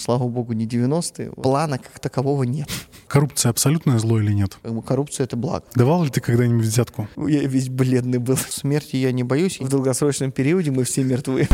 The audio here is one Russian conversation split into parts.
слава богу, не 90-е. Плана как такового нет. Коррупция абсолютное зло или нет? Коррупция — это благо. Давал ли ты когда-нибудь взятку? Я весь бледный был. Смерти я не боюсь. В долгосрочном периоде мы все мертвы.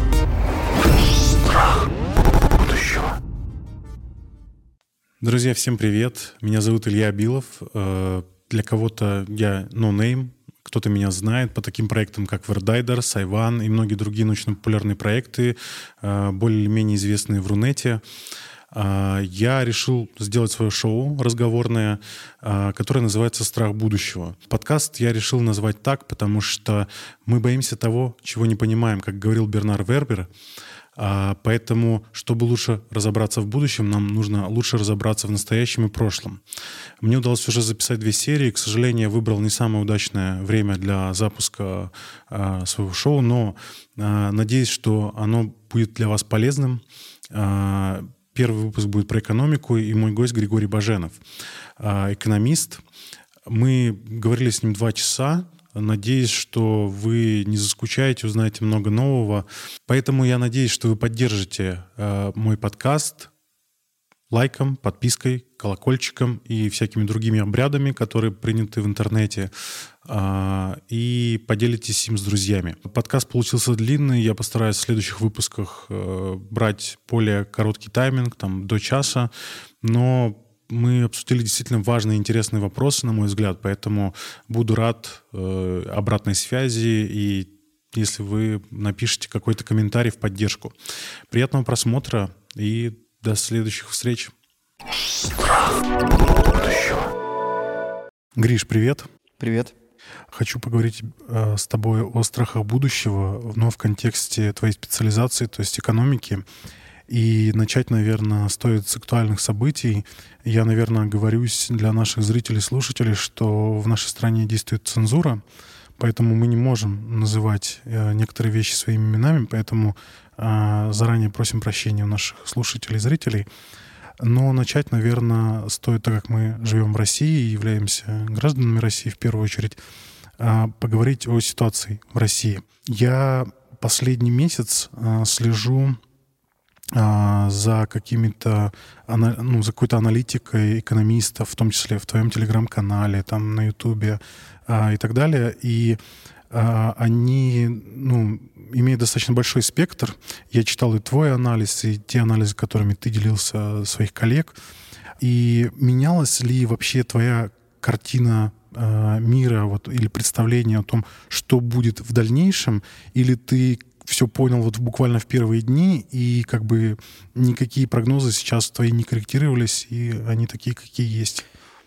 Друзья, всем привет. Меня зовут Илья Абилов. Для кого-то я no name. Кто-то меня знает по таким проектам, как Вердайдер, Сайван и многие другие научно-популярные проекты, более или менее известные в Рунете. Я решил сделать свое шоу разговорное, которое называется «Страх будущего». Подкаст я решил назвать так, потому что мы боимся того, чего не понимаем, как говорил Бернар Вербер. Поэтому, чтобы лучше разобраться в будущем, нам нужно лучше разобраться в настоящем и прошлом. Мне удалось уже записать 2 серии. К сожалению, я выбрал не самое удачное время для запуска своего шоу, но надеюсь, что оно будет для вас полезным. Первый выпуск будет про экономику, и мой гость Григорий Баженов, экономист. Мы говорили с ним 2 часа. Надеюсь, что вы не заскучаете, узнаете много нового. Поэтому я надеюсь, что вы поддержите мой подкаст лайком, подпиской, колокольчиком и всякими другими обрядами, которые приняты в интернете, и поделитесь им с друзьями. Подкаст получился длинный. Я постараюсь в следующих выпусках брать более короткий тайминг, там, до часа, но мы обсудили действительно важные и интересные вопросы, на мой взгляд, поэтому буду рад обратной связи и если вы напишите какой-то комментарий в поддержку. Приятного просмотра и до следующих встреч. Гриш, привет. Привет. Хочу поговорить с тобой о страхах будущего, но в контексте твоей специализации, то есть экономики. И начать, наверное, стоит с актуальных событий. Я, наверное, оговорюсь для наших зрителей и слушателей, что в нашей стране действует цензура, поэтому мы не можем называть некоторые вещи своими именами, поэтому заранее просим прощения у наших слушателей и зрителей. Но начать, наверное, стоит, так как мы живем в России и являемся гражданами России в первую очередь, поговорить о ситуации в России. Я последний месяц слежу за какими-то, за какой-то аналитикой экономистов, в том числе в твоем телеграм-канале, там на Ютубе и так далее. И они имеют достаточно большой спектр. Я читал и твой анализ, и те анализы, которыми ты делился своих коллег. И менялась ли вообще твоя картина мира или представление о том, что будет в дальнейшем, или ты все понял буквально в первые дни, и как бы никакие прогнозы сейчас твои не корректировались, и они такие, какие есть?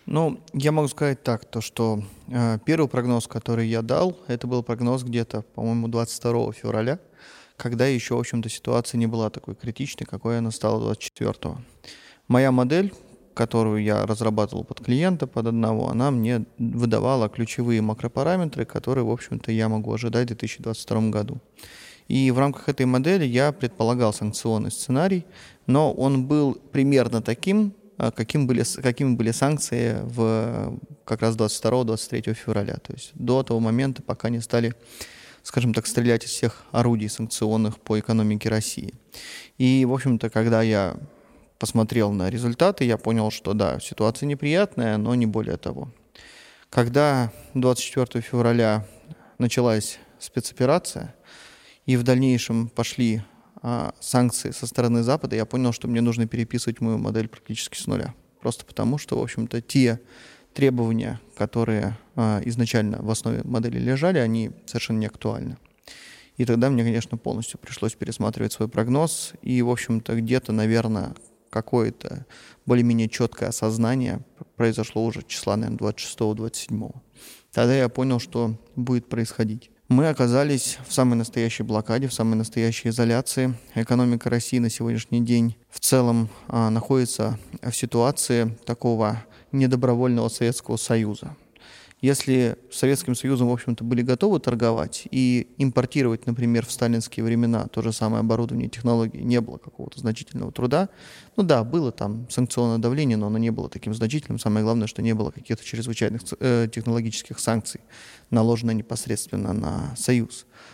Я могу сказать так, что первый прогноз, который я дал, это был прогноз где-то, по-моему, 22 февраля, когда еще, в общем-то, ситуация не была такой критичной, какой она стала 24-го. Моя модель, которую я разрабатывал под клиента, под одного, она мне выдавала ключевые макропараметры, которые, в общем-то, я могу ожидать в 2022 году. И в рамках этой модели я предполагал санкционный сценарий, но он был примерно таким, какими были санкции как раз 22-23 февраля. То есть до того момента, пока не стали, скажем так, стрелять из всех орудий санкционных по экономике России. И, в общем-то, когда я посмотрел на результаты, я понял, что да, ситуация неприятная, но не более того. Когда 24 февраля началась спецоперация, и в дальнейшем пошли санкции со стороны Запада, я понял, что мне нужно переписывать мою модель практически с нуля. Просто потому, что, в общем-то, те требования, которые изначально в основе модели лежали, они совершенно не актуальны. И тогда мне, конечно, полностью пришлось пересматривать свой прогноз. И, в общем-то, где-то, наверное, какое-то более-менее четкое осознание произошло уже числа, наверное, 26-27. Тогда я понял, что будет происходить. Мы оказались в самой настоящей блокаде, в самой настоящей изоляции. Экономика России на сегодняшний день в целом находится в ситуации такого недобровольного Советского Союза. Если с Советским Союзом, в общем-то, были готовы торговать и импортировать, например, в сталинские времена то же самое оборудование и технологии, не было какого-то значительного труда. Было там санкционное давление, но оно не было таким значительным. Самое главное, что не было каких-то чрезвычайных технологических санкций, наложенных непосредственно на Союз.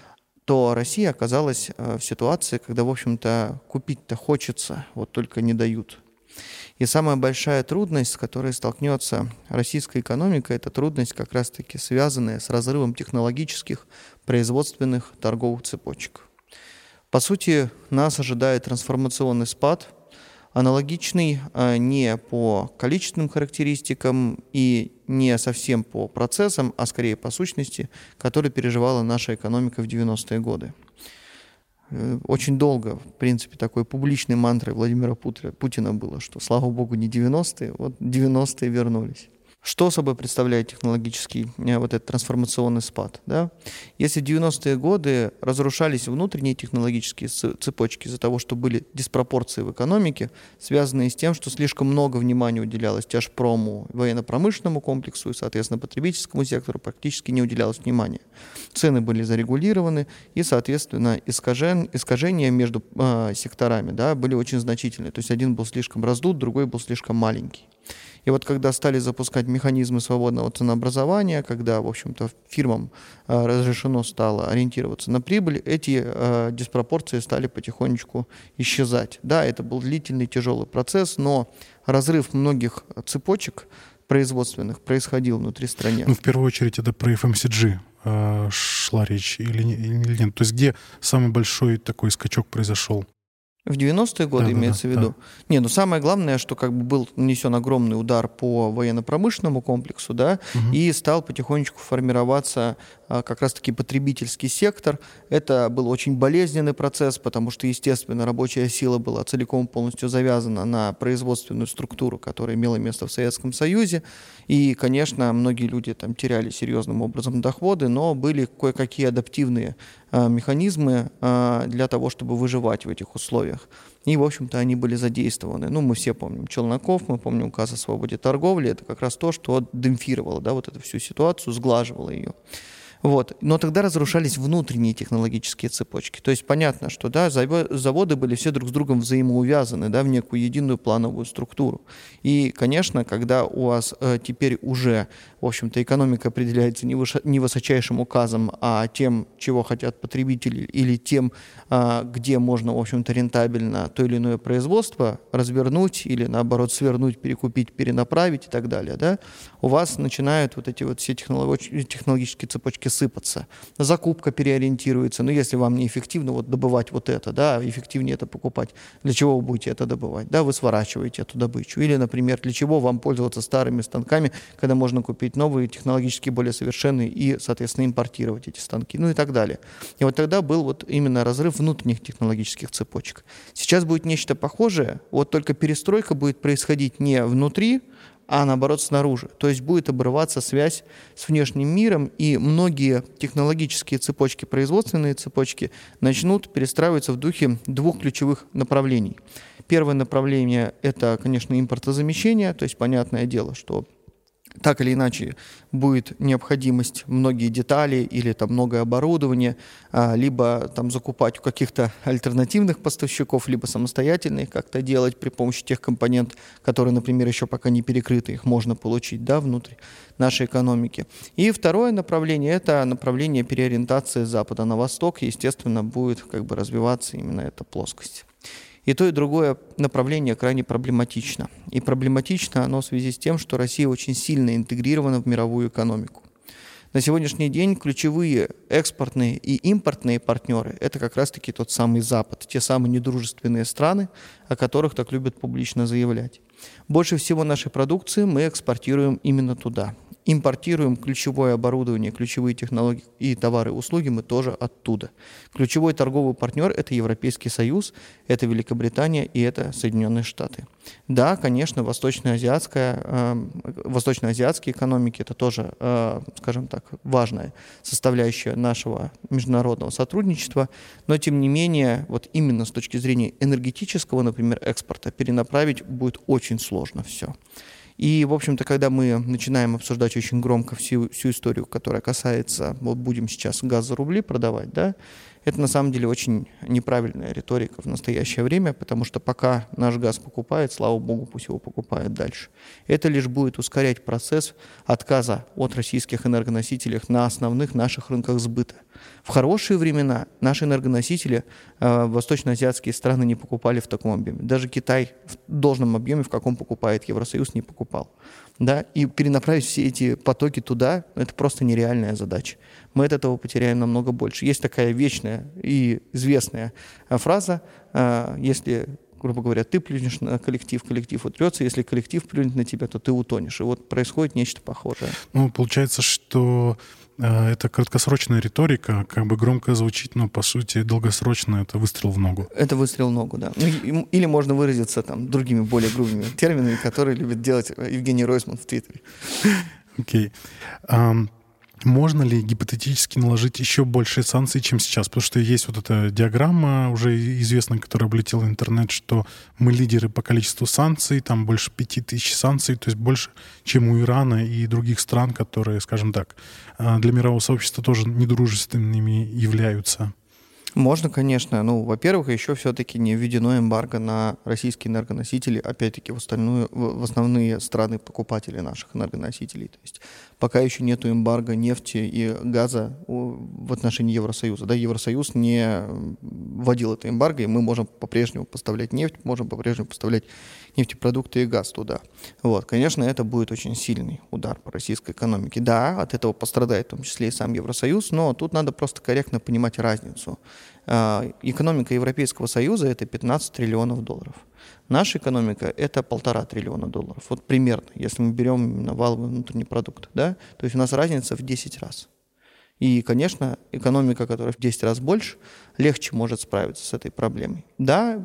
то Россия оказалась в ситуации, когда, в общем-то, купить-то хочется, вот только не дают. И самая большая трудность, с которой столкнется российская экономика, это трудность как раз-таки связанная с разрывом технологических, производственных, торговых цепочек. По сути, нас ожидает трансформационный спад, аналогичный не по количественным характеристикам и не совсем по процессам, а скорее по сущности, который переживала наша экономика в 90-е годы. Очень долго, в принципе, такой публичной мантрой Владимира Путина было, что, слава богу, не 90-е, вот 90-е вернулись. Что собой представляет технологический вот этот трансформационный спад? Да? Если в 90-е годы разрушались внутренние технологические цепочки из-за того, что были диспропорции в экономике, связанные с тем, что слишком много внимания уделялось тяжпрому, военно-промышленному комплексу и, соответственно, потребительскому сектору, практически не уделялось внимания. Цены были зарегулированы и, соответственно, искажения между секторами, да, были очень значительные. То есть один был слишком раздут, другой был слишком маленький. И вот когда стали запускать механизмы свободного ценообразования, когда, в общем-то, фирмам разрешено стало ориентироваться на прибыль, эти диспропорции стали потихонечку исчезать. Да, это был длительный, тяжелый процесс, но разрыв многих цепочек производственных происходил внутри страны. Ну, в первую очередь, это про FMCG шла речь или нет? То есть где самый большой такой скачок произошел? В 90-е годы имеется в виду? Да. Не, ну самое главное, что как бы был нанесен огромный удар по военно-промышленному комплексу, да, и стал потихонечку формироваться как раз-таки потребительский сектор. Это был очень болезненный процесс, потому что, естественно, рабочая сила была целиком полностью завязана на производственную структуру, которая имела место в Советском Союзе. И, конечно, многие люди там теряли серьезным образом доходы, но были кое-какие адаптивные механизмы для того, чтобы выживать в этих условиях. И, в общем-то, они были задействованы. Ну, мы все помним Челноков, мы помним указ о свободе торговли. Это как раз то, что демпфировало, да, вот эту всю ситуацию, сглаживало ее. Вот. Но тогда разрушались внутренние технологические цепочки. То есть понятно, что да, заводы были все друг с другом взаимоувязаны, да, в некую единую плановую структуру. И, конечно, когда у вас теперь уже, в общем-то, экономика определяется не высочайшим указом, а тем, чего хотят потребители, или тем, где можно, в общем-то, рентабельно то или иное производство развернуть или, наоборот, свернуть, перекупить, перенаправить и так далее, да, у вас начинают вот эти вот все технологические цепочки сыпаться. Закупка переориентируется. Но если вам неэффективно вот добывать вот это, да, эффективнее это покупать, для чего вы будете это добывать? Да, вы сворачиваете эту добычу. Или, например, для чего вам пользоваться старыми станками, когда можно купить новые, технологически более совершенные и, соответственно, импортировать эти станки, ну и так далее. И вот тогда был вот именно разрыв внутренних технологических цепочек. Сейчас будет нечто похожее, вот только перестройка будет происходить не внутри, а наоборот снаружи. То есть будет обрываться связь с внешним миром, и многие технологические цепочки, производственные цепочки начнут перестраиваться в духе двух ключевых направлений. Первое направление – это, конечно, импортозамещение, то есть понятное дело, что так или иначе будет необходимость многие детали или там многое оборудование, либо там закупать у каких-то альтернативных поставщиков, либо самостоятельно их как-то делать при помощи тех компонентов, которые, например, еще пока не перекрыты, их можно получить, да, внутри нашей экономики. И второе направление – это направление переориентации с запада на восток, и, естественно, будет как бы развиваться именно эта плоскость. И то, и другое направление крайне проблематично. И проблематично оно в связи с тем, что Россия очень сильно интегрирована в мировую экономику. На сегодняшний день ключевые экспортные и импортные партнеры – это как раз-таки тот самый Запад, те самые недружественные страны, о которых так любят публично заявлять. Больше всего нашей продукции мы экспортируем именно туда. Импортируем ключевое оборудование, ключевые технологии и товары и услуги мы тоже оттуда. Ключевой торговый партнер – это Европейский Союз, это Великобритания и это Соединенные Штаты. Да, конечно, восточноазиатские экономики – это тоже, скажем так, важная составляющая нашего международного сотрудничества, но тем не менее, вот именно с точки зрения энергетического, например, экспорта, перенаправить будет очень сложно все. И, в общем-то, когда мы начинаем обсуждать очень громко всю историю, которая касается, вот будем сейчас газ за рубли продавать, да, Это на самом деле очень неправильная риторика в настоящее время, потому что пока наш газ покупает, слава богу, пусть его покупает дальше. Это лишь будет ускорять процесс отказа от российских энергоносителей на основных наших рынках сбыта. В хорошие времена наши энергоносители восточноазиатские страны не покупали в таком объеме. Даже Китай в должном объеме, в каком покупает Евросоюз, не покупал. Да? И перенаправить все эти потоки туда – это просто нереальная задача. Мы от этого потеряем намного больше. Есть такая вечная и известная фраза, если, грубо говоря, ты плюнешь на коллектив, коллектив утрется, если коллектив плюнет на тебя, то ты утонешь. И вот происходит нечто похожее. Ну, получается, что это краткосрочная риторика, как бы громко звучит, но, по сути, долгосрочно это выстрел в ногу. Это выстрел в ногу, да. Ну, или можно выразиться там другими, более грубыми терминами, которые любит делать Евгений Ройсман в Твиттере. Окей. Можно ли гипотетически наложить еще больше санкций, чем сейчас? Потому что есть вот эта диаграмма уже известная, которая облетела в интернет, что мы лидеры по количеству санкций, там больше 5000 санкций, то есть больше, чем у Ирана и других стран, которые, скажем так, для мирового сообщества тоже недружественными являются. Можно, конечно. Ну, во-первых, еще все-таки не введено эмбарго на российские энергоносители, опять-таки в основные страны-покупатели наших энергоносителей. То есть пока еще нету эмбарго нефти и газа в отношении Евросоюза. Да, Евросоюз не вводил это эмбарго, и мы можем по-прежнему поставлять нефть, можем по-прежнему поставлять нефтепродукты и газ туда. Вот. Конечно, это будет очень сильный удар по российской экономике. Да, от этого пострадает в том числе и сам Евросоюз, но тут надо просто корректно понимать разницу. Экономика Европейского Союза – это 15 триллионов долларов. Наша экономика – это 1,5 триллиона долларов. Вот примерно, если мы берем именно валовый внутренний продукт. Да? То есть у нас разница в 10 раз. И, конечно, экономика, которая в 10 раз больше, легче может справиться с этой проблемой. Да,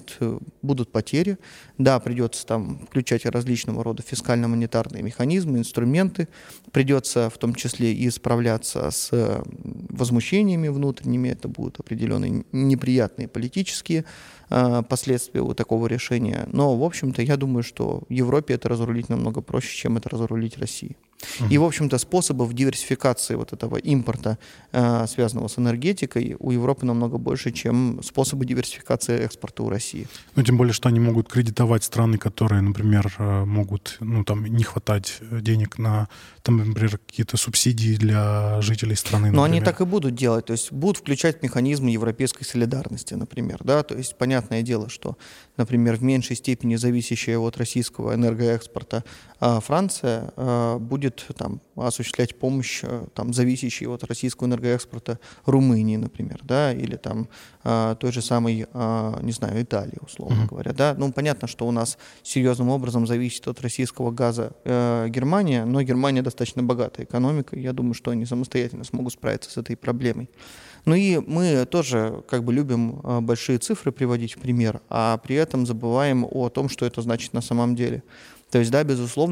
будут потери, да, придется там включать различного рода фискально-монетарные механизмы, инструменты, придется в том числе и справляться с возмущениями внутренними, это будут определенные неприятные политические последствия у такого решения. Но, в общем-то, я думаю, что в Европе это разрулить намного проще, чем это разрулить России. И, в общем-то, способов диверсификации вот этого импорта, связанного с энергетикой, у Европы намного больше, чем способы диверсификации экспорта у России. Ну, тем более, что они могут кредитовать страны, которые, например, могут, ну, там, не хватать денег на, там, например, какие-то субсидии для жителей страны, например. Но они так и будут делать, то есть будут включать механизмы европейской солидарности, например, да, то есть понятное дело, что, например, в меньшей степени зависящая от российского энергоэкспорта Франция будет там осуществлять помощь там, зависящей от российского энергоэкспорта Румынии, например, да, или там той же самой, не знаю, Италии, условно говоря, да. Ну, понятно, что у нас серьезным образом зависит от российского газа Германия, но Германия достаточно богатая экономика, и я думаю, что они самостоятельно смогут справиться с этой проблемой. Ну и мы тоже как бы любим большие цифры приводить в пример, а при этом забываем о том, что это значит на самом деле. То есть, да, безусловно,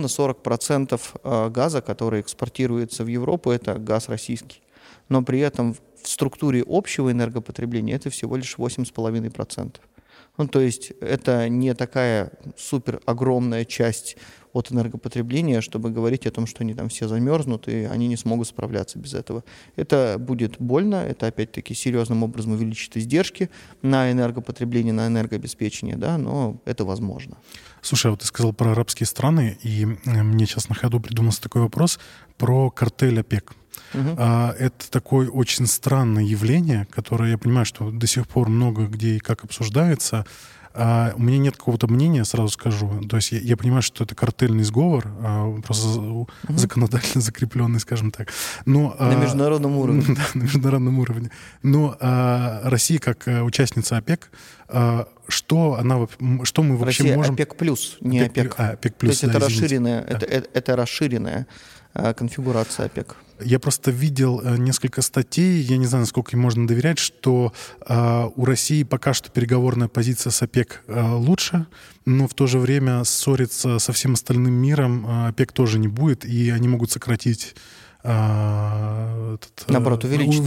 40% газа, который экспортируется в Европу, это газ российский. Но при этом в структуре общего энергопотребления это всего лишь 8,5%. Ну, то есть это не такая супер огромная часть от энергопотребления, чтобы говорить о том, что они там все замерзнут, и они не смогут справляться без этого. Это будет больно, это опять-таки серьезным образом увеличит издержки на энергопотребление, на энергообеспечение, да, но это возможно. Слушай, а вот ты сказал про арабские страны, и мне сейчас на ходу придумался такой вопрос про картель ОПЕК. Это такое очень странное явление, которое, я понимаю, что до сих пор много где и как обсуждается. У меня нет какого-то мнения, сразу скажу. То есть я понимаю, что это картельный сговор, просто законодательно закрепленный, скажем так. Но, на международном уровне. Да, на международном уровне. Но Россия, как участница ОПЕК, что мы вообще Россия можем... ОПЕК плюс, не ОПЕК. ОПЕК плюс, то есть да, это расширенная конфигурация ОПЕК. Я просто видел несколько статей, я не знаю, насколько им можно доверять, что у России пока что переговорная позиция с ОПЕК лучше, но в то же время ссориться со всем остальным миром ОПЕК тоже не будет, и они могут сократить... наоборот,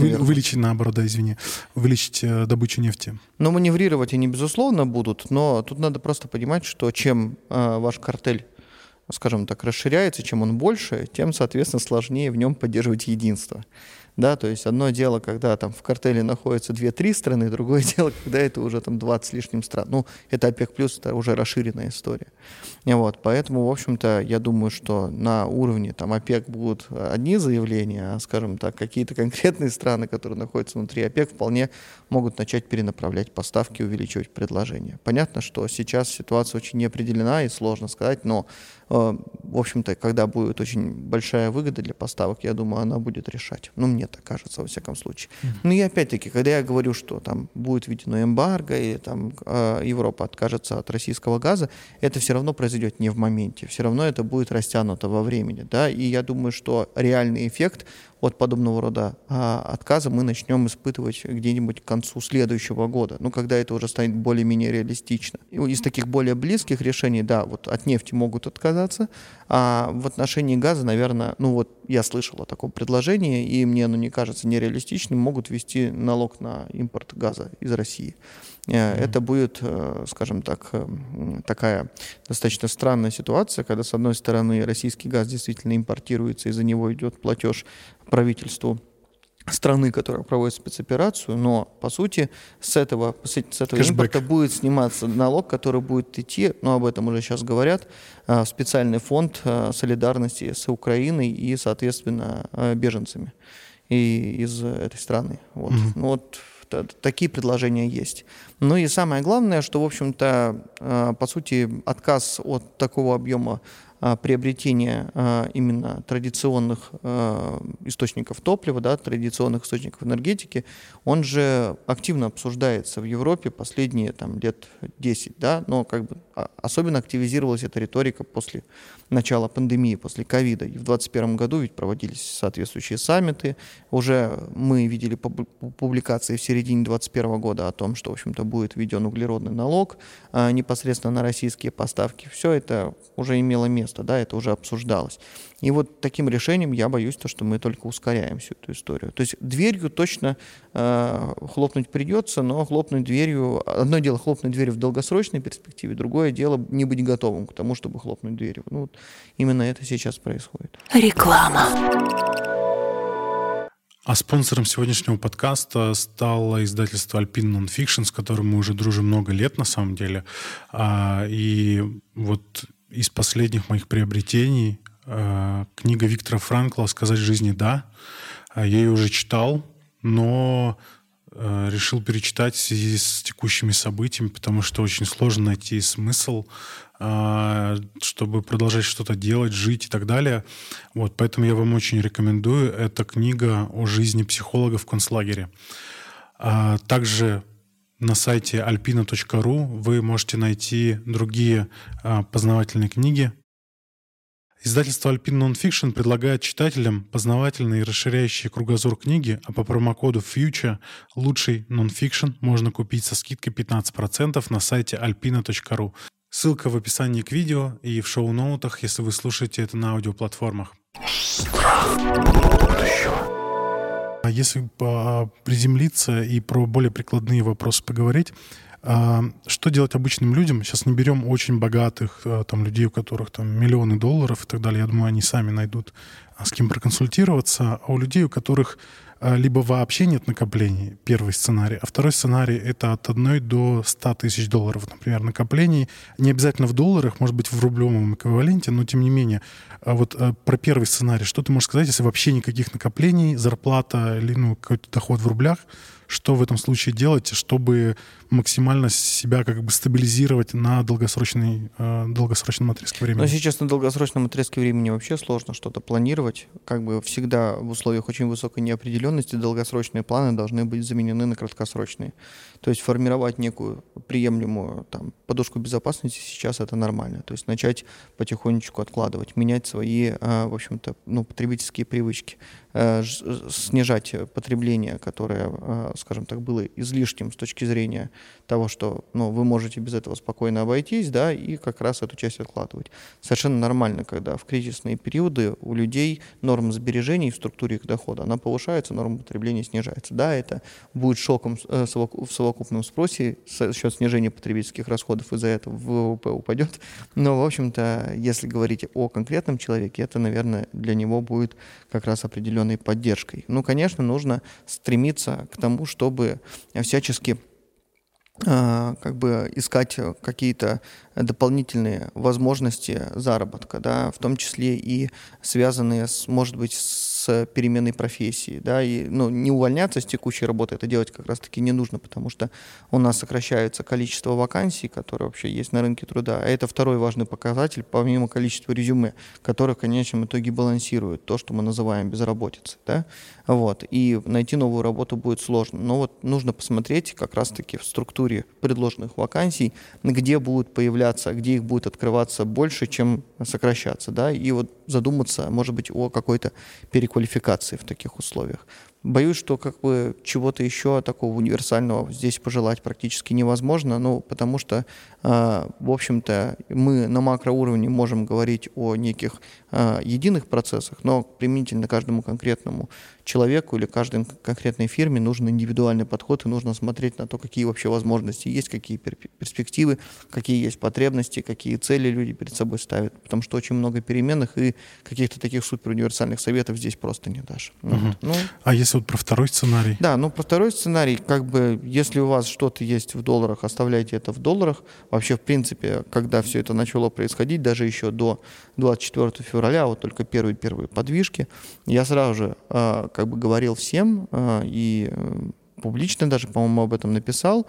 увеличить добычу нефти. Но маневрировать они, безусловно, будут, но тут надо просто понимать, что чем ваш картель, скажем так, расширяется, чем он больше, тем, соответственно, сложнее в нем поддерживать единство. Да, то есть одно дело, когда там в картеле находятся 2-3 страны, другое дело, когда это уже там 20 с лишним стран. Ну, это ОПЕК+, это уже расширенная история. Вот, поэтому, в общем-то, я думаю, что на уровне там ОПЕК будут одни заявления, а, скажем так, какие-то конкретные страны, которые находятся внутри ОПЕК, вполне могут начать перенаправлять поставки, увеличивать предложение. Понятно, что сейчас ситуация очень неопределена и сложно сказать, но, в общем-то, когда будет очень большая выгода для поставок, я думаю, она будет решать. Ну, мне так кажется, во всяком случае. Ну и опять-таки, когда я говорю, что там будет введено эмбарго, и там Европа откажется от российского газа, это все равно произойдет не в моменте, все равно это будет растянуто во времени, да, и я думаю, что реальный эффект от подобного рода отказа мы начнем испытывать где-нибудь к концу следующего года, ну, когда это уже станет более-менее реалистично. И из таких более близких решений, да, вот от нефти могут отказаться, а в отношении газа, наверное, ну вот я слышал о таком предложении, и мне оно не кажется нереалистичным, могут ввести налог на импорт газа из России. Это будет, скажем так, такая достаточно странная ситуация, когда, с одной стороны, российский газ действительно импортируется, и за него идет платеж правительству страны, которая проводит спецоперацию, но, по сути, с этого импорта будет сниматься налог, который будет идти, ну, об этом уже сейчас говорят, в специальный фонд солидарности с Украиной и, соответственно, беженцами из этой страны. Вот. Ну, вот такие предложения есть. Ну и самое главное, что, в общем-то, по сути, отказ от такого объема приобретения именно традиционных источников топлива, да, традиционных источников энергетики, он же активно обсуждается в Европе последние там, лет 10, да, но как бы особенно активизировалась эта риторика после начала пандемии, после ковида. И в 2021 году ведь проводились соответствующие саммиты. Уже мы видели публикации в середине 2021 года о том, что, в общем-то, будет введен углеродный налог непосредственно на российские поставки. Все это уже имело место, да, это уже обсуждалось. И вот таким решением я боюсь, что мы только ускоряем всю эту историю. То есть дверью точно хлопнуть придется, но хлопнуть дверью... Одно дело хлопнуть дверью в долгосрочной перспективе, другое дело не быть готовым к тому, чтобы хлопнуть дверью. Ну, вот именно это сейчас происходит. Реклама. А спонсором сегодняшнего подкаста стало издательство Alpine Nonfiction, с которым мы уже дружим много лет, на самом деле. И вот из последних моих приобретений книга Виктора Франкла «Сказать жизни да». Я ее уже читал, но решил перечитать в связи с текущими событиями, потому что очень сложно найти смысл, чтобы продолжать что-то делать, жить и так далее. Вот, поэтому я вам очень рекомендую. Это книга о жизни психолога в концлагере. Также на сайте alpina.ru вы можете найти другие познавательные книги. Издательство Alpine Nonfiction предлагает читателям познавательные и расширяющие кругозор книги, а по промокоду FUTURE лучший нонфикшн можно купить со скидкой 15% на сайте alpina.ru. Ссылка в описании к видео и в шоу-ноутах, если вы слушаете это на аудиоплатформах. А если приземлиться и про более прикладные вопросы поговорить, что делать обычным людям? Сейчас не берем очень богатых там, людей, у которых там миллионы долларов и так далее. Я думаю, они сами найдут с кем проконсультироваться. А у людей, у которых либо вообще нет накоплений, первый сценарий, а второй сценарий — это от 1 до 100 тысяч долларов, например, накоплений. Не обязательно в долларах, может быть, в рублевом эквиваленте, но тем не менее. Вот про первый сценарий, что ты можешь сказать, если вообще никаких накоплений, зарплата или какой-то доход в рублях, что в этом случае делать, чтобы максимально себя как бы стабилизировать на долгосрочном отрезке времени? Но сейчас на долгосрочном отрезке времени вообще сложно что-то планировать. Как бы всегда в условиях очень высокой неопределенности долгосрочные планы должны быть заменены на краткосрочные. То есть формировать некую приемлемую там, подушку безопасности сейчас это нормально. То есть начать потихонечку откладывать, менять свои, в общем-то, потребительские привычки, снижать потребление, которое, скажем так, было излишним с точки зрения того, что вы можете без этого спокойно обойтись, да, и как раз эту часть откладывать. Совершенно нормально, когда в кризисные периоды у людей норма сбережений в структуре их дохода, она повышается, норма потребления снижается. Да, это будет шоком в совокупном спросе, за счет снижения потребительских расходов, из-за этого ВВП упадет. Но, в общем-то, если говорить о конкретном человеке, это, наверное, для него будет как раз определенный определенной поддержкой. Ну, конечно, нужно стремиться к тому, чтобы всячески искать какие-то дополнительные возможности заработка, да, в том числе и связанные, может быть, с переменой профессии, да, и, не увольняться с текущей работы, это делать как раз-таки не нужно, потому что у нас сокращается количество вакансий, которые вообще есть на рынке труда, а это второй важный показатель, помимо количества резюме, который в конечном итоге балансирует то, что мы называем безработицей, да, вот, и найти новую работу будет сложно, но вот нужно посмотреть как раз-таки в структуре предложенных вакансий, где будут появляться, где их будет открываться больше, чем сокращаться, да, и вот задуматься, может быть, о какой-то переквалификации в таких условиях. Боюсь, что чего-то еще такого универсального здесь пожелать практически невозможно, потому что, в общем-то, мы на макроуровне можем говорить о неких единых процессах, но применительно каждому конкретному человеку или каждой конкретной фирме нужен индивидуальный подход, и нужно смотреть на то, какие вообще возможности есть, какие перспективы, какие есть потребности, какие цели люди перед собой ставят, потому что очень много переменных, и каких-то таких суперуниверсальных советов здесь просто не дашь. Угу. А если вот про второй сценарий? Да, про второй сценарий, если у вас что-то есть в долларах, оставляйте это в долларах. Вообще, в принципе, когда все это начало происходить, даже еще до 24 февраля, вот только первые подвижки, я сразу же говорил всем и публично даже, по-моему, об этом написал,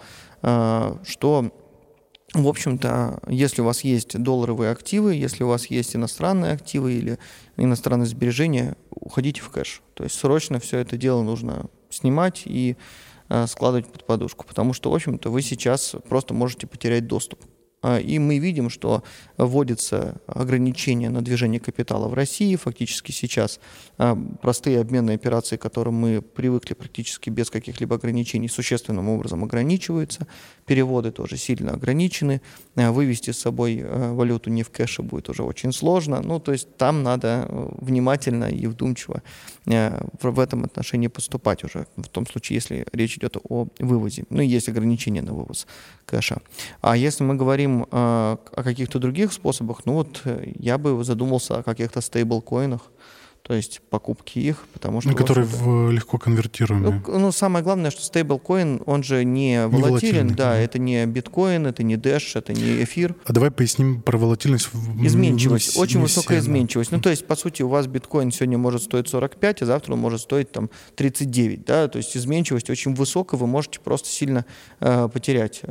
что, в общем-то, если у вас есть долларовые активы, если у вас есть иностранные активы или иностранные сбережения, уходите в кэш. То есть срочно все это дело нужно снимать и складывать под подушку, потому что, в общем-то, вы сейчас просто можете потерять доступ. И мы видим, что вводятся ограничения на движение капитала в России. Фактически сейчас простые обменные операции, к которым мы привыкли практически без каких-либо ограничений, существенным образом ограничиваются. Переводы тоже сильно ограничены. Вывести с собой валюту не в кэше будет уже очень сложно. То есть там надо внимательно и вдумчиво в этом отношении поступать уже, в том случае, если речь идет о вывозе. Есть ограничения на вывоз кэша. А если мы говорим о каких-то других способах, я бы задумался о каких-то стейблкоинах, то есть покупки их, потому что... которые легко конвертируемые. Самое главное, что стейблкоин, он же не волатилен, да, это не биткоин, это не Dash, это не эфир. А давай поясним про волатильность. Изменчивость, очень высокая изменчивость. То есть, по сути, у вас биткоин сегодня может стоить 45, а завтра он может стоить 39, да, то есть изменчивость очень высокая, вы можете просто сильно потерять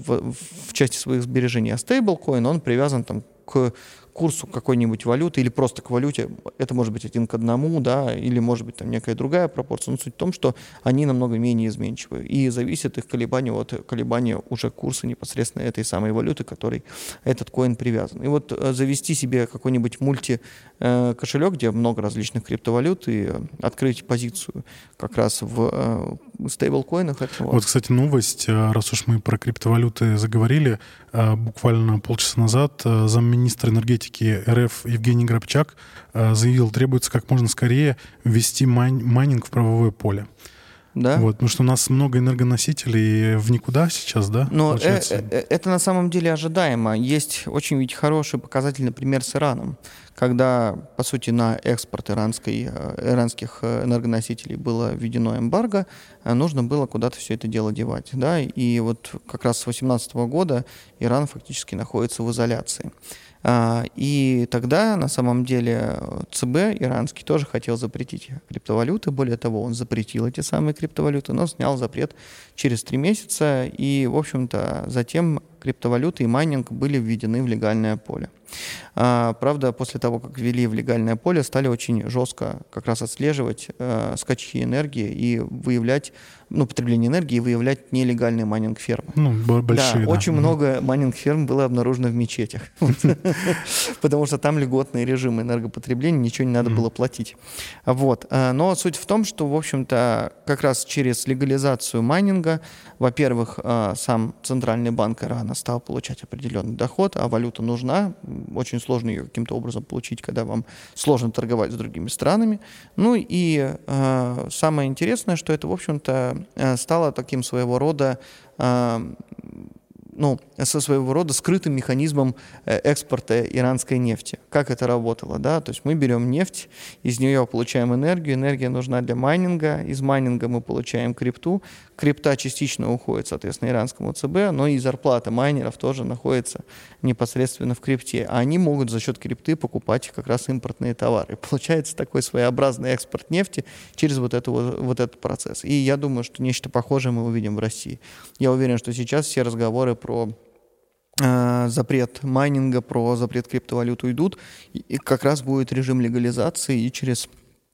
в части своих сбережений. А стейблкоин, он привязан к курсу какой-нибудь валюты или просто к валюте, это может быть 1 к 1, да, или может быть некая другая пропорция, но суть в том, что они намного менее изменчивы, и зависит их колебания от колебания уже курса непосредственно этой самой валюты, к которой этот коин привязан. И завести себе какой-нибудь мульти-кошелек, где много различных криптовалют, и открыть позицию как раз в стейблкоинах. Кстати, новость, раз уж мы про криптовалюты заговорили, буквально полчаса назад замминистра энергетики РФ Евгений Грабчак заявил, требуется как можно скорее ввести майнинг в правовое поле. Да. Потому что у нас много энергоносителей в никуда сейчас, да? Но это на самом деле ожидаемо. Есть очень ведь хороший показатель, например, с Ираном, когда, по сути, на экспорт иранских энергоносителей было введено эмбарго, нужно было куда-то все это дело девать. Да? И как раз с 2018 года Иран фактически находится в изоляции. И тогда, на самом деле, ЦБ иранский тоже хотел запретить криптовалюты. Более того, он запретил эти самые криптовалюты, но снял запрет через 3 месяца. И, в общем-то, затем криптовалюты и майнинг были введены в легальное поле. Правда, после того, как ввели в легальное поле, стали очень жестко как раз отслеживать скачки энергии и выявлять, потребление энергии и выявлять нелегальные майнинг-фермы. Большие, да. Очень много майнинг-ферм было обнаружено в мечетях, потому что там льготный режим энергопотребления, ничего не надо было платить. Но суть в том, что, в общем-то, как раз через легализацию майнинга, во-первых, сам Центральный банк Ирана стал получать определенный доход, а валюта нужна, очень сложно ее каким-то образом получить, когда вам сложно торговать с другими странами. И самое интересное, что это, в общем-то, стало таким своего рода со своего рода скрытым механизмом экспорта иранской нефти. Как это работало, да? То есть мы берем нефть, из нее получаем энергию, энергия нужна для майнинга, из майнинга мы получаем крипту, крипта частично уходит, соответственно, иранскому ЦБ, но и зарплата майнеров тоже находится непосредственно в крипте, а они могут за счет крипты покупать как раз импортные товары. Получается такой своеобразный экспорт нефти через вот этот процесс. И я думаю, что нечто похожее мы увидим в России. Я уверен, что сейчас все разговоры про запрет майнинга, про запрет криптовалют уйдут, и как раз будет режим легализации, и через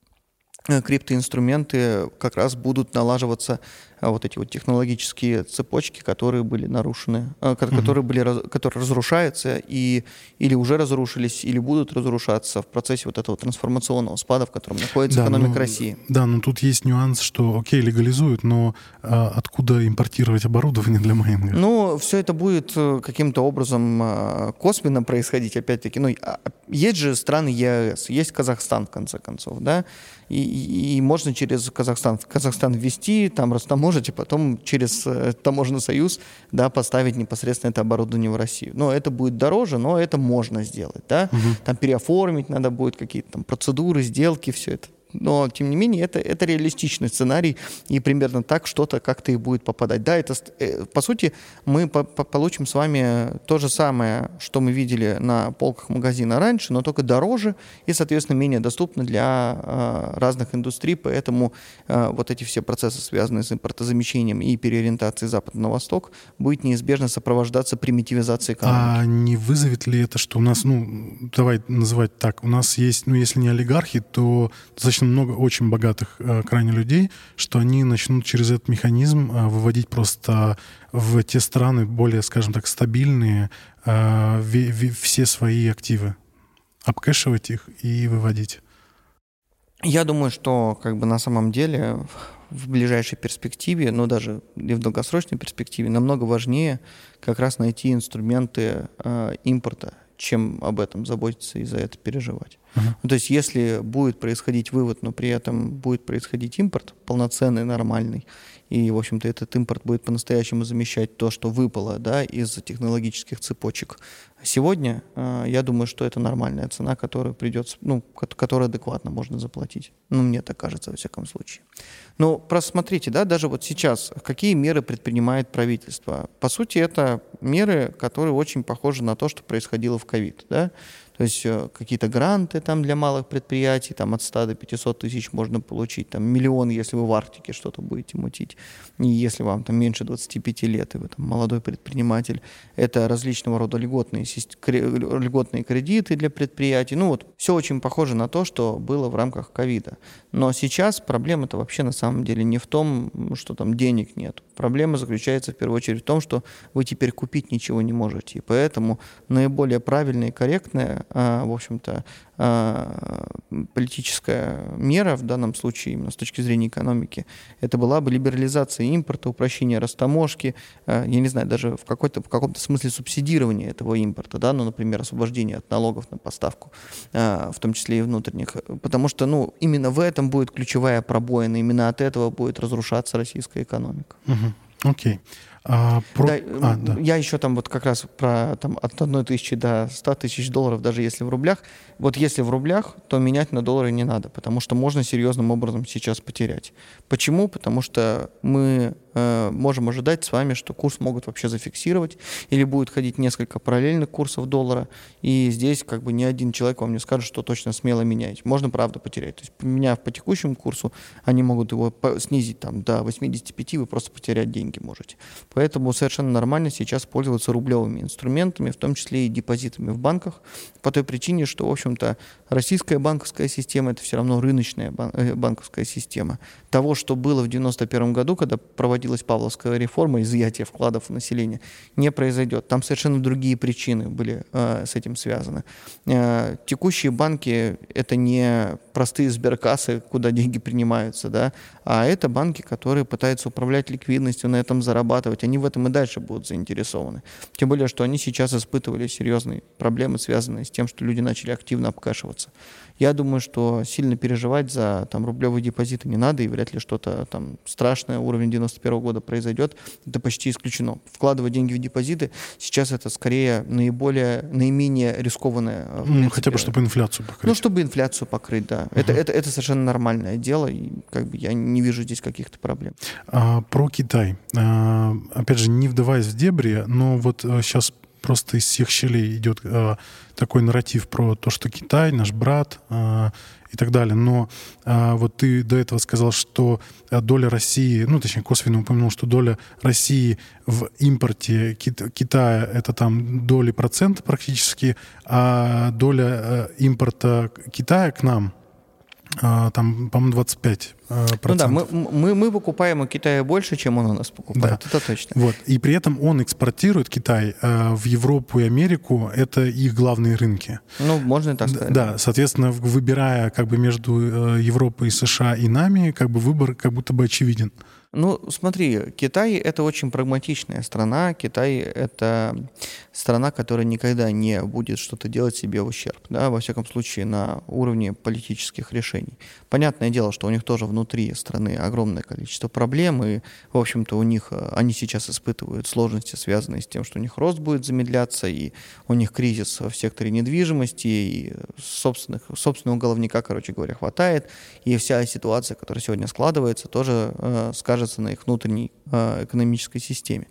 криптоинструменты как раз будут налаживаться вот эти вот технологические цепочки, которые были нарушены, которые разрушаются или уже разрушились, или будут разрушаться в процессе вот этого трансформационного спада, в котором находится экономика России. Да, но тут есть нюанс, что, окей, легализуют, но откуда импортировать оборудование для майнинга? Ну, все это будет каким-то образом косвенно происходить, опять-таки. Ну, есть же страны ЕАЭС, есть Казахстан, в конце концов, да, и можно через Казахстан ввести, там растаможить, и потом через таможенный союз, да, поставить непосредственно это оборудование в Россию. Но это будет дороже, но это можно сделать, да. Там переоформить надо будет какие-то там процедуры, сделки, все это. Но, тем не менее, это реалистичный сценарий, и примерно так что-то как-то и будет попадать. Да, это, по сути, мы получим с вами то же самое, что мы видели на полках магазина раньше, но только дороже и, соответственно, менее доступно для разных индустрий, поэтому вот эти все процессы, связанные с импортозамещением и переориентацией Запада на Восток, будет неизбежно сопровождаться примитивизацией экономики. А не вызовет ли это, что у нас, давай называть так, у нас есть, если не олигархи, то достаточно много очень богатых крайне людей, что они начнут через этот механизм выводить просто в те страны более, скажем так, стабильные все свои активы, обкэшивать их и выводить. Я думаю, что на самом деле в ближайшей перспективе, но даже и в долгосрочной перспективе намного важнее как раз найти инструменты импорта, чем об этом заботиться и за это переживать. То есть если будет происходить вывод, но при этом будет происходить импорт полноценный, нормальный, и, в общем-то, этот импорт будет по-настоящему замещать то, что выпало, да, из технологических цепочек сегодня, я думаю, что это нормальная цена, которую придется, которую адекватно можно заплатить. Мне так кажется, во всяком случае. Но просто смотрите, да, даже вот сейчас, какие меры предпринимает правительство? По сути, это меры, которые очень похожи на то, что происходило в ковид, да. То есть какие-то гранты там для малых предприятий, там от 100 до 500 тысяч можно получить, там миллион, если вы в Арктике что-то будете мутить, и если вам там меньше 25 лет, и вы там молодой предприниматель, это различного рода льготные кредиты для предприятий. Все очень похоже на то, что было в рамках ковида. Но сейчас проблема-то вообще на самом деле не в том, что там денег нет. Проблема заключается в первую очередь в том, что вы теперь купить ничего не можете. И поэтому наиболее правильная и корректная, в общем-то, политическая мера в данном случае, именно с точки зрения экономики, это была бы либерализация импорта, упрощение растаможки, я не знаю, даже в каком-то смысле субсидирование этого импорта, да, например, освобождение от налогов на поставку, в том числе и внутренних, потому что, именно в этом будет ключевая пробоина, именно от этого будет разрушаться российская экономика. Окей. Я еще там вот как раз про от 1 тысячи до 100 тысяч долларов, даже если в рублях. Вот если в рублях, то менять на доллары не надо, потому что можно серьезным образом сейчас потерять. Почему? Потому что мы можем ожидать с вами, что курс могут вообще зафиксировать, или будет ходить несколько параллельных курсов доллара, и здесь ни один человек вам не скажет, что точно смело меняете. Можно, правда, потерять. То есть, поменяв по текущему курсу, они могут его снизить до 85, вы просто потерять деньги можете. Поэтому совершенно нормально сейчас пользоваться рублевыми инструментами, в том числе и депозитами в банках, по той причине, что, в общем-то, российская банковская система – это все равно рыночная банковская система. Того, что было в 1991 году, когда проводилась Павловская реформа, изъятие вкладов в население, не произойдет. Там совершенно другие причины были с этим связаны. Текущие банки – это не простые сберкассы, куда деньги принимаются, да, а это банки, которые пытаются управлять ликвидностью, на этом зарабатывать. Они в этом и дальше будут заинтересованы. Тем более, что они сейчас испытывали серьезные проблемы, связанные с тем, что люди начали активно обкашиваться. Я думаю, что сильно переживать за рублевые депозиты не надо, и вряд ли что-то страшное уровень 91 2021 года произойдет, это почти исключено. Вкладывать деньги в депозиты сейчас это скорее наименее рискованное. Хотя бы, чтобы инфляцию покрыть. Ну, чтобы инфляцию покрыть, да. Это совершенно нормальное дело, и как бы я не вижу здесь каких-то проблем. Про Китай. Опять же, не вдаваясь в дебри, но вот сейчас просто из всех щелей идет такой нарратив про то, что Китай наш брат и так далее. Но вот ты до этого сказал, что доля России, ну, точнее, косвенно упомянул, что доля России в импорте Китая — это там доли процента практически, а доля импорта Китая к нам там, по-моему, 25%. Ну да, мы покупаем у Китая больше, чем он у нас покупает, да. Это точно. Вот. И при этом он экспортирует, Китай, в Европу и Америку, это их главные рынки. Ну, можно и так сказать. Да, соответственно, выбирая как бы между Европой, США и нами, как бы выбор как будто бы очевиден. Ну, смотри, Китай — это очень прагматичная страна. Китай — это страна, которая никогда не будет что-то делать себе в ущерб, да, во всяком случае, на уровне политических решений. Понятное дело, что у них тоже внутри страны огромное количество проблем, и, в общем-то, они сейчас испытывают сложности, связанные с тем, что у них рост будет замедляться, и у них кризис в секторе недвижимости, и собственного головника, короче говоря, хватает, и вся ситуация, которая сегодня складывается, тоже скажется на их внутренней экономической системе.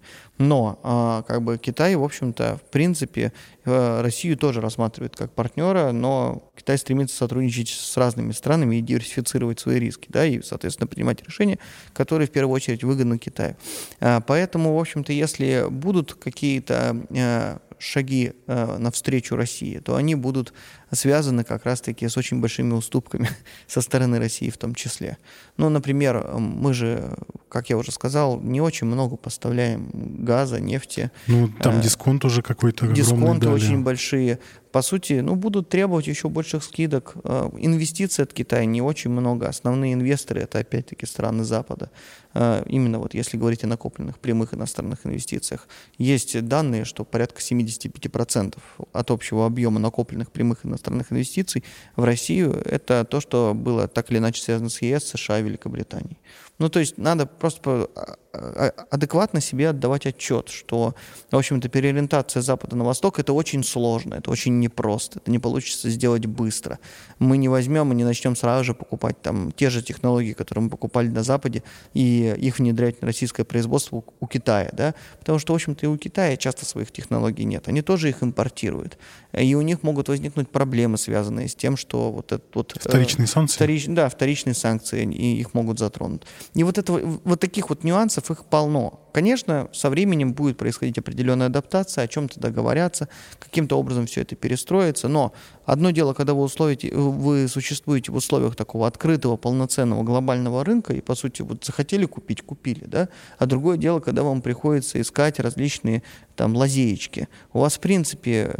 Но как бы Китай, в общем-то, в принципе, Россию тоже рассматривает как партнера, но Китай стремится сотрудничать с разными странами и диверсифицировать свои риски, да, и, соответственно, принимать решения, которые в первую очередь выгодны Китаю. Поэтому, в общем-то, если будут какие-то шаги навстречу России, то они будут связаны как раз-таки с очень большими уступками со стороны России в том числе. Ну, например, мы же, как я уже сказал, не очень много поставляем газа, нефти. Ну, там дисконт уже какой-то огромный. Дисконты очень большие. По сути, будут требовать еще больших скидок. Инвестиций от Китая не очень много. Основные инвесторы — это опять-таки страны Запада. Именно вот если говорить о накопленных прямых иностранных инвестициях. Есть данные, что порядка 75% от общего объема накопленных прямых иностранных инвестиций в Россию — это то, что было так или иначе связано с ЕС, США и Великобританией. Ну, то есть надо просто адекватно себе отдавать отчет, что, в общем-то, переориентация с Запада на Восток — это очень сложно, это очень непросто, это не получится сделать быстро. Мы не возьмем и не начнем сразу же покупать там те же технологии, которые мы покупали на Западе, и их внедрять на российское производство у Китая, да, потому что, в общем-то, и у Китая часто своих технологий нет, они тоже их импортируют, и у них могут возникнуть проблемы, связанные с тем, что вот это вот... Вторичные санкции? Вторичные санкции, и их могут затронуть. И вот таких вот нюансов их полно. Конечно, со временем будет происходить определенная адаптация, о чем-то договорятся, каким-то образом все это перестроится, но одно дело, когда вы существуете в условиях такого открытого, полноценного глобального рынка, и, по сути, вот захотели купить — купили, да, а другое дело, когда вам приходится искать различные там лазеечки. У вас, в принципе,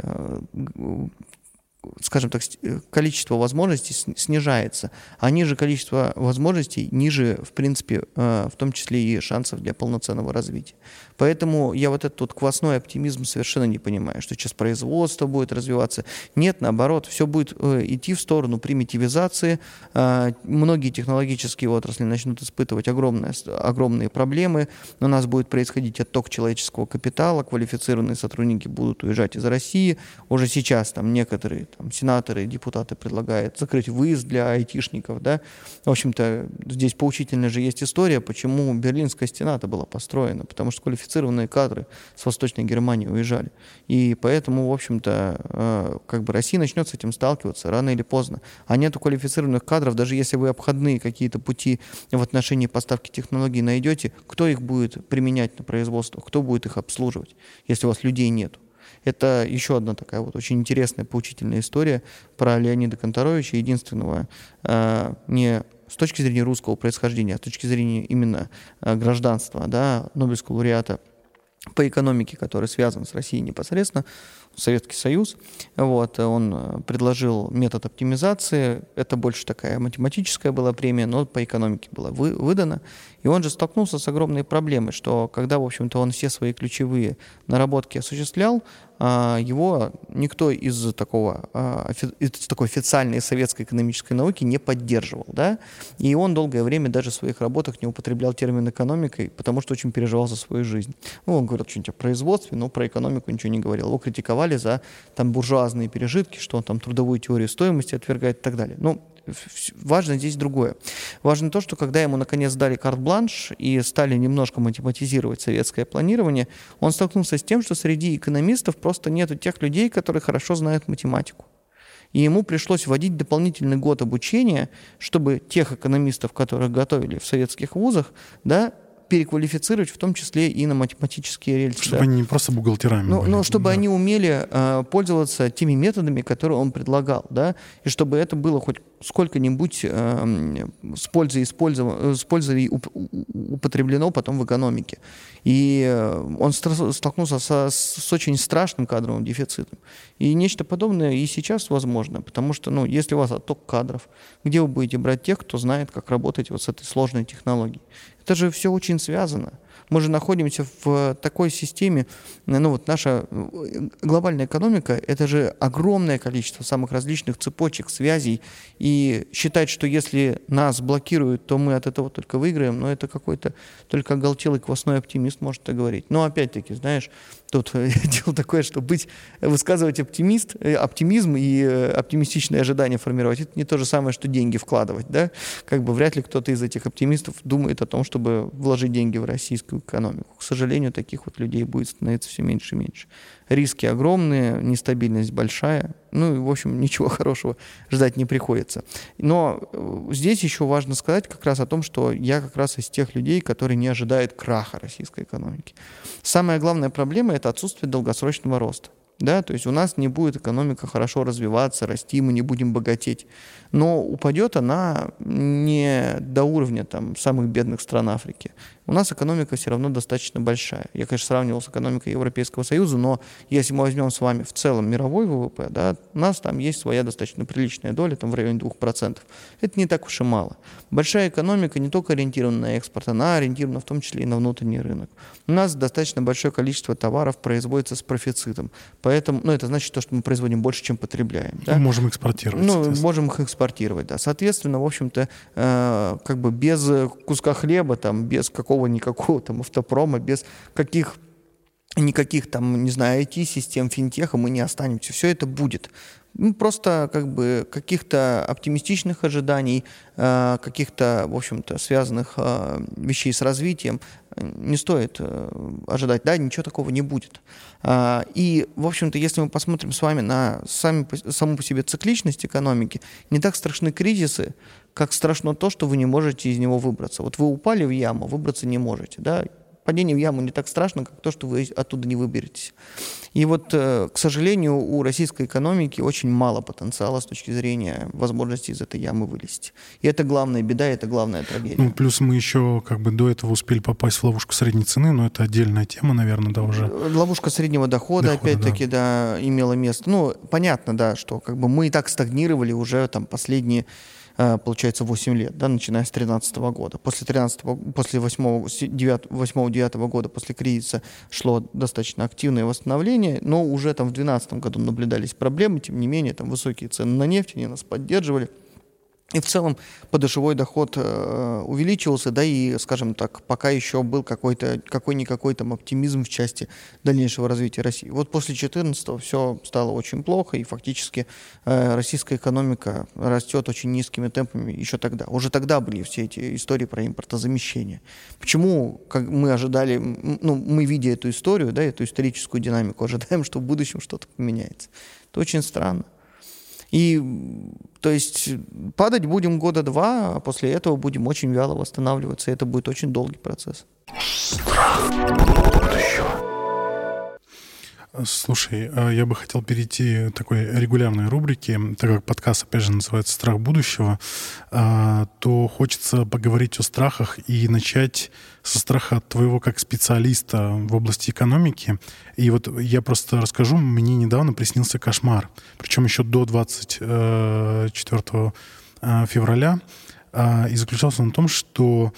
скажем так, количество возможностей снижается, а ниже количество возможностей, ниже, в принципе, в том числе и шансов для полноценного развития. Поэтому я вот этот вот квасной оптимизм совершенно не понимаю, что сейчас производство будет развиваться. Нет, наоборот, все будет идти в сторону примитивизации. Многие технологические отрасли начнут испытывать огромные проблемы. У нас будет происходить отток человеческого капитала, квалифицированные сотрудники будут уезжать из России. Уже сейчас там некоторые сенаторы и депутаты предлагают закрыть выезд для айтишников. Да? В общем-то, здесь поучительная же есть история, почему Берлинская стена-то была построена, потому что квалифицированные кадры с Восточной Германии уезжали. И поэтому, в общем-то, как бы Россия начнет с этим сталкиваться рано или поздно. А нету квалифицированных кадров, даже если вы обходные какие-то пути в отношении поставки технологий найдете, кто их будет применять на производствах, кто будет их обслуживать, если у вас людей нету. Это еще одна такая вот очень интересная, поучительная история про Леонида Канторовича, единственного не с точки зрения русского происхождения, а с точки зрения именно гражданства, да, Нобелевского лауреата по экономике, который связан с Россией непосредственно. Советский Союз. Вот, он предложил метод оптимизации. Это больше такая математическая была премия, но по экономике была выдана. И он же столкнулся с огромной проблемой, что когда, в общем-то, он все свои ключевые наработки осуществлял, его никто из такой официальной советской экономической науки не поддерживал. Да? И он долгое время даже в своих работах не употреблял термин «экономика», потому что очень переживал за свою жизнь. Ну, он говорил что-нибудь о производстве, но про экономику ничего не говорил. Его критиковали за там, буржуазные пережитки, что он там трудовую теорию стоимости отвергает и так далее. Ну, важно здесь другое. Важно то, что когда ему наконец дали карт-бланш и стали немножко математизировать советское планирование, он столкнулся с тем, что среди экономистов просто нету тех людей, которые хорошо знают математику. И ему пришлось вводить дополнительный год обучения, чтобы тех экономистов, которых готовили в советских вузах, да, переквалифицировать, в том числе и на математические рельсы. Чтобы они не просто бухгалтерами были. Но чтобы они умели пользоваться теми методами, которые он предлагал, да, и чтобы это было хоть сколько-нибудь с пользой употреблено потом в экономике. И он столкнулся с очень страшным кадровым дефицитом. И нечто подобное и сейчас возможно, потому что, если у вас отток кадров, где вы будете брать тех, кто знает, как работать вот с этой сложной технологией? Это же все очень связано. Мы же находимся в такой системе, наша глобальная экономика, это же огромное количество самых различных цепочек, связей, и считать, что если нас блокируют, то мы от этого только выиграем, это какой-то только оголтелый квасной оптимист может это говорить. Но опять-таки, знаешь, тут дело такое, что высказывать оптимизм и оптимистичные ожидания формировать, это не то же самое, что деньги вкладывать, да? Вряд ли кто-то из этих оптимистов думает о том, чтобы вложить деньги в российскую экономику. К сожалению, таких вот людей будет становиться все меньше и меньше. Риски огромные, нестабильность большая, в общем, ничего хорошего ждать не приходится. Но здесь еще важно сказать как раз о том, что я как раз из тех людей, которые не ожидают краха российской экономики. Самая главная проблема – это отсутствие долгосрочного роста. Да, то есть у нас не будет экономика хорошо развиваться, расти, мы не будем богатеть. Но упадет она не до уровня самых бедных стран Африки. У нас экономика все равно достаточно большая. Я, конечно, сравнивал с экономикой Европейского Союза, но если мы возьмем с вами в целом мировой ВВП, да, у нас там есть своя достаточно приличная доля, в районе 2%. Это не так уж и мало. Большая экономика не только ориентирована на экспорт, она ориентирована в том числе и на внутренний рынок. У нас достаточно большое количество товаров производится с профицитом. Поэтому, это значит, что мы производим больше, чем потребляем. Да? Мы можем экспортировать. Можем их экспортировать, да. Соответственно, в общем-то, без куска хлеба, без какого-никакого автопрома, без никаких IT-систем, финтеха мы не останемся. Все это будет. Просто каких-то оптимистичных ожиданий, каких-то, в общем-то, связанных вещей с развитием не стоит ожидать. Да, ничего такого не будет. И, в общем-то, если мы посмотрим с вами на саму по себе цикличность экономики, не так страшны кризисы, как страшно то, что вы не можете из него выбраться. Вот вы упали в яму, выбраться не можете, да? Падение в яму не так страшно, как то, что вы оттуда не выберетесь. И к сожалению, у российской экономики очень мало потенциала с точки зрения возможности из этой ямы вылезти. И это главная беда, это главная трагедия. Плюс мы еще до этого успели попасть в ловушку средней цены, но это отдельная тема, наверное, да, уже. Ловушка среднего дохода опять-таки, да, имела место. Понятно, да, что мы и так стагнировали уже последние, получается, 8 лет, да, начиная с 2013 года. После 8-9 года, после кризиса, шло достаточно активное восстановление, но уже в 2012 году наблюдались проблемы, тем не менее, высокие цены на нефть, они нас поддерживали. И в целом подушевой доход увеличивался, да, и, скажем так, пока еще был какой-никакой оптимизм в части дальнейшего развития России. Вот после 2014-го все стало очень плохо, и фактически российская экономика растет очень низкими темпами еще тогда. Уже тогда были все эти истории про импортозамещение. Почему, как мы ожидали, мы, видя эту историю, да, эту историческую динамику, ожидаем, что в будущем что-то поменяется? Это очень странно. И, то есть, падать будем 2 года, а после этого будем очень вяло восстанавливаться. И это будет очень долгий процесс. Слушай, я бы хотел перейти к такой регулярной рубрике, так как подкаст, опять же, называется «Страх будущего», то хочется поговорить о страхах и начать со страха твоего как специалиста в области экономики. И вот я просто расскажу, мне недавно приснился кошмар, причем еще до 24 февраля, и заключался он в том, что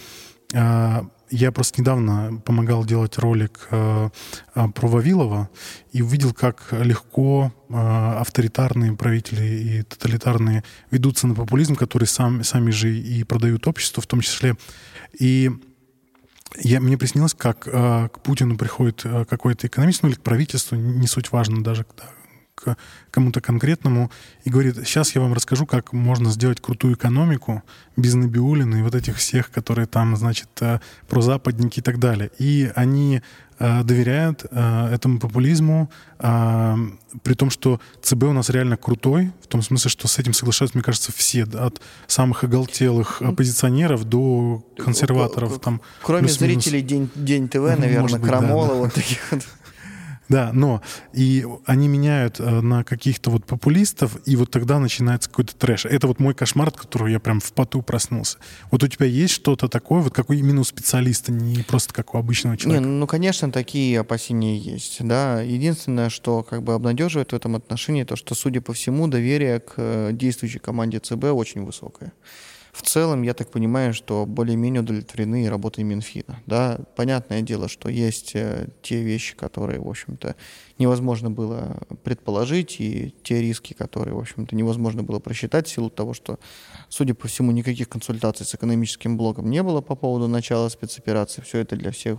я просто недавно помогал делать ролик про Вавилова и увидел, как легко авторитарные правители и тоталитарные ведутся на популизм, который сами же и продают обществу в том числе. И мне приснилось, как к Путину приходит какой-то экономист, ну или к правительству, не суть важно даже, к кому-то конкретному, и говорит: сейчас я вам расскажу, как можно сделать крутую экономику без Набиуллина и вот этих всех, которые там, значит, прозападники и так далее. И они доверяют этому популизму, при том, что ЦБ у нас реально крутой, в том смысле, что с этим соглашаются, мне кажется, все, от самых оголтелых оппозиционеров до консерваторов. Там, кроме зрителей День ТВ, наверное, Крамола, да. Вот таких вот. Да, но и они меняют на каких-то вот популистов, и вот тогда начинается какой-то трэш. Это вот мой кошмар, от которого я прям в поту проснулся. Вот у тебя есть что-то такое, вот как именно у специалиста, не просто как у обычного человека? Ну, конечно, такие опасения есть, да. Единственное, что как бы обнадеживает в этом отношении, то, что, судя по всему, доверие к действующей команде ЦБ очень высокое. В целом, я так понимаю, что более-менее удовлетворены работой Минфина. Да? Понятное дело, что есть те вещи, которые, в общем-то, невозможно было предположить, и те риски, которые, в общем-то, невозможно было просчитать в силу того, что, судя по всему, никаких консультаций с экономическим блоком не было по поводу начала спецоперации. Все это для всех,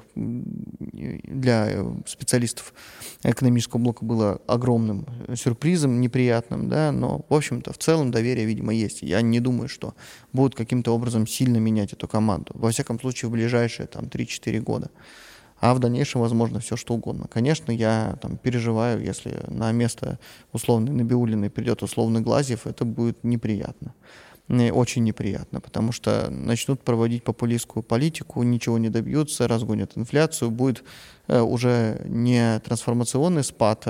для специалистов экономического блока было огромным сюрпризом, неприятным, да? Но, в общем-то, в целом доверие, видимо, есть. Я не думаю, что будут каким-то образом сильно менять эту команду. Во всяком случае, в ближайшие там 3-4 года. А в дальнейшем, возможно, все что угодно. Конечно, я там переживаю, если на место условной Набиуллиной придет условный Глазьев, это будет неприятно. Очень неприятно, потому что начнут проводить популистскую политику, ничего не добьются, разгонят инфляцию, будет уже не трансформационный спад,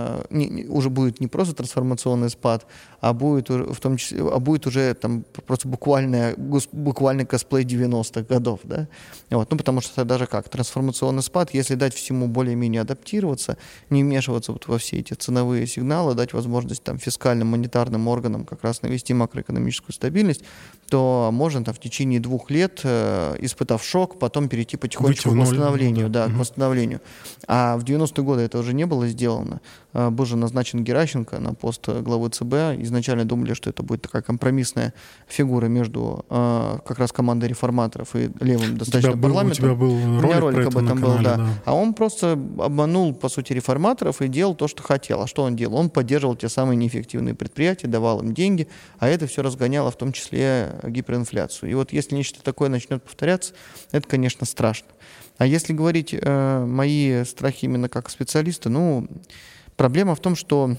уже будет не просто трансформационный спад, а будет в том числе, будет уже там просто буквальный косплей 90-х годов, да? Вот, ну, потому что даже как трансформационный спад, если дать всему более-менее адаптироваться, не вмешиваться вот во все эти ценовые сигналы, дать возможность там фискальным, монетарным органам как раз навести макроэкономическую стабильность, то можно там в течение 2 лет, испытав шок, потом перейти потихонечку к восстановлению, к восстановлению. А в 90-е годы это уже не было сделано. Был же назначен Геращенко на пост главы ЦБ. Изначально думали, что это будет такая компромиссная фигура между как раз командой реформаторов и левым достаточно парламентом. У тебя был ролик об этом был, да. А он просто обманул, по сути, реформаторов и делал то, что хотел. А что он делал? Он поддерживал те самые неэффективные предприятия, давал им деньги, а это все разгоняло в том числе гиперинфляцию. И вот если нечто такое начнет повторяться, это, конечно, страшно. А если говорить мои страхи именно как специалиста, проблема в том, что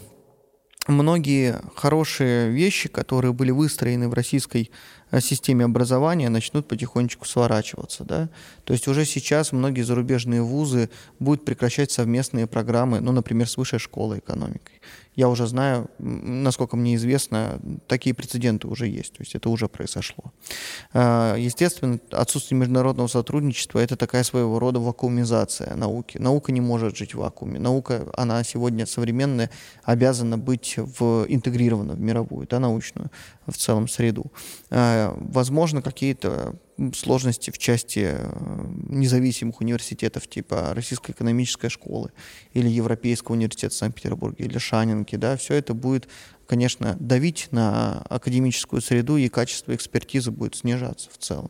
многие хорошие вещи, которые были выстроены в российской системе образования, начнут потихонечку сворачиваться. Да? То есть уже сейчас многие зарубежные вузы будут прекращать совместные программы, например, с высшей школой экономики. Я уже знаю, насколько мне известно, такие прецеденты уже есть, то есть это уже произошло. Естественно, отсутствие международного сотрудничества – это такая своего рода вакуумизация науки. Наука не может жить в вакууме. Наука, она сегодня современная, обязана быть интегрирована в мировую, научную в целом среду. Возможно, какие-то сложности в части независимых университетов типа Российской экономической школы или Европейского университета в Санкт-Петербурге или Шанинки, все это будет, конечно, давить на академическую среду, и качество экспертизы будет снижаться в целом.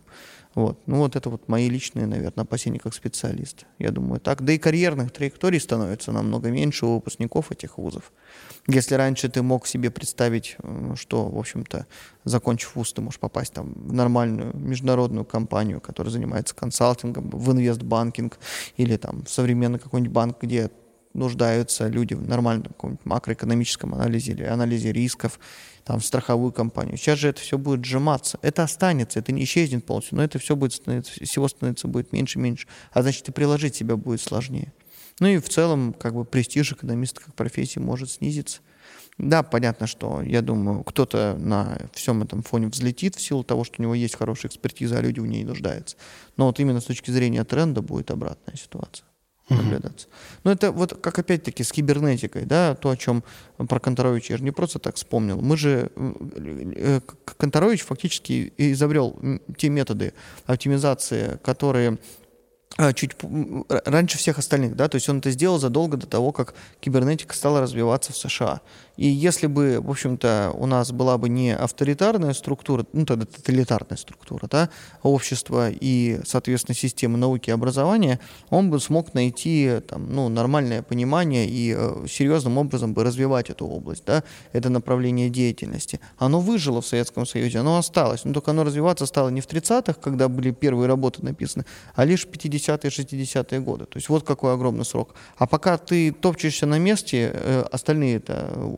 Это мои личные, наверное, опасения как специалиста. Я думаю, так. Да и карьерных траекторий становится намного меньше у выпускников этих вузов. Если раньше ты мог себе представить, что, в общем-то, закончив вуз, ты можешь попасть там в нормальную международную компанию, которая занимается консалтингом, в инвестбанкинг или там в современный какой-нибудь банк, где нуждаются люди в нормальном каком-нибудь макроэкономическом анализе или анализе рисков, там, в страховую компанию. Сейчас же это все будет сжиматься. Это останется, это не исчезнет полностью, но это все будет всего становиться будет меньше и меньше. А значит, и приложить себя будет сложнее. Ну и в целом как бы престиж экономиста как профессии может снизиться. Да, понятно, что, я думаю, кто-то на всем этом фоне взлетит в силу того, что у него есть хорошая экспертиза, а люди в ней нуждаются. Но вот именно с точки зрения тренда будет обратная ситуация наблюдаться. Но это вот как опять-таки с кибернетикой, да, то, о чем про Конторовича я же не просто так вспомнил. Мы же, Конторович фактически изобрел те методы оптимизации, которые чуть раньше всех остальных, да, то есть он это сделал задолго до того, как кибернетика стала развиваться в США. И если бы, в общем-то, у нас была бы не авторитарная структура, ну тогда тоталитарная структура, да, общества и, соответственно, системы науки и образования, он бы смог найти там, ну, нормальное понимание и серьезным образом бы развивать эту область, да, это направление деятельности. Оно выжило в Советском Союзе, оно осталось, но только оно развиваться стало не в 30-х, когда были первые работы написаны, а лишь в 50-е, 60-е годы. То есть вот какой огромный срок. А пока ты топчешься на месте, остальные-то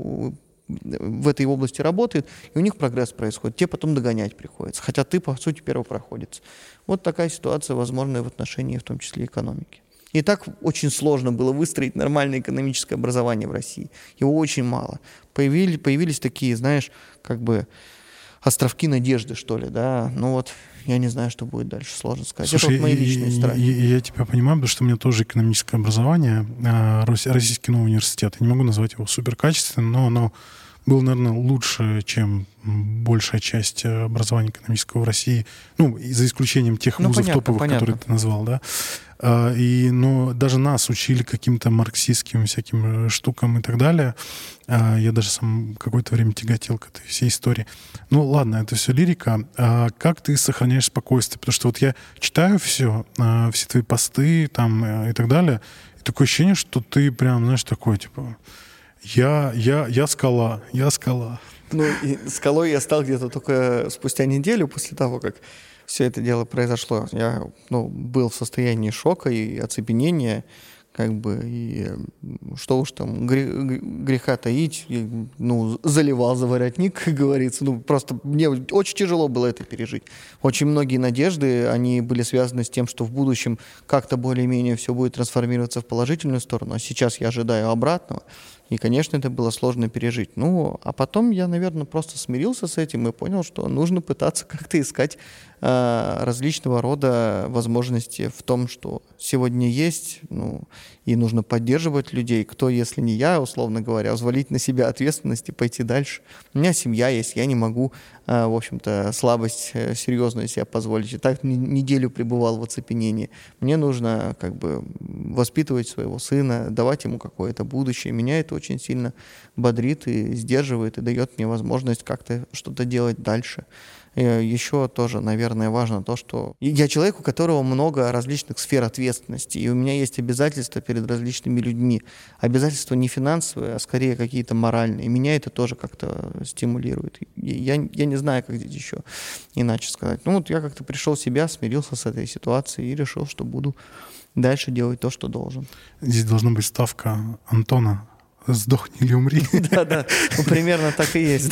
в этой области работают, и у них прогресс происходит. Те потом догонять приходится. Хотя ты, по сути, первопроходец. Вот такая ситуация, возможная в отношении, в том числе, экономики. И так очень сложно было выстроить нормальное экономическое образование в России. Его очень мало. Появились такие, знаешь, как бы островки надежды, что ли, да. Ну вот, я не знаю, что будет дальше, сложно сказать. Слушай, это вот мои личные страхи. Я тебя понимаю, потому что у меня тоже экономическое образование, Российский новый университет. Я не могу назвать его суперкачественным, но оно было, наверное, лучше, чем большая часть образования экономического в России. Ну, за исключением тех вузов топовых, которые ты назвал, да. Но даже нас учили каким-то марксистским всяким штукам и так далее. Я даже сам какое-то время тяготел к этой всей истории. Ну, ладно, это все лирика. Как ты сохраняешь спокойствие? Потому что вот я читаю все твои посты там и так далее, и такое ощущение, что ты прям, знаешь, такой, типа, я скала. Ну, и скалой я стал где-то только спустя неделю после того, как все это дело произошло. Я был в состоянии шока и оцепенения, как бы, и что уж там греха таить, заливал за воротник, как говорится. Просто мне очень тяжело было это пережить. Очень многие надежды, они были связаны с тем, что в будущем как-то более-менее все будет трансформироваться в положительную сторону, а сейчас я ожидаю обратного. И, конечно, это было сложно пережить. А потом я, наверное, просто смирился с этим и понял, что нужно пытаться как-то искать различного рода возможности в том, что сегодня есть, и нужно поддерживать людей. Кто, если не я, условно говоря, взвалить на себя ответственность и пойти дальше. У меня семья есть, я не могу, в общем-то, слабость серьезную себе позволить. И так неделю пребывал в оцепенении. Мне нужно, как бы, воспитывать своего сына, давать ему какое-то будущее. Меня это очень сильно бодрит и сдерживает, и дает мне возможность как-то что-то делать дальше. Еще тоже, наверное, важно то, что я человек, у которого много различных сфер ответственности, и у меня есть обязательства перед различными людьми. Обязательства не финансовые, а скорее какие-то моральные. И меня это тоже как-то стимулирует. Я не знаю, как здесь еще иначе сказать. Я как-то пришел в себя, смирился с этой ситуацией и решил, что буду дальше делать то, что должен. Здесь должна быть ставка Антона. Сдохни или умри. Да, примерно так и есть.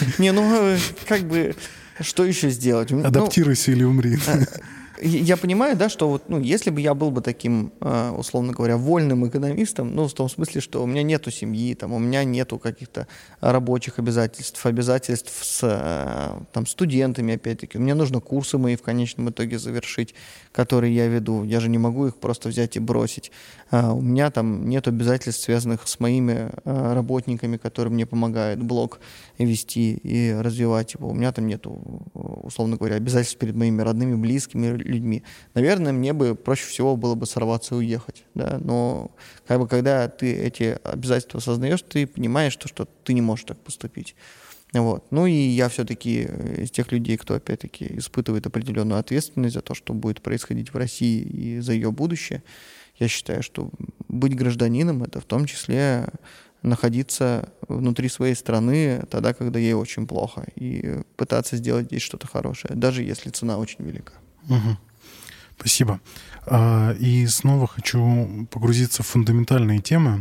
Как бы... Что еще сделать? Адаптируйся или умри. Я понимаю, да, что вот, если бы я был бы таким, условно говоря, вольным экономистом, в том смысле, что у меня нету семьи, там, у меня нету каких-то рабочих обязательств с студентами, опять-таки, мне нужно курсы мои в конечном итоге завершить, которые я веду, я же не могу их просто взять и бросить. У меня там нет обязательств, связанных с моими работниками, которые мне помогают блог вести и развивать его. У меня там нету, условно говоря, обязательств перед моими родными, близкими людьми. Наверное, мне бы проще всего было бы сорваться и уехать, да, но как бы когда ты эти обязательства осознаешь, ты понимаешь, что ты не можешь так поступить. Вот. И я все-таки из тех людей, кто, опять-таки, испытывает определенную ответственность за то, что будет происходить в России и за ее будущее. Я считаю, что быть гражданином — это в том числе находиться внутри своей страны тогда, когда ей очень плохо, и пытаться сделать здесь что-то хорошее, даже если цена очень велика. Угу. Спасибо. И снова хочу погрузиться в фундаментальные темы.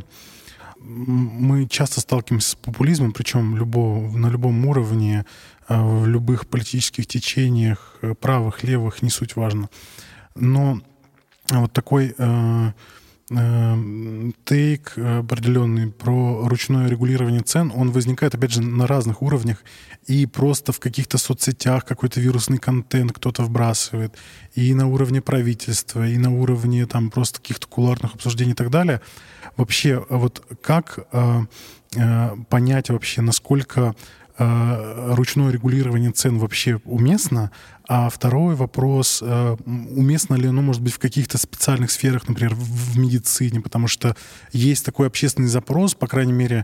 Мы часто сталкиваемся с популизмом, причем на любом уровне, в любых политических течениях, правых, левых, не суть важно. Но вот такой тейк определенный про ручное регулирование цен, он возникает, опять же, на разных уровнях. И просто в каких-то соцсетях какой-то вирусный контент кто-то вбрасывает, и на уровне правительства, и на уровне там просто каких-то кулуарных обсуждений и так далее. Вообще, вот как понять вообще, насколько ручное регулирование цен вообще уместно? А второй вопрос, уместно ли оно, может быть, в каких-то специальных сферах, например, в медицине, потому что есть такой общественный запрос, по крайней мере,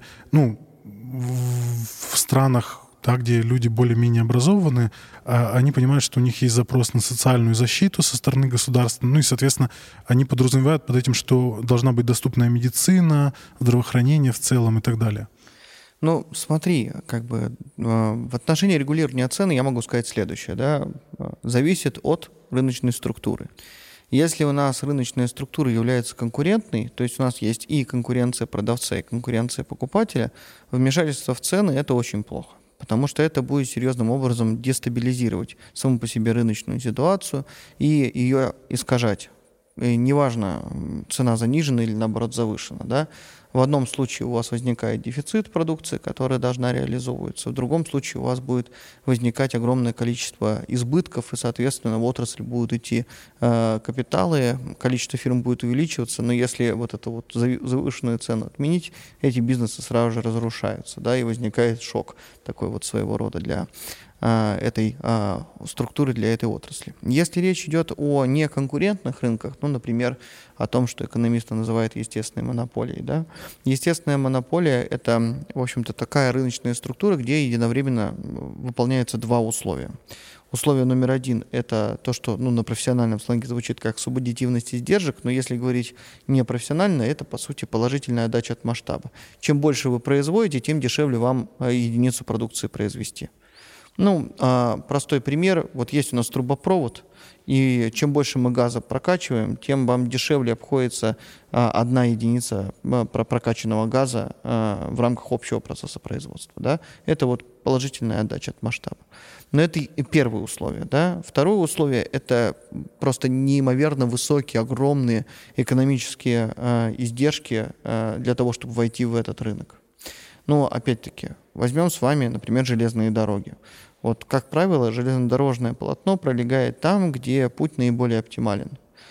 в странах, да, где люди более-менее образованы, они понимают, что у них есть запрос на социальную защиту со стороны государства, и, соответственно, они подразумевают под этим, что должна быть доступная медицина, здравоохранение в целом и так далее. Смотри, в отношении регулирования цены я могу сказать следующее, да, зависит от рыночной структуры. Если у нас рыночная структура является конкурентной, то есть у нас есть и конкуренция продавца, и конкуренция покупателя, вмешательство в цены – это очень плохо, потому что это будет серьезным образом дестабилизировать саму по себе рыночную ситуацию и ее искажать. И неважно, цена занижена или, наоборот, завышена, да. В одном случае у вас возникает дефицит продукции, которая должна реализовываться. В другом случае у вас будет возникать огромное количество избытков, и, соответственно, в отрасль будут идти капиталы, количество фирм будет увеличиваться, но если вот эту вот завышенную цену отменить, эти бизнесы сразу же разрушаются, да, и возникает шок такой вот своего рода для этой структуры, для этой отрасли. Если речь идет о неконкурентных рынках, например, о том, что экономисты называют естественной монополией, да, естественная монополия – это, в общем-то, такая рыночная структура, где единовременно выполняются два условия. Условие номер один – это то, что на профессиональном сленге звучит как суббодитивность издержек, но если говорить непрофессионально, это, по сути, положительная отдача от масштаба. Чем больше вы производите, тем дешевле вам единицу продукции произвести. Простой пример. Вот есть у нас трубопровод, и чем больше мы газа прокачиваем, тем вам дешевле обходится одна единица прокачанного газа в рамках общего процесса производства. Да? Это вот положительная отдача от масштаба. Но это и первое условие. Да? Второе условие – это просто неимоверно высокие, огромные экономические издержки для того, чтобы войти в этот рынок. Опять-таки, возьмем с вами, например, железные дороги. Вот, как правило, железнодорожное полотно пролегает там, где путь наиболее оптимален.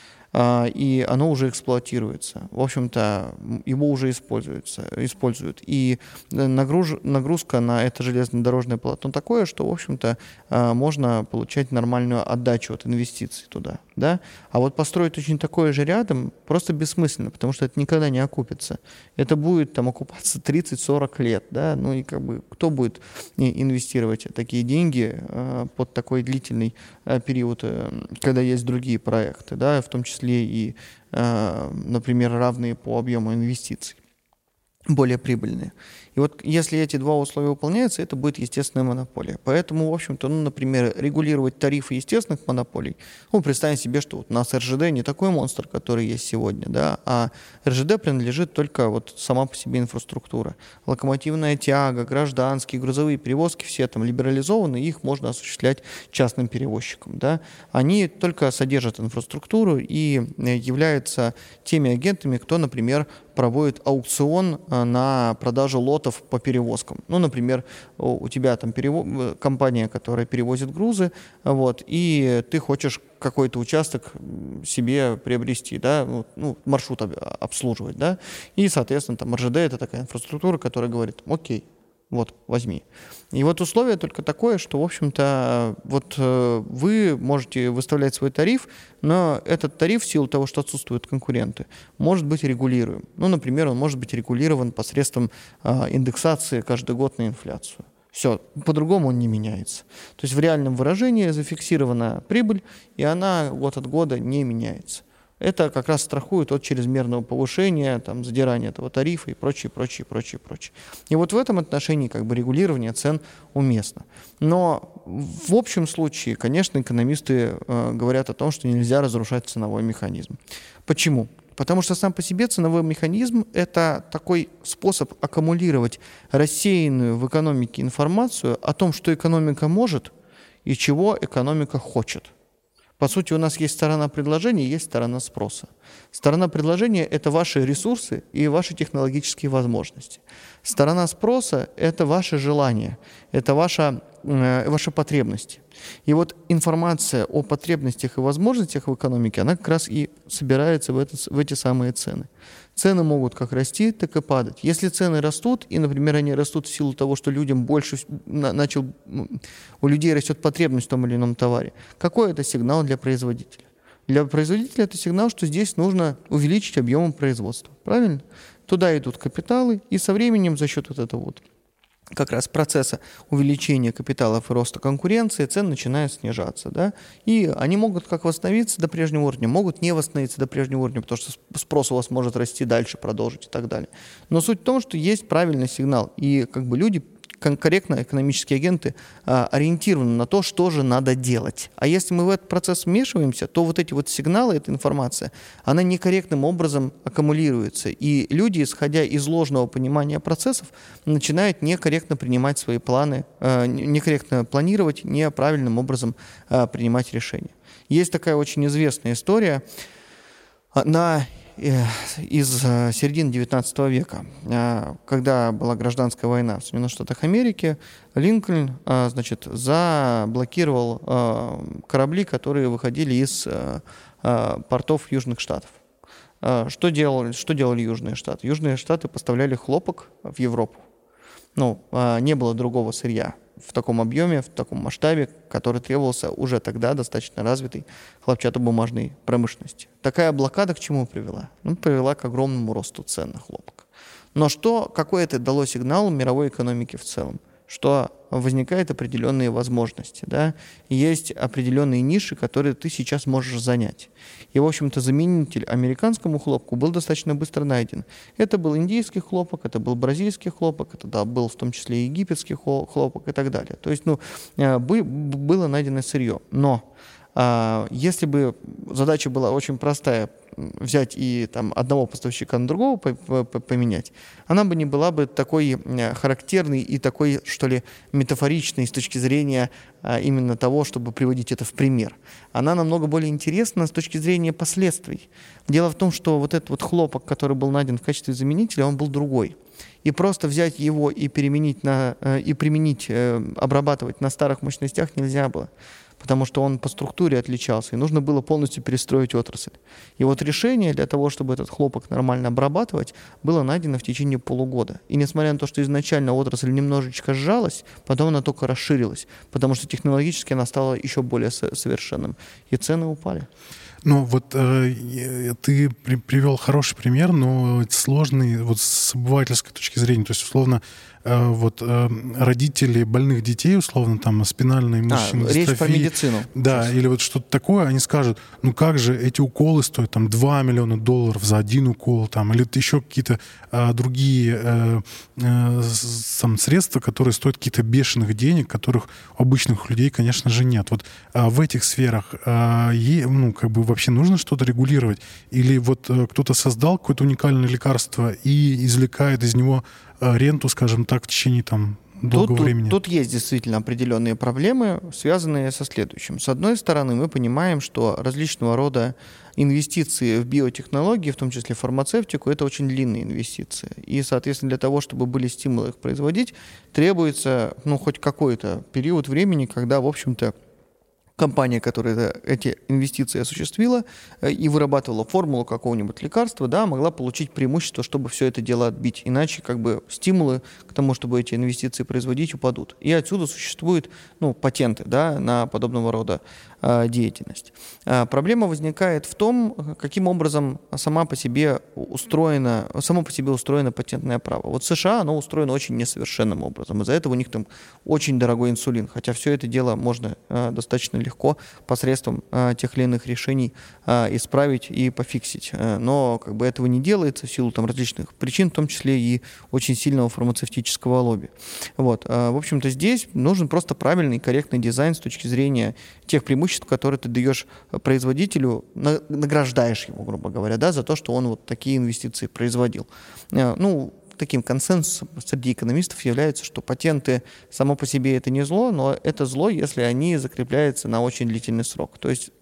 И оно уже эксплуатируется. В общем-то, его уже используют. И нагрузка на это железнодорожное полотно такое, что, в общем-то, можно получать нормальную отдачу от инвестиций туда. Да? А вот построить очень такое же рядом просто бессмысленно, потому что это никогда не окупится. Это будет окупаться 30-40 лет. Да? И кто будет инвестировать такие деньги под такой длительный период, когда есть другие проекты, да? В том числе и, например, равные по объему инвестиций, более прибыльные. И вот если эти два условия выполняются, это будет естественная монополия. Поэтому, в общем-то, например, регулировать тарифы естественных монополий, представим себе, что вот у нас РЖД не такой монстр, который есть сегодня, да, а РЖД принадлежит только вот сама по себе инфраструктура. Локомотивная тяга, гражданские, грузовые перевозки, все там либерализованы, их можно осуществлять частным перевозчикам, да. Они только содержат инфраструктуру и являются теми агентами, кто, например, проводит аукцион на продажу лотов по перевозкам. Например, у тебя там компания, которая перевозит грузы, вот, и ты хочешь какой-то участок себе приобрести, да, маршрут обслуживать, да, и, соответственно, там РЖД – это такая инфраструктура, которая говорит: окей, вот, возьми. И вот условие только такое, что, в общем-то, вот вы можете выставлять свой тариф, но этот тариф, в силу того, что отсутствуют конкуренты, может быть регулируем. Например, он может быть регулирован посредством индексации каждый год на инфляцию. Все, по-другому он не меняется. То есть в реальном выражении зафиксирована прибыль, и она год от года не меняется. Это как раз страхует от чрезмерного повышения, задирания этого тарифа и прочее. И вот в этом отношении регулирование цен уместно. Но в общем случае, конечно, экономисты говорят о том, что нельзя разрушать ценовой механизм. Почему? Потому что сам по себе ценовой механизм – это такой способ аккумулировать рассеянную в экономике информацию о том, что экономика может и чего экономика хочет. По сути, у нас есть сторона предложения, есть сторона спроса. Сторона предложения – это ваши ресурсы и ваши технологические возможности. Сторона спроса – это ваши желания, это ваши потребности. И вот информация о потребностях и возможностях в экономике, она как раз и собирается в эти самые цены. Цены могут как расти, так и падать. Если цены растут, и, например, они растут в силу того, что людям больше у людей растет потребность в том или ином товаре, какой это сигнал для производителя? Для производителя это сигнал, что здесь нужно увеличить объем производства. Правильно? Туда идут капиталы, и со временем за счет вот этого вот как раз процесса увеличения капиталов и роста конкуренции цены начинают снижаться. Да? И они могут как восстановиться до прежнего уровня, могут не восстановиться до прежнего уровня, потому что спрос у вас может расти дальше, продолжить и так далее. Но суть в том, что есть правильный сигнал, и как бы люди, корректно экономические агенты, ориентированы на то, что же надо делать. А если мы в этот процесс вмешиваемся, то вот эти вот сигналы, эта информация, она некорректным образом аккумулируется. И люди, исходя из ложного понимания процессов, начинают некорректно принимать свои планы, некорректно планировать, неправильным образом принимать решения. Есть такая очень известная история из середины XIX века, когда была гражданская война в Соединенных Штатах Америки, Линкольн, заблокировал корабли, которые выходили из портов Южных Штатов. Что делали Южные Штаты? Южные Штаты поставляли хлопок в Европу. Не было другого сырья в таком объеме, в таком масштабе, который требовался уже тогда достаточно развитой хлопчатобумажной промышленности. Такая блокада к чему привела? Привела к огромному росту цен на хлопок. Но какой это дало сигнал мировой экономике в целом? Что возникают определенные возможности, да? Есть определенные ниши, которые ты сейчас можешь занять. И, в общем-то, заменитель американскому хлопку был достаточно быстро найден. Это был индийский хлопок, это был бразильский хлопок, это был в том числе и египетский хлопок и так далее. То есть, было найдено сырье. Но если бы задача была очень простая, взять и одного поставщика на другого поменять, она бы не была бы такой характерной и такой, что ли, метафоричной с точки зрения именно того, чтобы приводить это в пример. Она намного более интересна с точки зрения последствий. Дело в том, что вот этот вот хлопок, который был найден в качестве заменителя, он был другой. И просто взять его и применить, обрабатывать на старых мощностях нельзя было, потому что он по структуре отличался, и нужно было полностью перестроить отрасль. И вот решение для того, чтобы этот хлопок нормально обрабатывать, было найдено в течение полугода. И несмотря на то, что изначально отрасль немножечко сжалась, потом она только расширилась, потому что технологически она стала еще более совершенным, и цены упали. Ты привел хороший пример, но сложный с обывательской точки зрения. То есть, условно, родители больных детей, условно, спинальной мышечной дистрофии. Речь про медицину. Да, или что-то такое, они скажут, как же эти уколы стоят, $2 миллиона за один укол, или еще какие-то другие средства, которые стоят каких-то бешеных денег, которых у обычных людей, конечно же, нет. В этих сферах вообще нужно что-то регулировать? Или кто-то создал какое-то уникальное лекарство и извлекает из него ренту, скажем так, в течение долгого времени? Тут есть действительно определенные проблемы, связанные со следующим. С одной стороны, мы понимаем, что различного рода инвестиции в биотехнологии, в том числе фармацевтику, это очень длинные инвестиции. И, соответственно, для того, чтобы были стимулы их производить, требуется хоть какой-то период времени, когда, в общем-то, компания, которая эти инвестиции осуществила и вырабатывала формулу какого-нибудь лекарства, могла получить преимущество, чтобы все это дело отбить. Иначе стимулы к тому, чтобы эти инвестиции производить, упадут. И отсюда существуют патенты на подобного рода деятельность. Проблема возникает в том, каким образом само по себе устроено патентное право. В США оно устроено очень несовершенным образом. Из-за этого у них очень дорогой инсулин, хотя все это дело можно достаточно легко посредством тех или иных решений исправить и пофиксить. Но этого не делается в силу различных причин, в том числе и очень сильного фармацевтического лобби. В общем-то, здесь нужен просто правильный, корректный дизайн с точки зрения тех преимуществ, которые ты даешь производителю, награждаешь его, грубо говоря, за то, что он такие инвестиции производил. Таким консенсусом среди экономистов является, что патенты само по себе это не зло, но это зло, если они закрепляются на очень длительный срок. То есть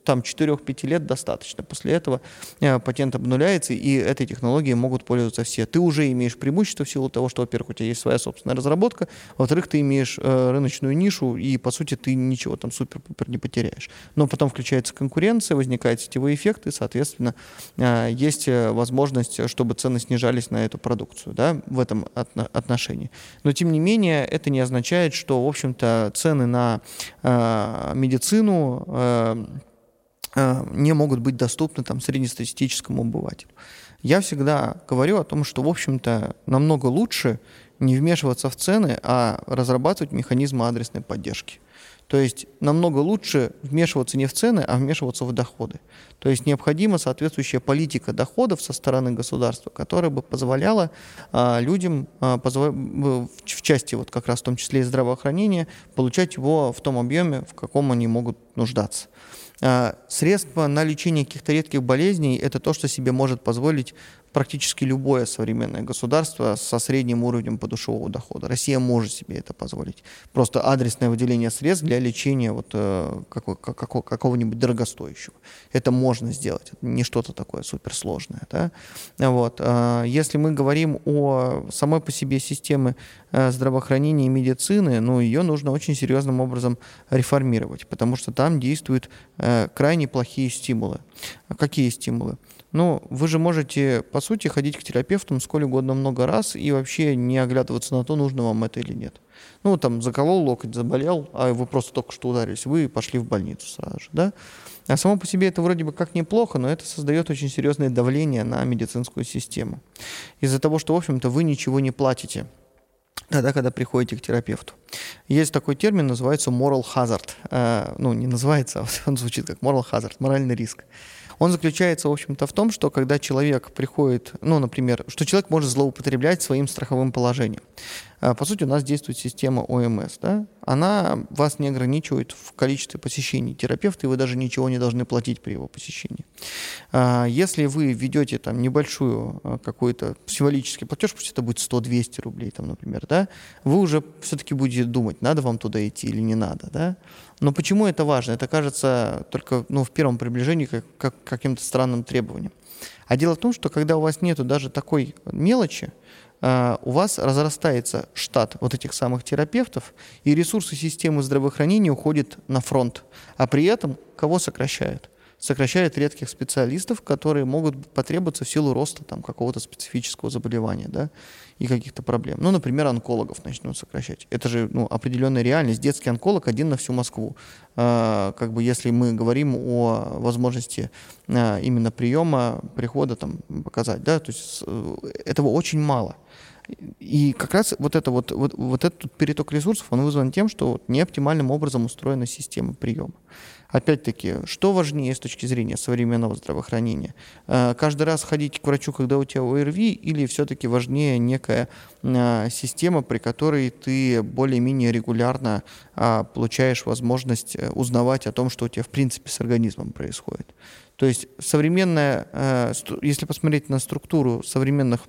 там 4-5 лет достаточно. После этого патент обнуляется, и этой технологией могут пользоваться все. Ты уже имеешь преимущество в силу того, что, во-первых, у тебя есть своя собственная разработка, во-вторых, ты имеешь рыночную нишу, и, по сути, ты ничего там супер-пупер не потеряешь. Но потом включается конкуренция, возникает сетевой эффект, и, соответственно, есть возможность, чтобы цены снижались на эту продукцию, да, в этом отношении. Но, тем не менее, это не означает, что, в общем-то, цены на медицину не могут быть доступны там среднестатистическому обывателю. Я всегда говорю о том, что, в общем-то, намного лучше не вмешиваться в цены, а разрабатывать механизмы адресной поддержки. То есть намного лучше вмешиваться не в цены, а вмешиваться в доходы. То есть необходима соответствующая политика доходов со стороны государства, которая бы позволяла людям, в части вот как раз в том числе и здравоохранения, получать его в том объеме, в каком они могут нуждаться. Средства на лечение каких-то редких болезней – это то, что себе может позволить практически любое современное государство со средним уровнем подушевого дохода. Россия может себе это позволить. Просто адресное выделение средств для лечения вот, какого-нибудь дорогостоящего. Это можно сделать. Это не что-то такое суперсложное. Да? Вот. Если мы говорим о самой по себе системе здравоохранения и медицины, ну, ее нужно очень серьезным образом реформировать, потому что там действуют крайне плохие стимулы. Какие стимулы? Ну, вы же можете, по сути, ходить к терапевтам сколь угодно много раз и вообще не оглядываться на то, нужно вам это или нет. Ну, там, заколол локоть, заболел, а вы просто только что ударились, вы пошли в больницу сразу же, да? А само по себе это вроде бы как неплохо, но это создает очень серьезное давление на медицинскую систему. Из-за того, что, в общем-то, вы ничего не платите тогда, когда приходите к терапевту. Есть такой термин, называется moral hazard. Ну, не называется, а он звучит как moral hazard, моральный риск. Он заключается, в общем-то, в том, что когда человек приходит, ну, например, что человек может злоупотреблять своим страховым положением. По сути, у нас действует система ОМС, да? Она вас не ограничивает в количестве посещений терапевта, и вы даже ничего не должны платить при его посещении. Если вы ведете там небольшую какой-то символический платеж, пусть это будет 100-200 рублей, там, например, да, вы уже все-таки будете думать, надо вам туда идти или не надо, да? Но почему это важно? Это кажется только в первом приближении как каким-то странным требованием. А дело в том, что когда у вас нету даже такой мелочи, у вас разрастается штат вот этих самых терапевтов, и ресурсы системы здравоохранения уходят на фронт. А при этом кого сокращают? Сокращают редких специалистов, которые могут потребоваться в силу роста там, какого-то специфического заболевания, да, и каких-то проблем. Ну, например, онкологов начнут сокращать. Это же определенная реальность. Детский онколог один на всю Москву. Как бы, если мы говорим о возможности именно приема, прихода, там, показать, да, то есть этого очень мало. И как раз вот этот переток ресурсов, он вызван тем, что неоптимальным образом устроена система приема. Опять-таки, что важнее с точки зрения современного здравоохранения? Каждый раз ходить к врачу, когда у тебя ОРВИ, или все-таки важнее некая система, при которой ты более-менее регулярно получаешь возможность узнавать о том, что у тебя в принципе с организмом происходит? То есть современная, если посмотреть на структуру современных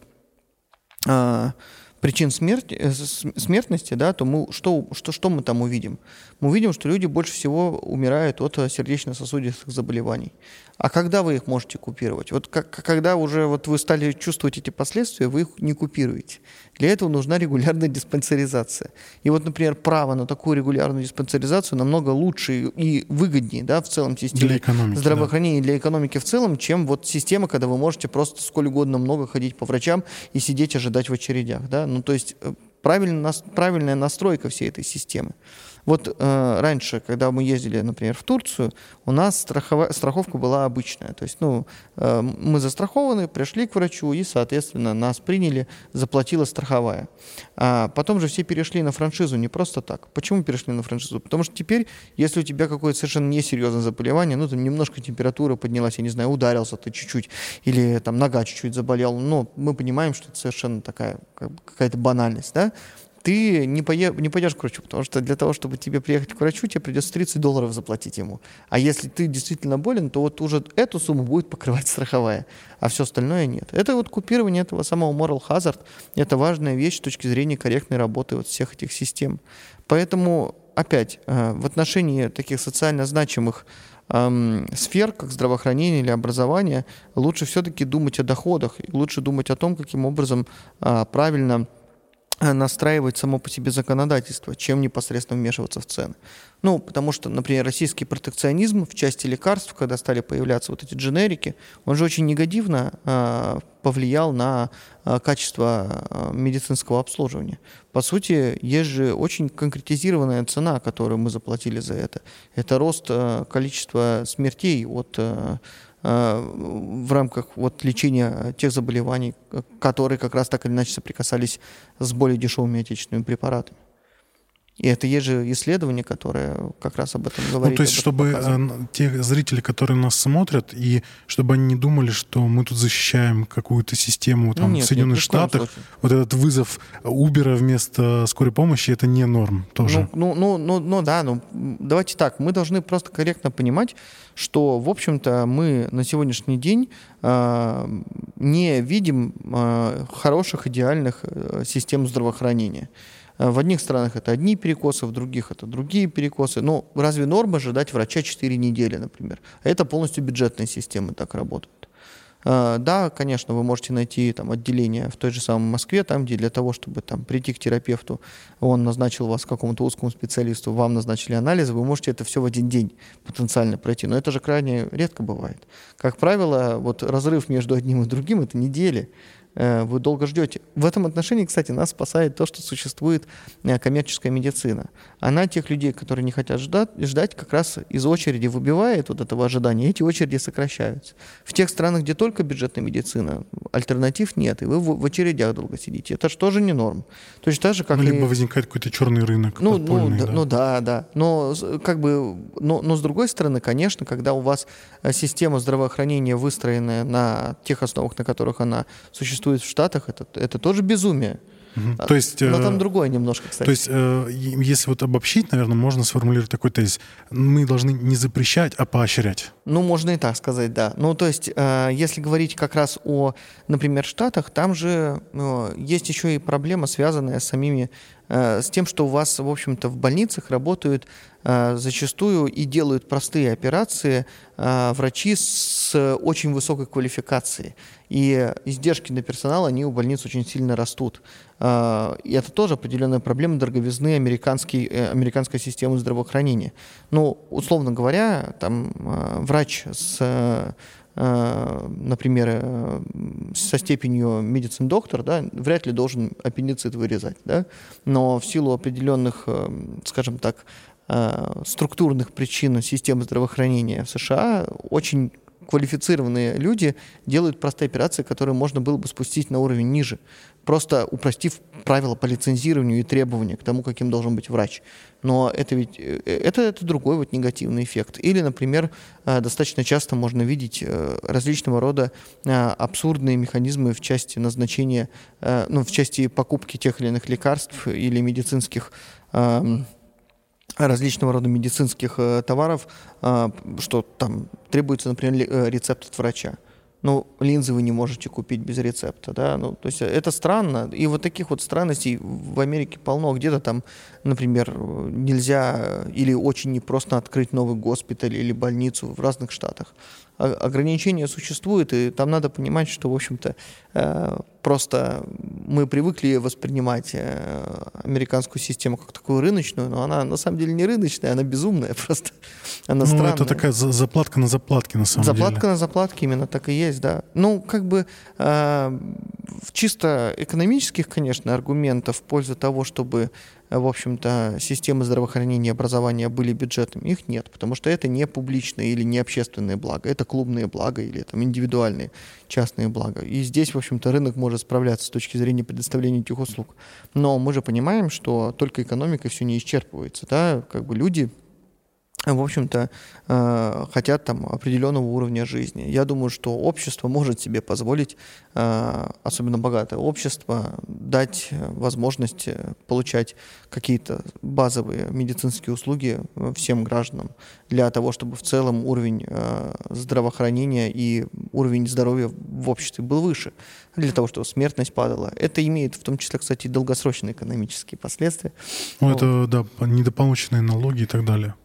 причин смертности, да, то что мы там увидим? Мы увидим, что люди больше всего умирают от сердечно-сосудистых заболеваний. А когда вы их можете купировать? Вот когда уже вы стали чувствовать эти последствия, вы их не купируете. Для этого нужна регулярная диспансеризация. И вот, например, право на такую регулярную диспансеризацию намного лучше и выгоднее, да, в целом системе здравоохранения, для экономики в целом, чем вот система, когда вы можете просто сколь угодно много ходить по врачам и сидеть ожидать в очередях, да. Ну, то есть правильная настройка всей этой системы. Вот раньше, когда мы ездили, например, в Турцию, у нас страховка была обычная. То есть, мы застрахованы, пришли к врачу и, соответственно, нас приняли, заплатила страховая. А потом же все перешли на франшизу не просто так. Почему перешли на франшизу? Потому что теперь, если у тебя какое-то совершенно несерьезное заболевание, там немножко температура поднялась, я не знаю, ударился ты чуть-чуть, или там нога чуть-чуть заболела, мы понимаем, что это совершенно такая какая-то банальность, да? Ты не пойдешь к врачу, потому что для того, чтобы тебе приехать к врачу, тебе придется $30 заплатить ему. А если ты действительно болен, то вот уже эту сумму будет покрывать страховая, а все остальное нет. Это вот купирование этого самого moral hazard, это важная вещь с точки зрения корректной работы вот всех этих систем. Поэтому, опять, в отношении таких социально значимых сфер, как здравоохранение или образование, лучше все-таки думать о доходах, и лучше думать о том, каким образом правильно настраивать само по себе законодательство, чем непосредственно вмешиваться в цены. Ну, потому что, например, российский протекционизм в части лекарств, когда стали появляться вот эти дженерики, он же очень негативно повлиял на качество медицинского обслуживания. По сути, есть же очень конкретизированная цена, которую мы заплатили за это. Это рост количества смертей в рамках лечения тех заболеваний, которые как раз так или иначе соприкасались с более дешевыми отечественными препаратами. И это есть же исследование, которое как раз об этом говорит. Ну, то есть, чтобы те зрители, которые нас смотрят, и чтобы они не думали, что мы тут защищаем какую-то систему там, в Соединенных Штатах, вот этот вызов Uber вместо скорой помощи, это не норм тоже. Давайте так, мы должны просто корректно понимать, что, в общем-то, мы на сегодняшний день не видим хороших, идеальных систем здравоохранения. В одних странах это одни перекосы, в других это другие перекосы. Но разве норма ожидать врача 4 недели, например? Это полностью бюджетные системы так работают. Да, конечно, вы можете найти там отделение в той же самой Москве, там, где для того, чтобы там прийти к терапевту, он назначил вас к какому-то узкому специалисту, вам назначили анализы, вы можете это все в один день потенциально пройти. Но это же крайне редко бывает. Как правило, вот разрыв между одним и другим — это недели. Вы долго ждете. В этом отношении, кстати, нас спасает то, что существует коммерческая медицина. Она тех людей, которые не хотят ждать, как раз из очереди выбивает вот этого ожидания, и эти очереди сокращаются. В тех странах, где только бюджетная медицина, альтернатив нет, и вы в очередях долго сидите. Это же тоже не норм. Точно так же, как либо возникает какой-то черный рынок подпольный. Да. Но с другой стороны, конечно, когда у вас система здравоохранения выстроенная на тех основах, на которых она существует в Штатах, это тоже безумие. То есть, но там другое немножко, кстати. То есть, если вот обобщить, наверное, можно сформулировать такой тезис. Мы должны не запрещать, а поощрять. Ну, можно и так сказать, да. Ну, то есть, если говорить как раз о, например, Штатах, там же есть еще и проблема, связанная с тем, что у вас, в общем-то, в больницах работают зачастую и делают простые операции врачи с очень высокой квалификацией. И издержки на персонал, они у больниц очень сильно растут. И это тоже определенная проблема дороговизны американской системы здравоохранения. Ну, условно говоря, там врач например, со степенью медицин-доктор, да, вряд ли должен аппендицит вырезать, да, но в силу определенных, скажем так, структурных причин системы здравоохранения в США очень квалифицированные люди делают простые операции, которые можно было бы спустить на уровень ниже, просто упростив правила по лицензированию и требования к тому, каким должен быть врач. Но это ведь это другой вот негативный эффект. Или, например, достаточно часто можно видеть различного рода абсурдные механизмы в части назначения, в части покупки тех или иных лекарств или медицинских различного рода медицинских товаров, что там требуется, например, рецепт от врача. Ну, линзы вы не можете купить без рецепта, да, ну, то есть это странно, и вот таких вот странностей в Америке полно, где-то там, например, нельзя или очень непросто открыть новый госпиталь или больницу в разных штатах. Ограничения существуют, и там надо понимать, что, в общем-то, просто мы привыкли воспринимать американскую систему как такую рыночную, но она на самом деле не рыночная, она безумная просто. Она странная. Это такая заплатка на заплатке, на самом деле. Заплатка на заплатке, именно так и есть, да. Ну, как бы в чисто экономических, конечно, аргументов в пользу того, чтобы, в общем-то, системы здравоохранения и образования были бюджетными, их нет, потому что это не публичное или не общественное благо, это клубные блага или там индивидуальные частные блага. И здесь, в общем-то, рынок может справляться с точки зрения предоставления этих услуг. Но мы же понимаем, что только экономикой все не исчерпывается, да, как бы люди, в общем-то, хотят там определенного уровня жизни. Я думаю, что общество может себе позволить, особенно богатое общество, дать возможность получать какие-то базовые медицинские услуги всем гражданам для того, чтобы в целом уровень здравоохранения и уровень здоровья в обществе был выше, для того, чтобы смертность падала. Это имеет в том числе, кстати, долгосрочные экономические последствия. Это, да, недополученные налоги и так далее. Ну, там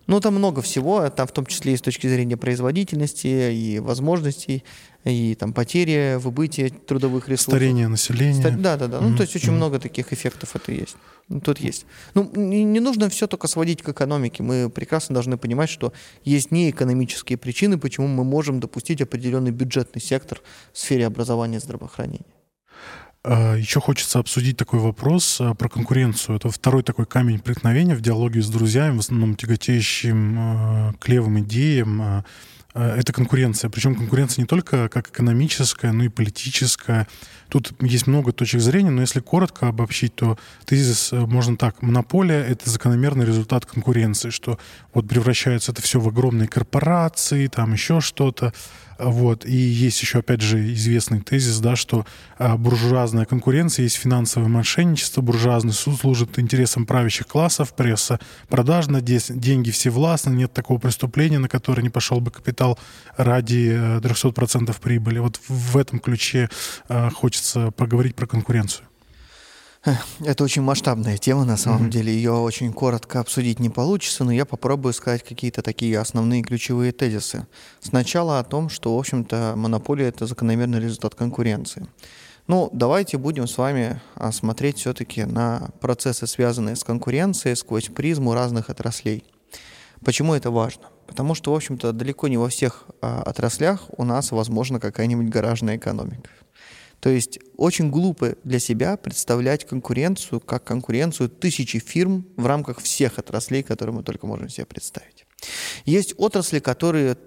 много всего, там в том числе и с точки зрения производительности, и возможностей, и там потери, выбытие трудовых ресурсов. Старение населения. Да. Ну, то есть очень много таких эффектов это есть. Тут есть. Ну, не нужно все только сводить к экономике. Мы прекрасно должны понимать, что есть неэкономические причины, почему мы можем допустить определенный бюджетный сектор в сфере образования и здравоохранения. Еще хочется обсудить такой вопрос про конкуренцию. Это второй такой камень преткновения в диалоге с друзьями, в основном тяготеющим к левым идеям. Это конкуренция. Причем конкуренция не только как экономическая, но и политическая. Тут есть много точек зрения, но если коротко обобщить, то тезис можно так. Монополия — это закономерный результат конкуренции, что вот превращается это все в огромные корпорации, там еще что-то. Вот. И есть еще, опять же, известный тезис, да, что буржуазная конкуренция есть финансовое мошенничество, буржуазный суд служит интересам правящих классов, пресса продажна, деньги всевластны, нет такого преступления, на которое не пошел бы капитал ради 300% прибыли. Вот в этом ключе хочется поговорить про конкуренцию. Это очень масштабная тема, на самом деле. Ее очень коротко обсудить не получится, но я попробую сказать какие-то такие основные ключевые тезисы. Сначала о том, что, в общем-то, монополия — это закономерный результат конкуренции. Ну, давайте будем с вами смотреть все-таки на процессы, связанные с конкуренцией, сквозь призму разных отраслей. Почему это важно? Потому что, в общем-то, далеко не во всех отраслях у нас возможна какая-нибудь гаражная экономика. То есть очень глупо для себя представлять конкуренцию как конкуренцию тысячи фирм в рамках всех отраслей, которые мы только можем себе представить. Есть отрасли, которые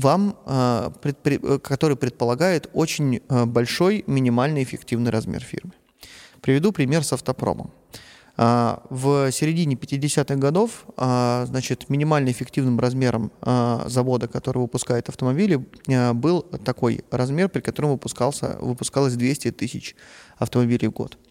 предполагают очень большой минимальный эффективный размер фирмы. Приведу пример с автопромом. В середине 50-х годов, значит, минимально эффективным размером завода, который выпускает автомобили, был такой размер, при котором выпускалось 200 тысяч автомобилей в год.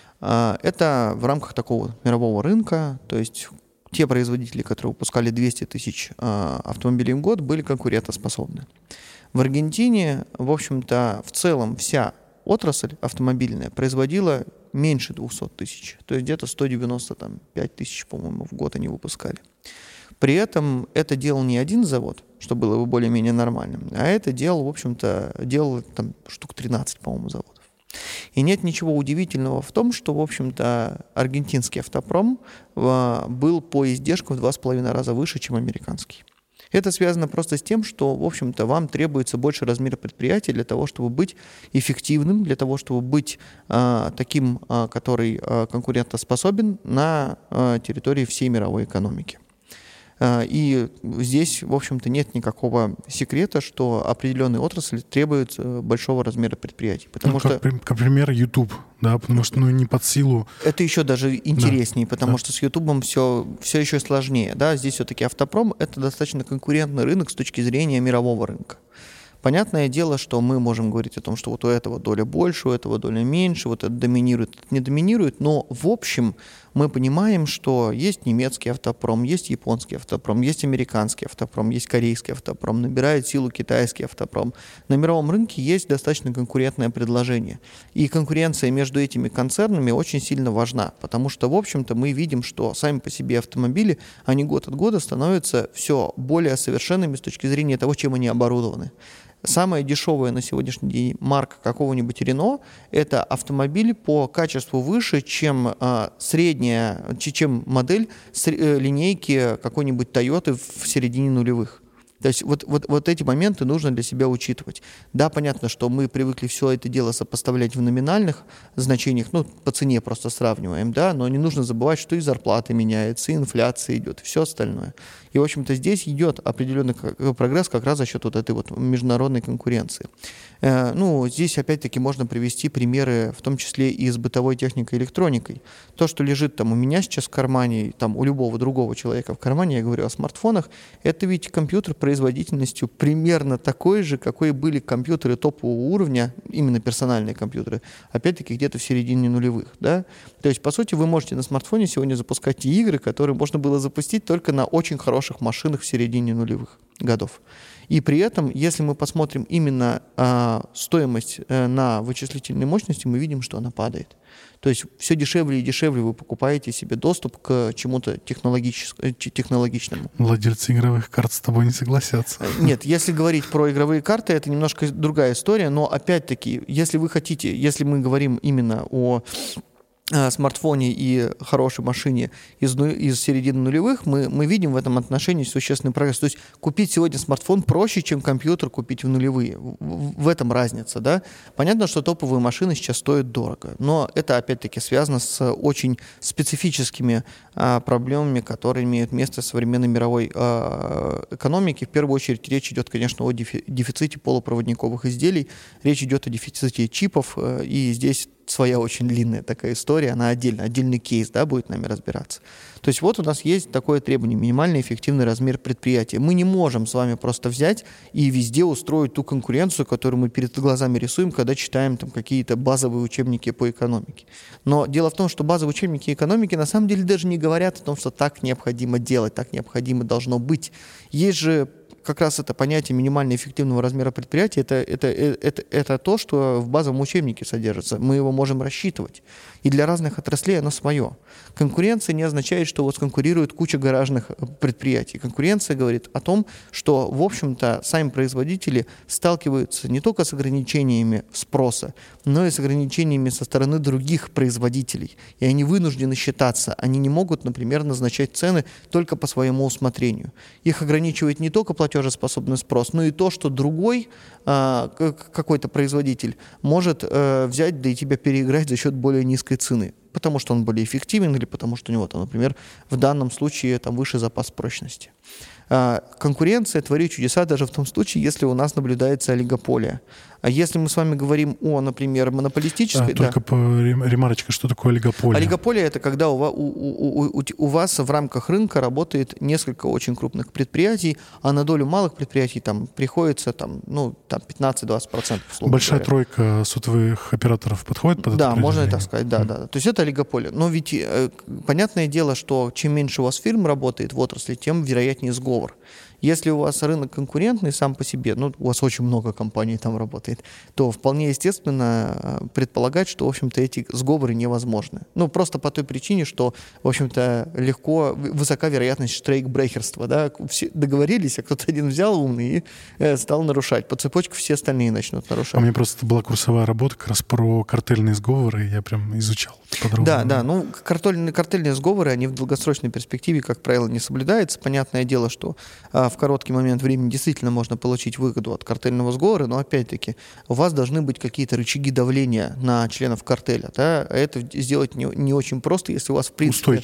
Это в рамках такого мирового рынка, то есть те производители, которые выпускали 200 тысяч автомобилей в год, были конкурентоспособны. В Аргентине, в общем-то, в целом вся отрасль автомобильная производила меньше 200 тысяч, то есть где-то 195 тысяч, по-моему, в год они выпускали. При этом это делал не один завод, что было бы более-менее нормальным, а это делал, в общем-то, там штук 13, по-моему, заводов. И нет ничего удивительного в том, что, в общем-то, аргентинский автопром был по издержкам в 2,5 раза выше, чем американский. Это связано просто с тем, что, в общем-то, вам требуется больше размера предприятия для того, чтобы быть эффективным, для того, чтобы быть таким, который конкурентоспособен на территории всей мировой экономики. И здесь, в общем-то, нет никакого секрета, что определенные отрасли требуют большого размера предприятий. Потому что, как пример, YouTube, да, потому что не под силу. Это еще даже интереснее, потому что с YouTube все еще сложнее. Да? Здесь все-таки автопром — это достаточно конкурентный рынок с точки зрения мирового рынка. Понятное дело, что мы можем говорить о том, что вот у этого доля больше, у этого доля меньше, вот это доминирует, это не доминирует, но в общем мы понимаем, что есть немецкий автопром, есть японский автопром, есть американский автопром, есть корейский автопром, набирает силу китайский автопром. На мировом рынке есть достаточно конкурентное предложение. И конкуренция между этими концернами очень сильно важна, потому что, в общем-то, мы видим, что сами по себе автомобили, они год от года становятся все более совершенными с точки зрения того, чем они оборудованы. Самая дешевая на сегодняшний день марка какого-нибудь Renault — это автомобиль по качеству выше, чем средняя, чем модель линейки какой-нибудь Toyota в середине нулевых. То есть вот эти моменты нужно для себя учитывать. Да, понятно, что мы привыкли все это дело сопоставлять в номинальных значениях, по цене просто сравниваем, да, но не нужно забывать, что и зарплата меняется, и инфляция идет, и все остальное. И, в общем-то, здесь идет определенный прогресс как раз за счет вот этой вот международной конкуренции. Здесь, опять-таки, можно привести примеры, в том числе и с бытовой техникой и электроникой. То, что лежит там у меня сейчас в кармане, там у любого другого человека в кармане, я говорю о смартфонах, это ведь компьютер производительностью примерно такой же, какой были компьютеры топового уровня, именно персональные компьютеры, опять-таки где-то в середине нулевых. Да? То есть, по сути, вы можете на смартфоне сегодня запускать те игры, которые можно было запустить только на очень хороших машинах в середине нулевых годов. И при этом, если мы посмотрим именно стоимость на вычислительной мощности, мы видим, что она падает. То есть все дешевле и дешевле вы покупаете себе доступ к чему-то технологичному. Владельцы игровых карт с тобой не согласятся. Нет, если говорить про игровые карты, это немножко другая история, но опять-таки, если вы хотите, если мы говорим именно о смартфоне и хорошей машине из середины нулевых, мы видим в этом отношении существенный прогресс. То есть купить сегодня смартфон проще, чем компьютер купить в нулевые. В этом разница, да? Понятно, что топовые машины сейчас стоят дорого, но это опять-таки связано с очень специфическими проблемами, которые имеют место в современной мировой экономике. В первую очередь речь идет, конечно, о дефиците полупроводниковых изделий, речь идет о дефиците чипов, и здесь своя очень длинная такая история, она отдельный кейс, да, будет нами разбираться. То есть вот у нас есть такое требование, минимальный эффективный размер предприятия. Мы не можем с вами просто взять и везде устроить ту конкуренцию, которую мы перед глазами рисуем, когда читаем там какие-то базовые учебники по экономике. Но дело в том, что базовые учебники экономики на самом деле даже не говорят о том, что так необходимо делать, так необходимо должно быть. Есть же как раз это понятие минимально эффективного размера предприятия, это то, что в базовом учебнике содержится. Мы его можем рассчитывать. И для разных отраслей оно свое. Конкуренция не означает, что вот конкурирует куча гаражных предприятий. Конкуренция говорит о том, что, в общем-то, сами производители сталкиваются не только с ограничениями спроса, но и с ограничениями со стороны других производителей. И они вынуждены считаться. Они не могут, например, назначать цены только по своему усмотрению. Их ограничивает не только платежеспособный спрос, но и то, что другой какой-то производитель может взять, да и тебя переиграть за счет более низкой цены, потому что он более эффективен или потому что у него, там, например, в данном случае там выше запас прочности. Конкуренция творит чудеса даже в том случае, если у нас наблюдается олигополия. А если мы с вами говорим о, например, монополистической... Только ремарочка, что такое олигополия? Олигополия — это когда у вас в рамках рынка работает несколько очень крупных предприятий, а на долю малых предприятий там приходится 15-20%. Большая тройка сотовых операторов подходит под это? Да, можно и так сказать, да. То есть это олигополия. Но ведь понятное дело, что чем меньше у вас фирм работает в отрасли, тем вероятнее сговор. Если у вас рынок конкурентный сам по себе, у вас очень много компаний там работает, то вполне естественно предполагать, что, в общем-то, эти сговоры невозможны. Просто по той причине, что, в общем-то, высока вероятность штрейкбрехерства, да, все договорились, а кто-то один взял умный и стал нарушать. По цепочке все остальные начнут нарушать. У меня просто была курсовая работа как раз про картельные сговоры, и я прям изучал подробно. Да, картельные сговоры, они в долгосрочной перспективе, как правило, не соблюдаются. Понятное дело, что в короткий момент времени действительно можно получить выгоду от картельного сговора, но опять-таки у вас должны быть какие-то рычаги давления на членов картеля. Да? Это сделать не очень просто, если у вас в принципе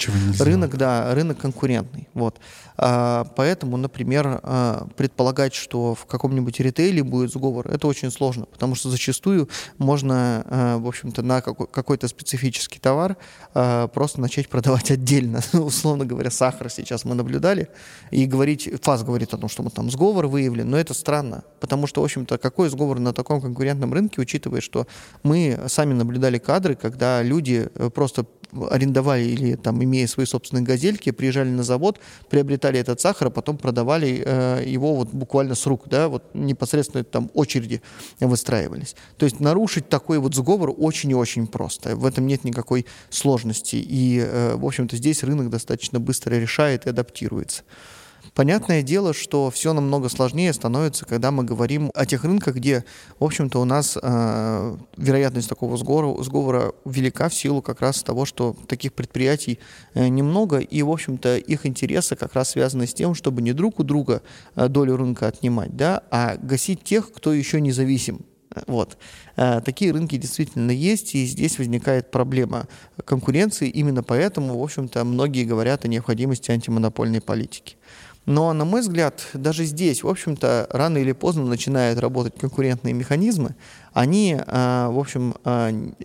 рынок конкурентный. Вот. Поэтому, например, предполагать, что в каком-нибудь ритейле будет сговор, это очень сложно, потому что зачастую можно, в общем-то, на какой-то специфический товар просто начать продавать отдельно. Условно говоря, сахар сейчас мы наблюдали, и ФАС говорит о том, что мы там сговор выявлен, но это странно, потому что, в общем-то, какой сговор на таком конкурентном рынке, учитывая, что мы сами наблюдали кадры, когда люди просто арендовали или там, имея свои собственные газельки, приезжали на завод, приобретали этот сахар, а потом продавали его вот буквально с рук, да, вот непосредственно там очереди выстраивались. То есть нарушить такой вот сговор очень и очень просто. В этом нет никакой сложности. И, в общем-то, здесь рынок достаточно быстро решает и адаптируется. Понятное дело, что все намного сложнее становится, когда мы говорим о тех рынках, где, в общем-то, у нас вероятность такого сговора велика в силу как раз того, что таких предприятий немного, и, в общем-то, их интересы как раз связаны с тем, чтобы не друг у друга долю рынка отнимать, да, а гасить тех, кто еще независим. Вот. Такие рынки действительно есть, и здесь возникает проблема конкуренции. Именно поэтому, в общем-то, многие говорят о необходимости антимонопольной политики. Но, на мой взгляд, даже здесь, в общем-то, рано или поздно начинают работать конкурентные механизмы. Они, в общем,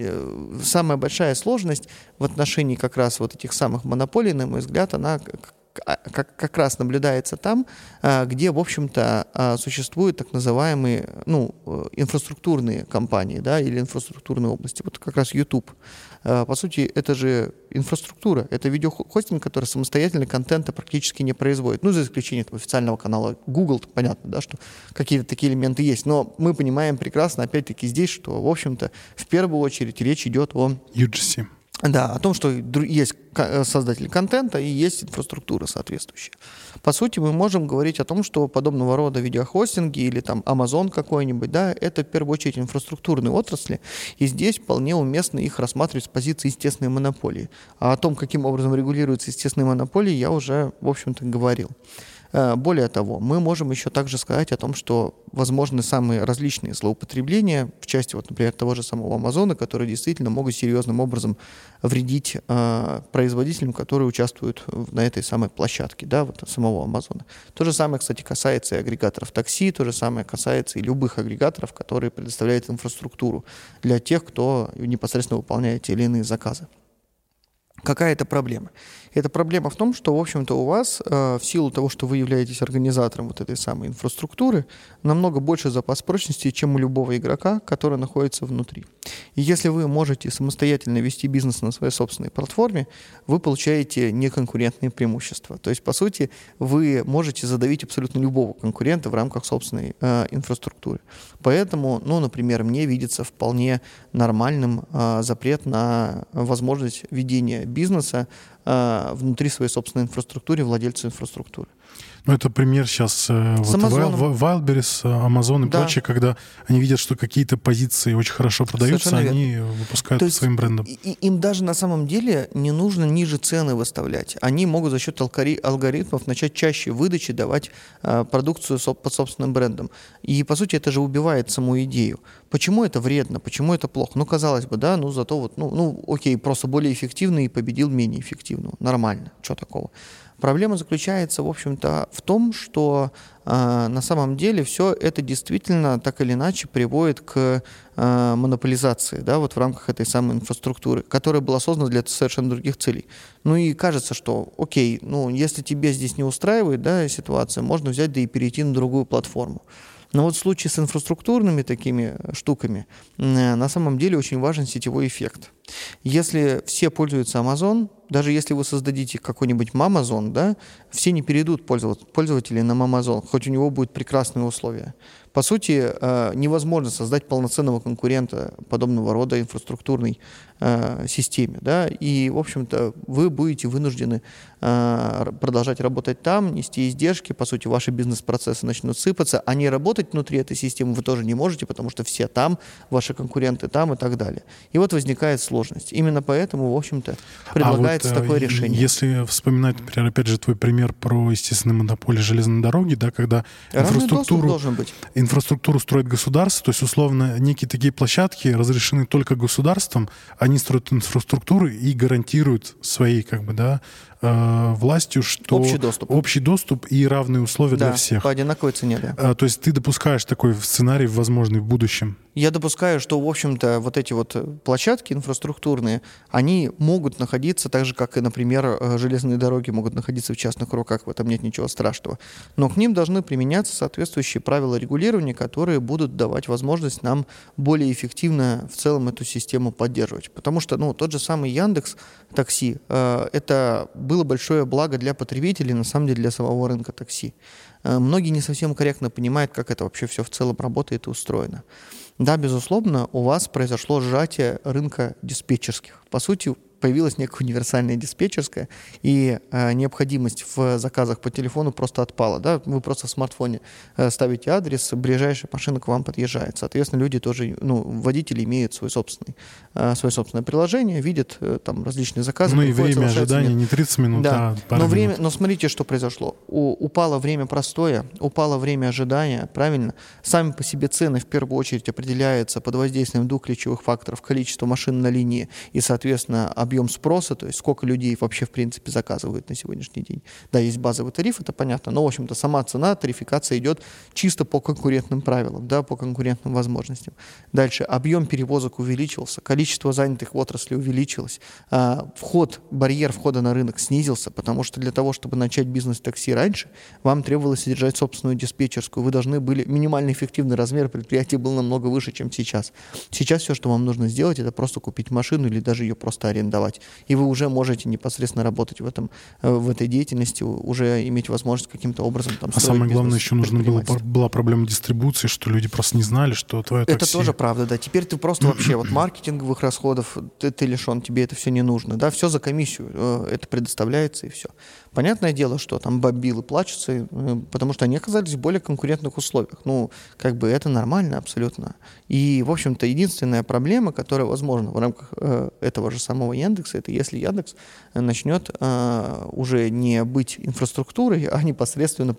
самая большая сложность в отношении как раз вот этих самых монополий, на мой взгляд, она как раз наблюдается там, где, в общем-то, существуют так называемые инфраструктурные компании, да, или инфраструктурные области. Вот как раз YouTube. По сути, это же инфраструктура, это видеохостинг, который самостоятельно контента практически не производит. За исключением официального канала Google, понятно, да, что какие-то такие элементы есть. Но мы понимаем прекрасно, опять-таки, здесь, что, в общем-то, в первую очередь речь идет о UGC. Да, о том, что есть создатель контента и есть инфраструктура соответствующая. По сути, мы можем говорить о том, что подобного рода видеохостинги или там Amazon какой-нибудь, да, это в первую очередь инфраструктурные отрасли, и здесь вполне уместно их рассматривать с позиции естественной монополии. А о том, каким образом регулируется естественная монополия, я уже, в общем-то, говорил. Более того, мы можем еще также сказать о том, что возможны самые различные злоупотребления в части, например, того же самого Амазона, которые действительно могут серьезным образом вредить производителям, которые участвуют на этой самой площадке, да, самого Амазона. То же самое, кстати, касается и агрегаторов такси, то же самое касается и любых агрегаторов, которые предоставляют инфраструктуру для тех, кто непосредственно выполняет те или иные заказы. Какая это проблема? Эта проблема в том, что, в общем-то, у вас в силу того, что вы являетесь организатором этой самой инфраструктуры, намного больше запас прочности, чем у любого игрока, который находится внутри. И если вы можете самостоятельно вести бизнес на своей собственной платформе, вы получаете неконкурентные преимущества. То есть, по сути, вы можете задавить абсолютно любого конкурента в рамках собственной инфраструктуры. Поэтому, например, мне видится вполне нормальным запрет на возможность ведения бизнеса внутри своей собственной инфраструктуры, владельцу инфраструктуры. Это пример сейчас Wildberries, Amazon и прочее, когда они видят, что какие-то позиции очень хорошо продаются, они выпускают своим брендом. Им даже на самом деле не нужно ниже цены выставлять. Они могут за счет алгоритмов начать чаще выдачи давать продукцию под собственным брендом. И, по сути, это же убивает саму идею. Почему это вредно? Почему это плохо? Казалось бы, да, зато окей, просто более эффективный и победил менее эффективного. Нормально, что такого? Проблема заключается, в общем-то, в том, что на самом деле все это действительно так или иначе приводит к монополизации, да, в рамках этой самой инфраструктуры, которая была создана для совершенно других целей. И кажется, что окей, если тебе здесь не устраивает, да, ситуация, можно взять да и перейти на другую платформу. Но в случае с инфраструктурными такими штуками на самом деле очень важен сетевой эффект. Если все пользуются Amazon, даже если вы создадите какой-нибудь Mamazon, да, все не перейдут пользователи на Mamazon, хоть у него будут прекрасные условия. По сути, невозможно создать полноценного конкурента подобного рода инфраструктурной системе. Да? И, в общем-то, вы будете вынуждены продолжать работать там, нести издержки, по сути, ваши бизнес-процессы начнут сыпаться, а не работать внутри этой системы вы тоже не можете, потому что все там, ваши конкуренты там и так далее. И возникает сложность. Именно поэтому, в общем-то, предлагается такое решение. Если вспоминать, например, опять же, твой пример про естественную монополию железной дороги, да, когда инфраструктуру строит государство, то есть, условно, некие такие площадки разрешены только государством, они строят инфраструктуру и гарантируют своей, властью, что общий доступ и равные условия для всех. По одинаковой цене, да. То есть ты допускаешь такой сценарий возможный в будущем? Я допускаю, что, в общем-то, эти площадки инфраструктурные, они могут находиться так же, как и, например, железные дороги могут находиться в частных руках, в этом нет ничего страшного. Но к ним должны применяться соответствующие правила регулирования, которые будут давать возможность нам более эффективно в целом эту систему поддерживать. Потому что, тот же самый Яндекс.Такси, это было большое благо для потребителей, на самом деле для самого рынка такси. Многие не совсем корректно понимают, как это вообще все в целом работает и устроено. Да, безусловно, у вас произошло сжатие рынка диспетчерских. По сути, появилась некая универсальная диспетчерская, и необходимость в заказах по телефону просто отпала. Да? Вы просто в смартфоне ставите адрес, ближайшая машина к вам подъезжает. Соответственно, люди тоже, водители имеют свое собственное приложение, видят там различные заказы. И время ожидания не 30 минут, да. а пару минут. Но смотрите, что произошло. Упало время простоя, упало время ожидания, правильно? Сами по себе цены в первую очередь определяются под воздействием двух ключевых факторов: количество машин на линии и, соответственно, объем спроса, то есть сколько людей вообще в принципе заказывают на сегодняшний день. Да, есть базовый тариф, это понятно, но в общем-то сама цена, тарификация идет чисто по конкурентным правилам, да, по конкурентным возможностям. Дальше объем перевозок увеличился, количество занятых в отрасли увеличилось, барьер входа на рынок снизился, потому что для того, чтобы начать бизнес такси раньше, вам требовалось содержать собственную диспетчерскую, вы должны были, минимально эффективный размер предприятия был намного выше, чем сейчас. Сейчас все, что вам нужно сделать, это просто купить машину или даже ее просто арендовать. И вы уже можете непосредственно работать в этой деятельности, уже иметь возможность каким-то образом там строить самое главное, бизнес, еще была проблема дистрибуции, что люди просто не знали, что твое такси... Это тоже правда, да. Теперь ты просто вообще маркетинговых расходов ты лишен, тебе это все не нужно, да, все за комиссию это предоставляется и все. Понятное дело, что там бомбилы плачутся, потому что они оказались в более конкурентных условиях. Это нормально абсолютно. И, в общем-то, единственная проблема, которая возможна в рамках этого же самого Яндекса, это если Яндекс начнет уже не быть инфраструктурой, а непосредственно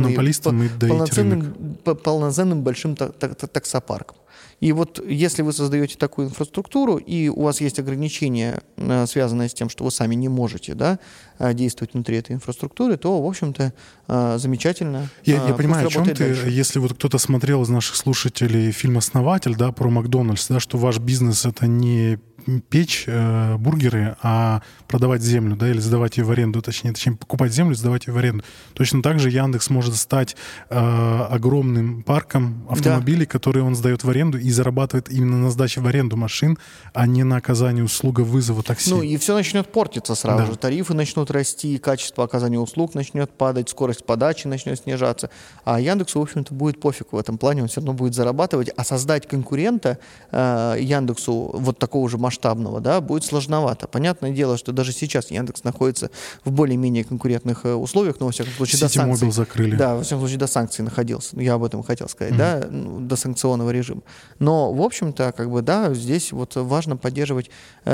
полноценным большим таксопарком. И вот если вы создаете такую инфраструктуру, и у вас есть ограничения, связанные с тем, что вы сами не можете, да, действовать внутри этой инфраструктуры, то, в общем-то, замечательно. Я понимаю, о чем ты. Дальше. Если вот кто-то смотрел из наших слушателей фильм «Основатель», да, про Макдональдс, да, что ваш бизнес — это не печь бургеры, а продавать землю, да, или сдавать ее в аренду, точнее покупать землю, сдавать ее в аренду. Точно так же Яндекс может стать огромным парком автомобилей, да, которые он сдает в аренду и зарабатывает именно на сдаче в аренду машин, а не на оказании услуг вызова такси. И все начнет портиться сразу же. Тарифы начнут расти, качество оказания услуг начнет падать, скорость подачи начнет снижаться. А Яндексу, в общем-то, будет пофиг в этом плане, он все равно будет зарабатывать, а создать конкурента Яндексу вот такого же масштабного, да, будет сложновато. Понятное дело, что даже сейчас Яндекс находится в более-менее конкурентных условиях, но, во всяком случае, до санкций. Закрыли. Да, во всяком случае, до санкций находился. Я об этом хотел сказать, да, до санкционного режима. Но, в общем-то, да, здесь вот важно поддерживать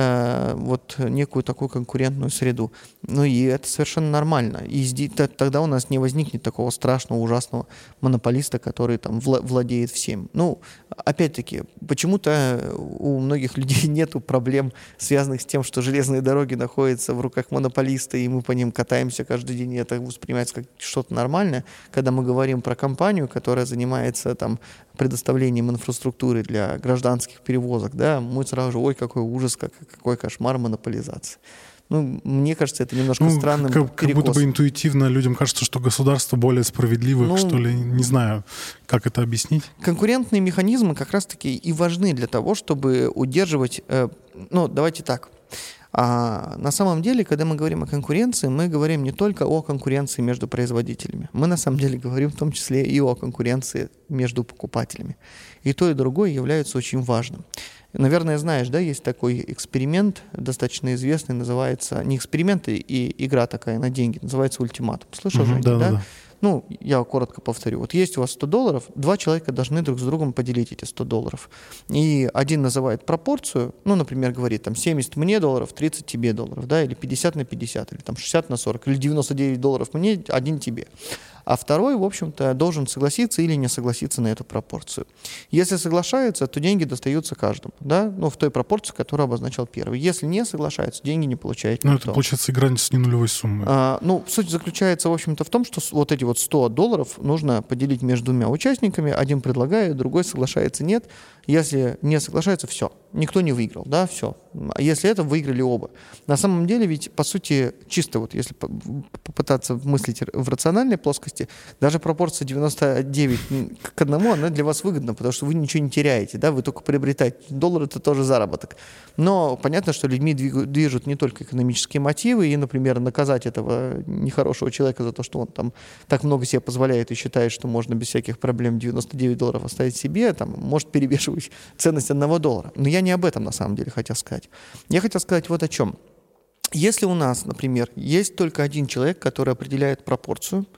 некую такую конкурентную среду. И это совершенно нормально. И тогда у нас не возникнет такого страшного, ужасного монополиста, который там владеет всем. Опять-таки, почему-то у многих людей нету проблем, связанных с тем, что железные дороги находятся в руках монополиста, и мы по ним катаемся каждый день, и это воспринимается как что-то нормальное. Когда мы говорим про компанию, которая занимается там предоставлением инфраструктуры для гражданских перевозок, да, мы сразу же, ой, какой ужас, какой кошмар монополизации. Мне кажется, это немножко странным как будто бы интуитивно людям кажется, что государство более справедливое, что ли. Не знаю, как это объяснить. Конкурентные механизмы как раз-таки и важны для того, чтобы удерживать... давайте так. На самом деле, когда мы говорим о конкуренции, мы говорим не только о конкуренции между производителями. Мы на самом деле говорим в том числе и о конкуренции между покупателями. И то, и другое является очень важным. Наверное, знаешь, да, есть такой эксперимент, достаточно известный, называется, не эксперимент, и игра такая на деньги, называется «Ультиматум». Слышал же? Да? Я коротко повторю. Вот есть у вас $100, два человека должны друг с другом поделить эти $100. И один называет пропорцию, например, говорит, там, 70 мне долларов, 30 тебе долларов, да, или 50 на 50, или там 60 на 40, или $99 мне, 1 тебе. А второй, в общем-то, должен согласиться или не согласиться на эту пропорцию. Если соглашается, то деньги достаются каждому, да, в той пропорции, которую обозначал первый. Если не соглашается, деньги не получает никто. Это, получается, игра с ненулевой суммой. Суть заключается, в общем-то, в том, что вот эти вот $100 нужно поделить между двумя участниками. Один предлагает, другой соглашается, нет. Если не соглашается, все, никто не выиграл, да, все. А если это, выиграли оба. На самом деле ведь, по сути, чисто вот если попытаться мыслить в рациональной плоскости, даже пропорция 99 к 1, она для вас выгодна, потому что вы ничего не теряете, да, вы только приобретаете. $1 — это тоже заработок. Но понятно, что людьми движут не только экономические мотивы, и, например, наказать этого нехорошего человека за то, что он там так много себе позволяет и считает, что можно без всяких проблем $99 оставить себе, там, может перевешивать ценность $1. Но я не об этом на самом деле хотел сказать. Я хотел сказать вот о чем. Если у нас, например, есть только один человек, который определяет пропорцию,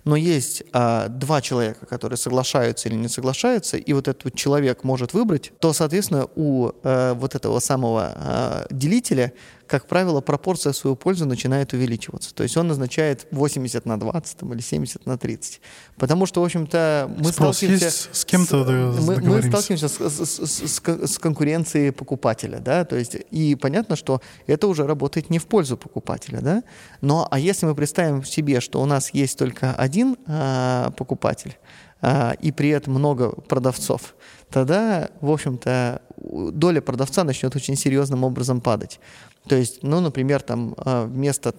но есть два человека, которые соглашаются или не соглашаются, и вот этот вот человек может выбрать, то, соответственно, у вот этого самого делителя, как правило, пропорция в свою пользу начинает увеличиваться. То есть он назначает 80/20 или 70/30. Потому что, в общем-то, мы сталкиваемся с кем-то мы сталкиваемся с конкуренцией покупателя, да, то есть и понятно, что это уже работает не в пользу покупателя, да, но а если мы представим себе, что у нас есть только один покупатель, и при этом много продавцов, тогда, в общем-то, доля продавца начнет очень серьезным образом падать. То есть, ну, например, там вместо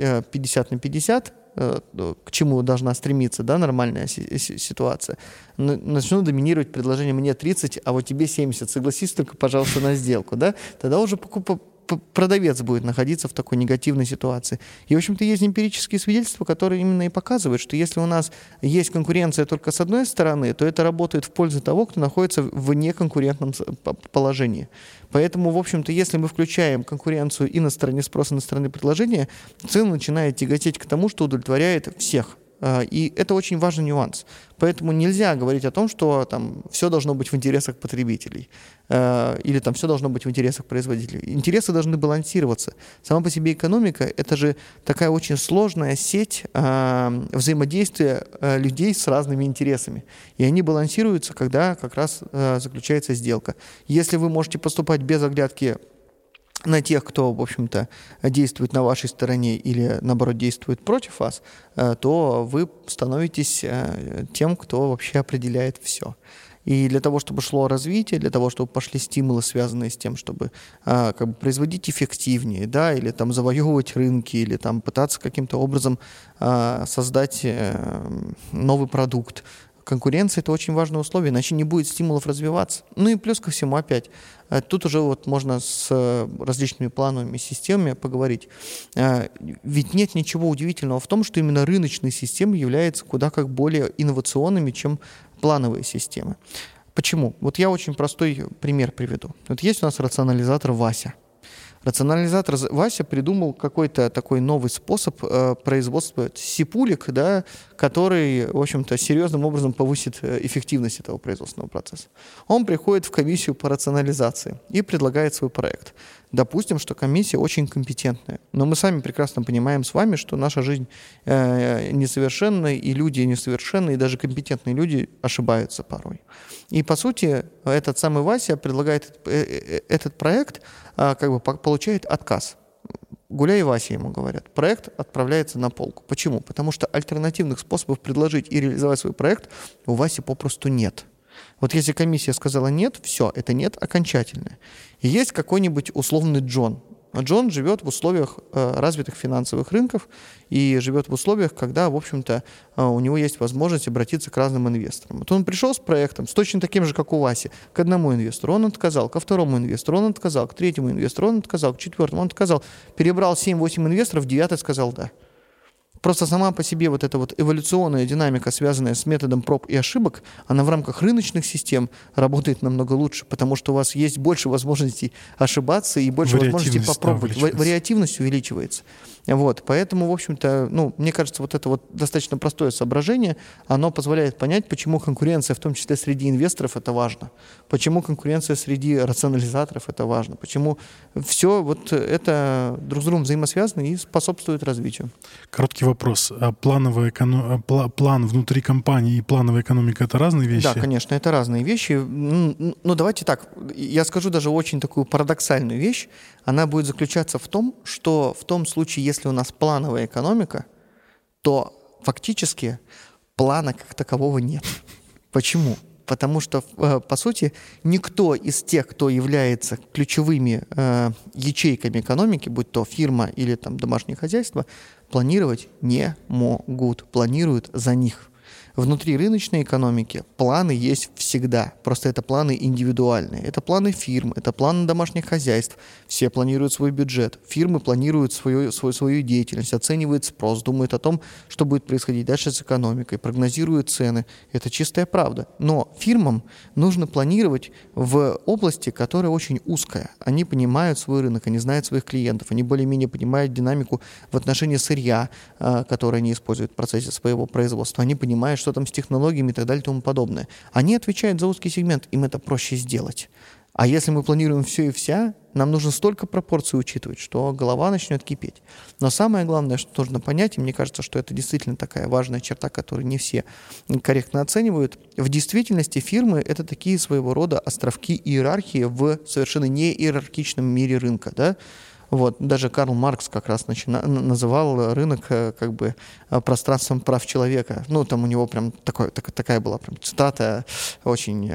50/50, к чему должна стремиться, да, нормальная ситуация, начнут доминировать предложение «мне 30, а вот тебе 70, согласись только, пожалуйста, на сделку», да, тогда уже продавец будет находиться в такой негативной ситуации. И, в общем-то, есть эмпирические свидетельства, которые именно и показывают, что если у нас есть конкуренция только с одной стороны, то это работает в пользу того, кто находится в неконкурентном положении. Поэтому, в общем-то, если мы включаем конкуренцию и на стороне спроса, и на стороне предложения, цена начинает тяготеть к тому, что удовлетворяет всех. И это очень важный нюанс. Поэтому нельзя говорить о том, что там все должно быть в интересах потребителей или там все должно быть в интересах производителей. Интересы должны балансироваться. Сама по себе экономика — это же такая очень сложная сеть взаимодействия людей с разными интересами. И они балансируются, когда как раз заключается сделка. Если вы можете поступать без оглядки на тех, кто, в общем-то, действует на вашей стороне или, наоборот, действует против вас, то вы становитесь тем, кто вообще определяет все. И для того, чтобы шло развитие, для того, чтобы пошли стимулы, связанные с тем, чтобы как бы производить эффективнее, да, или там завоевывать рынки, или там пытаться каким-то образом создать новый продукт, конкуренция — это очень важное условие, иначе не будет стимулов развиваться. Ну и плюс ко всему опять, тут уже вот можно с различными плановыми системами поговорить. Ведь нет ничего удивительного в том, что именно рыночные системы являются куда как более инновационными, чем плановые системы. Почему? Вот я очень простой пример приведу. Вот есть у нас рационализатор Вася. Рационализатор Вася придумал какой-то такой новый способ производства сипулек, да, который, в общем-то, серьезным образом повысит эффективность этого производственного процесса. Он приходит в комиссию по рационализации и предлагает свой проект. Допустим, что комиссия очень компетентная, но мы сами прекрасно понимаем с вами, что наша жизнь несовершенна, и люди несовершенны, и даже компетентные люди ошибаются порой. И, по сути, этот самый Вася предлагает этот проект, как бы получает отказ. Гуляй, Вася, ему говорят. Проект отправляется на полку. Почему? Потому что альтернативных способов предложить и реализовать свой проект у Васи попросту нет. Вот если комиссия сказала «нет», все, это «нет» окончательное. И есть какой-нибудь условный Джон. Джон живет в условиях развитых финансовых рынков и живет в условиях, когда, в общем-то, у него есть возможность обратиться к разным инвесторам. Вот он пришел с проектом, с точно таким же, как у Васи, к одному инвестору, он отказал, ко второму инвестору он отказал, к третьему инвестору он отказал, к четвертому он отказал. Перебрал 7-8 инвесторов, 9-й сказал «да». Просто сама по себе вот эта вот эволюционная динамика, связанная с методом проб и ошибок, она в рамках рыночных систем работает намного лучше, потому что у вас есть больше возможностей ошибаться и больше возможностей попробовать. Вариативность увеличивается. Вот, поэтому, в общем-то, ну, мне кажется, вот это вот достаточно простое соображение, оно позволяет понять, почему конкуренция, в том числе среди инвесторов, это важно, почему конкуренция среди рационализаторов это важно, почему все вот это друг с другом взаимосвязано и способствует развитию. Короткий вопрос. А план внутри компании и плановая экономика — это разные вещи? Да, конечно, это разные вещи. Ну, давайте так, я скажу даже очень такую парадоксальную вещь. Она будет заключаться в том, что в том случае, если у нас плановая экономика, то фактически плана как такового нет. Почему? Потому что, по сути, никто из тех, кто является ключевыми ячейками экономики, будь то фирма или там домашнее хозяйство, планировать не могут, планируют за них. Внутри рыночной экономики планы есть всегда. Просто это планы индивидуальные. Это планы фирм, это планы домашних хозяйств. Все планируют свой бюджет. Фирмы планируют свою деятельность, оценивают спрос, думают о том, что будет происходить дальше с экономикой, прогнозируют цены. Это чистая правда. Но фирмам нужно планировать в области, которая очень узкая. Они понимают свой рынок, они знают своих клиентов, они более-менее понимают динамику в отношении сырья, которое они используют в процессе своего производства. Они понимают, что там с технологиями и так далее и тому подобное. Они отвечают за узкий сегмент, им это проще сделать. А если мы планируем все и вся, нам нужно столько пропорций учитывать, что голова начнет кипеть. Но самое главное, что нужно понять, и мне кажется, что это действительно такая важная черта, которую не все корректно оценивают, в действительности фирмы — это такие своего рода островки иерархии в совершенно не иерархичном мире рынка, да? Вот. Даже Карл Маркс как раз называл рынок как бы пространством прав человека. Ну, там у него прям такая была прям цитата, очень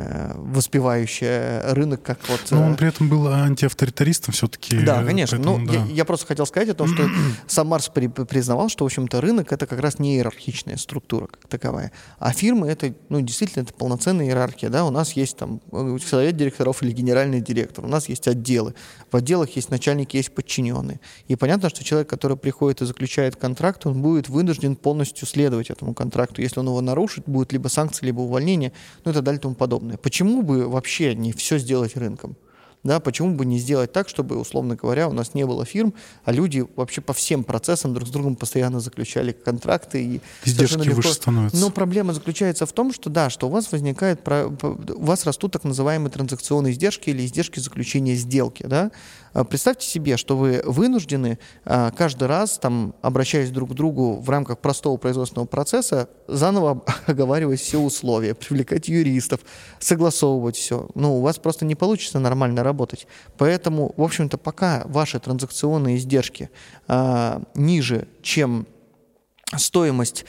воспевающая рынок как вот... Но он при этом был антиавторитаристом все-таки. Да, конечно. Поэтому, да. Я просто хотел сказать о том, что сам Маркс признавал, что, в общем-то, рынок — это как раз не иерархичная структура как таковая. А фирмы — это, ну, действительно, это полноценная иерархия. Да? У нас есть там совет директоров или генеральный директор, у нас есть отделы. В отделах есть начальники, есть подчиненные. И понятно, что человек, который приходит и заключает контракт, он будет вынужден полностью следовать этому контракту. Если он его нарушит, будет либо санкции, либо увольнение, ну и так далее и тому подобное. Почему бы вообще не все сделать рынком? Да, почему бы не сделать так, чтобы, условно говоря, у нас не было фирм, а люди вообще по всем процессам друг с другом постоянно заключали контракты. И издержки выше становятся. Но проблема заключается в том, что да, что у вас возникает, у вас растут так называемые транзакционные издержки или издержки заключения сделки. Да? Представьте себе, что вы вынуждены каждый раз, там, обращаясь друг к другу в рамках простого производственного процесса, заново оговаривать все условия, привлекать юристов, согласовывать все. Ну, у вас просто не получится нормально работать. Поэтому, в общем-то, пока ваши транзакционные издержки ниже, чем стоимость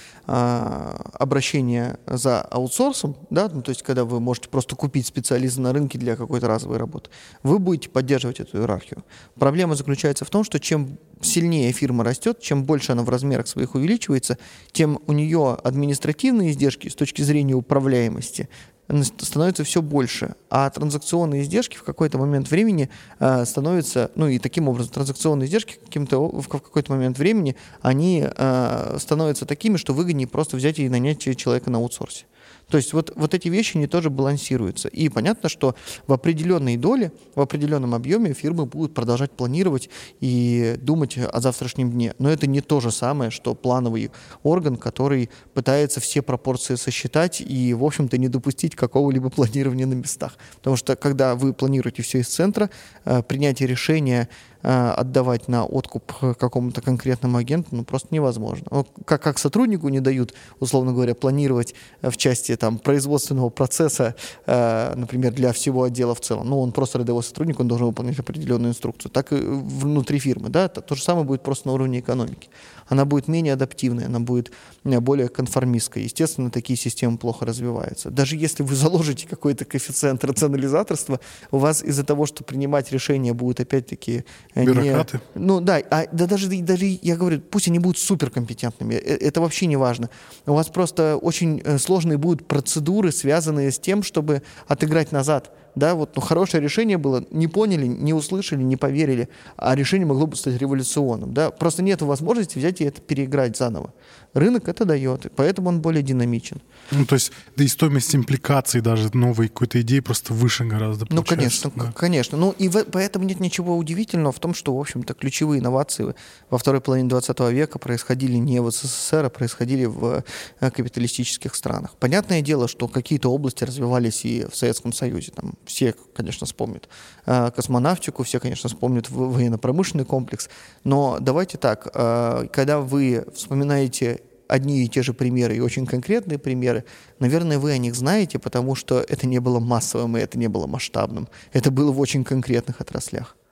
обращения за аутсорсом, да, ну, то есть когда вы можете просто купить специалиста на рынке для какой-то разовой работы, вы будете поддерживать эту иерархию. Проблема заключается в том, что чем сильнее фирма растет, чем больше она в размерах своих увеличивается, тем у нее административные издержки с точки зрения управляемости становится все больше, а транзакционные издержки в какой-то момент времени становятся, ну и таким образом транзакционные издержки в какой-то момент времени, они становятся такими, что выгоднее просто взять и нанять человека на аутсорсе. То есть вот эти вещи, они тоже балансируются. И понятно, что в определенной доле, в определенном объеме фирмы будут продолжать планировать и думать о завтрашнем дне. Но это не то же самое, что плановый орган, который пытается все пропорции сосчитать и, в общем-то, не допустить какого-либо планирования на местах. Потому что, когда вы планируете все из центра, принятие решения отдавать на откуп какому-то конкретному агенту, ну, просто невозможно. Ну, как сотруднику не дают, условно говоря, планировать в части там, производственного процесса, например, для всего отдела в целом. Ну, он просто рядовой сотрудник, он должен выполнять определенную инструкцию. Так и внутри фирмы. Да? То же самое будет просто на уровне экономики. Она будет менее адаптивной, она будет более конформистской. Естественно, такие системы плохо развиваются. Даже если вы заложите какой-то коэффициент рационализаторства, у вас из-за того, что принимать решения будут опять-таки бюрократы? Ну да, даже я говорю, пусть они будут суперкомпетентными, это вообще не важно. У вас просто очень сложные будут процедуры, связанные с тем, чтобы отыграть назад. Да, вот, хорошее решение было, не поняли, не услышали, не поверили, а решение могло бы стать революционным. Да? Просто нет возможности взять и это переиграть заново. Рынок это дает, поэтому он более динамичен. Ну, то есть, да и стоимость импликаций даже новой какой-то идеи просто выше гораздо получается. Ну, конечно, конечно. Ну, и поэтому нет ничего удивительного в том, что, в общем-то, ключевые инновации во второй половине 20 века происходили не в СССР, а происходили в капиталистических странах. Понятное дело, что какие-то области развивались и в Советском Союзе. Там все, конечно, вспомнят космонавтику, все, конечно, вспомнят военно-промышленный комплекс. Но давайте так, когда вы вспоминаете одни и те же примеры и очень конкретные примеры, наверное, вы о них знаете, потому что это не было массовым и это не было масштабным. Это было в очень конкретных отраслях.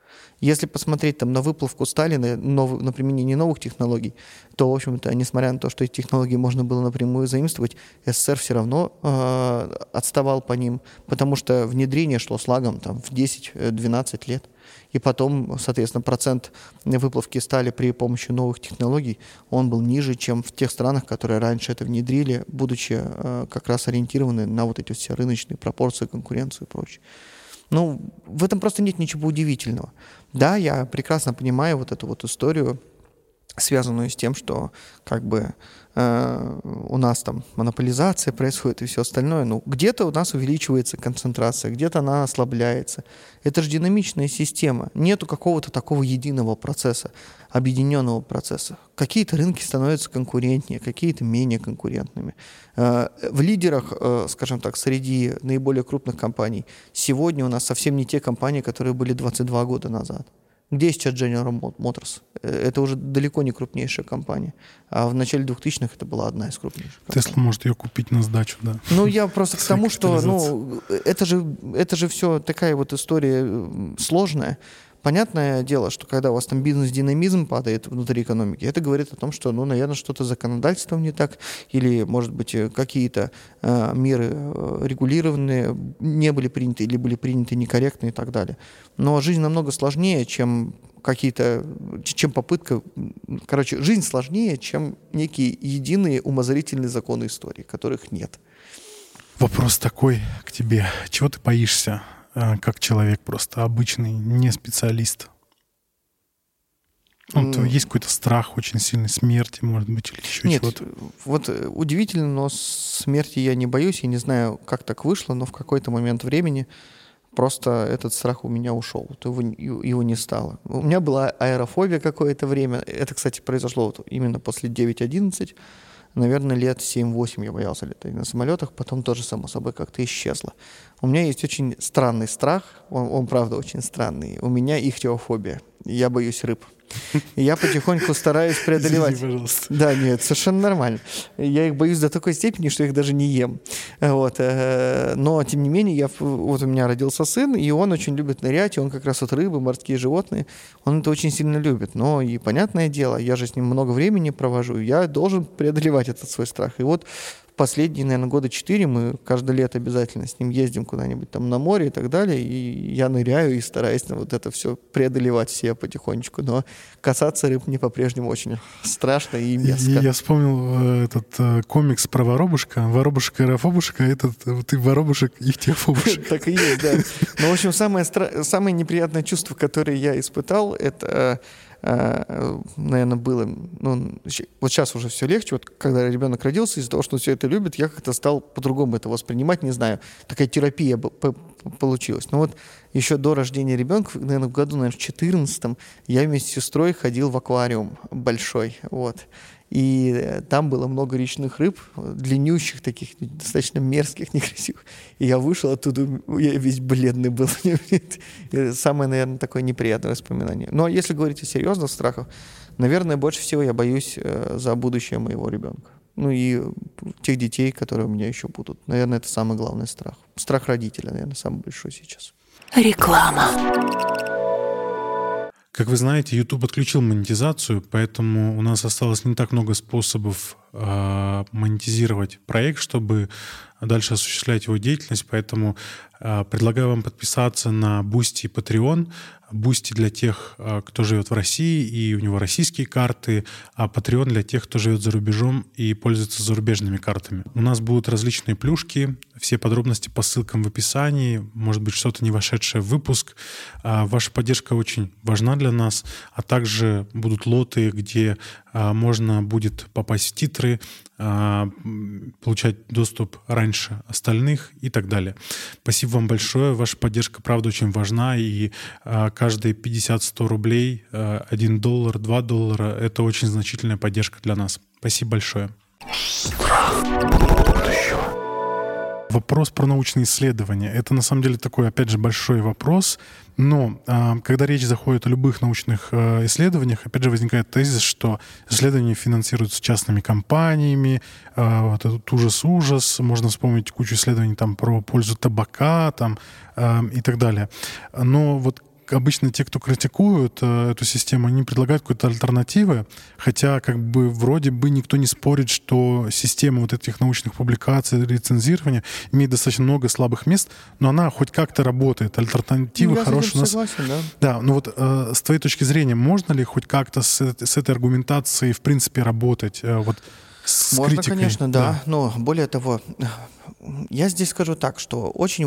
Если посмотреть там на выплавку стали на применение новых технологий, то, в общем-то, несмотря на то, что эти технологии можно было напрямую заимствовать, СССР все равно отставал по ним, потому что внедрение шло с лагом там, в 10-12 лет. И потом, соответственно, процент выплавки стали при помощи новых технологий, он был ниже, чем в тех странах, которые раньше это внедрили, будучи как раз ориентированы на вот эти все рыночные пропорции, конкуренцию и прочее. Ну, в этом просто нет ничего удивительного. Да, я прекрасно понимаю вот эту вот историю, связанную с тем, что как бы у нас там монополизация происходит и все остальное. Ну, где-то у нас увеличивается концентрация, где-то она ослабляется. Это же динамичная система. Нету какого-то такого единого процесса, объединенного процесса. Какие-то рынки становятся конкурентнее, какие-то менее конкурентными. В лидерах, скажем так, среди наиболее крупных компаний сегодня у нас совсем не те компании, которые были 22 года назад. Где сейчас General Motors? Это уже далеко не крупнейшая компания. А в начале 2000-х это была одна из крупнейших компаний. Tesla может ее купить на сдачу, да. Ну, я просто к тому, что это же все такая вот история сложная. Понятное дело, что когда у вас там бизнес-динамизм падает внутри экономики, это говорит о том, что, ну, наверное, что-то с законодательством не так, или, может быть, какие-то меры регулированные не были приняты, или были приняты некорректно и так далее. Но жизнь намного сложнее, чем попытка... Короче, жизнь сложнее, чем некие единые умозрительные законы истории, которых нет. Вопрос такой к тебе. Чего ты боишься? Как человек просто обычный, не специалист. Есть какой-то страх очень сильной смерти, может быть, или еще чего-то? Нет, вот удивительно, но смерти я не боюсь. Я не знаю, как так вышло, но в какой-то момент времени просто этот страх у меня ушел. Его не стало. У меня была аэрофобия какое-то время. Это, кстати, произошло вот именно после 9/11. Наверное, лет 7-8 я боялся летать на самолетах, потом тоже, само собой, как-то исчезло. У меня есть очень странный страх, он правда очень странный. У меня ихтиофобия, я боюсь рыб. И я потихоньку стараюсь преодолевать. Извини, пожалуйста. Да, нет, совершенно нормально. Я их боюсь до такой степени, что их даже не ем. Вот. Но, тем не менее, вот у меня родился сын, и он очень любит нырять, и он как раз вот рыбы, морские животные, он это очень сильно любит. Но и понятное дело, я же с ним много времени провожу, я должен преодолевать этот свой страх. И вот последние, наверное, года 4 мы каждое лето обязательно с ним ездим куда-нибудь там на море и так далее, и я ныряю и стараюсь вот это все преодолевать себе потихонечку, но касаться рыб мне по-прежнему очень страшно и мерзко. Я вспомнил этот комикс про воробушка. Воробушек и аэрофобушка, ты воробушек и ихтиофобушек. Так и есть, да. Но, в общем, самое неприятное чувство, которое я испытал, это... наверное, было... Ну, вот сейчас уже все легче. Вот когда ребенок родился, из-за того, что он все это любит, я как-то стал по-другому это воспринимать. Не знаю, такая терапия получилась. Но вот еще до рождения ребенка, наверное, в году, в 2014, я вместе с сестрой ходил в аквариум большой. Вот. И там было много речных рыб, длиннющих таких, достаточно мерзких, некрасивых. И я вышел оттуда, я весь бледный был. Самое, наверное, такое неприятное воспоминание. Но если говорить о серьезных страхах, наверное, больше всего я боюсь за будущее моего ребенка. Ну и тех детей, которые у меня еще будут. Наверное, это самый главный страх. Страх родителя, наверное, самый большой сейчас. Реклама. Как вы знаете, YouTube отключил монетизацию, поэтому у нас осталось не так много способов монетизировать проект, чтобы дальше осуществлять его деятельность. Поэтому предлагаю вам подписаться на Boosty и Patreon. Boosty для тех, кто живет в России, и у него российские карты, а Patreon для тех, кто живет за рубежом и пользуется зарубежными картами. У нас будут различные плюшки, все подробности по ссылкам в описании, может быть, что-то не вошедшее в выпуск. Ваша поддержка очень важна для нас, а также будут лоты, где можно будет попасть в титры, получать доступ раньше остальных и так далее. Спасибо вам большое. Ваша поддержка, правда, очень важна. И каждые 50-100 рублей, $1, $2 — это очень значительная поддержка для нас. Спасибо большое. Вопрос про научные исследования. Это, на самом деле, такой, опять же, большой вопрос. Но когда речь заходит о любых научных исследованиях, опять же, возникает тезис, что исследования финансируются частными компаниями. Вот этот ужас-ужас. Можно вспомнить кучу исследований там, про пользу табака там, и так далее. Но вот обычно те, кто критикуют эту систему, они предлагают какие-то альтернативы, хотя как бы вроде бы никто не спорит, что система вот этих научных публикаций, рецензирования имеет достаточно много слабых мест, но она хоть как-то работает. Альтернативы хорошие у нас. Согласен, да. Да, ну вот с твоей точки зрения, можно ли хоть как-то с этой аргументацией в принципе работать? Вот с Можно, критикой? конечно, да. Но более того, я здесь скажу так, что очень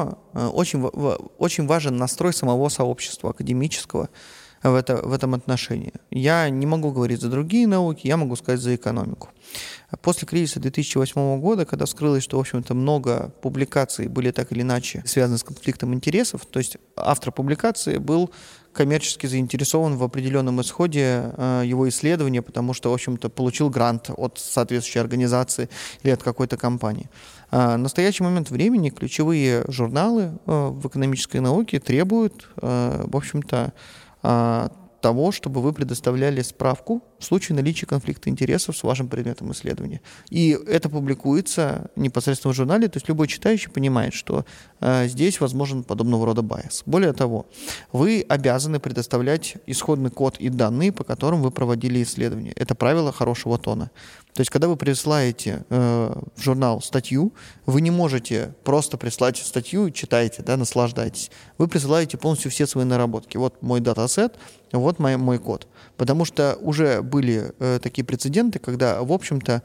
важен настрой самого сообщества академического в этом отношении. Я не могу говорить за другие науки, я могу сказать за экономику. После кризиса 2008 года, когда вскрылось, что, в общем-то, много публикаций были так или иначе связаны с конфликтом интересов, то есть автор публикации был коммерчески заинтересован в определенном исходе его исследования, потому что, в общем-то, получил грант от соответствующей организации или от какой-то компании. В настоящий момент времени ключевые журналы в экономической науке требуют, в общем-то, того, чтобы вы предоставляли справку в случае наличия конфликта интересов с вашим предметом исследования. И это публикуется непосредственно в журнале, то есть любой читающий понимает, что здесь возможен подобного рода байс. Более того, вы обязаны предоставлять исходный код и данные, по которым вы проводили исследование. Это правило хорошего тона. То есть, когда вы присылаете в журнал статью, вы не можете просто прислать статью, читайте, да, наслаждайтесь. Вы присылаете полностью все свои наработки. Вот мой датасет, вот мой код. Потому что уже были такие прецеденты, когда, в общем-то,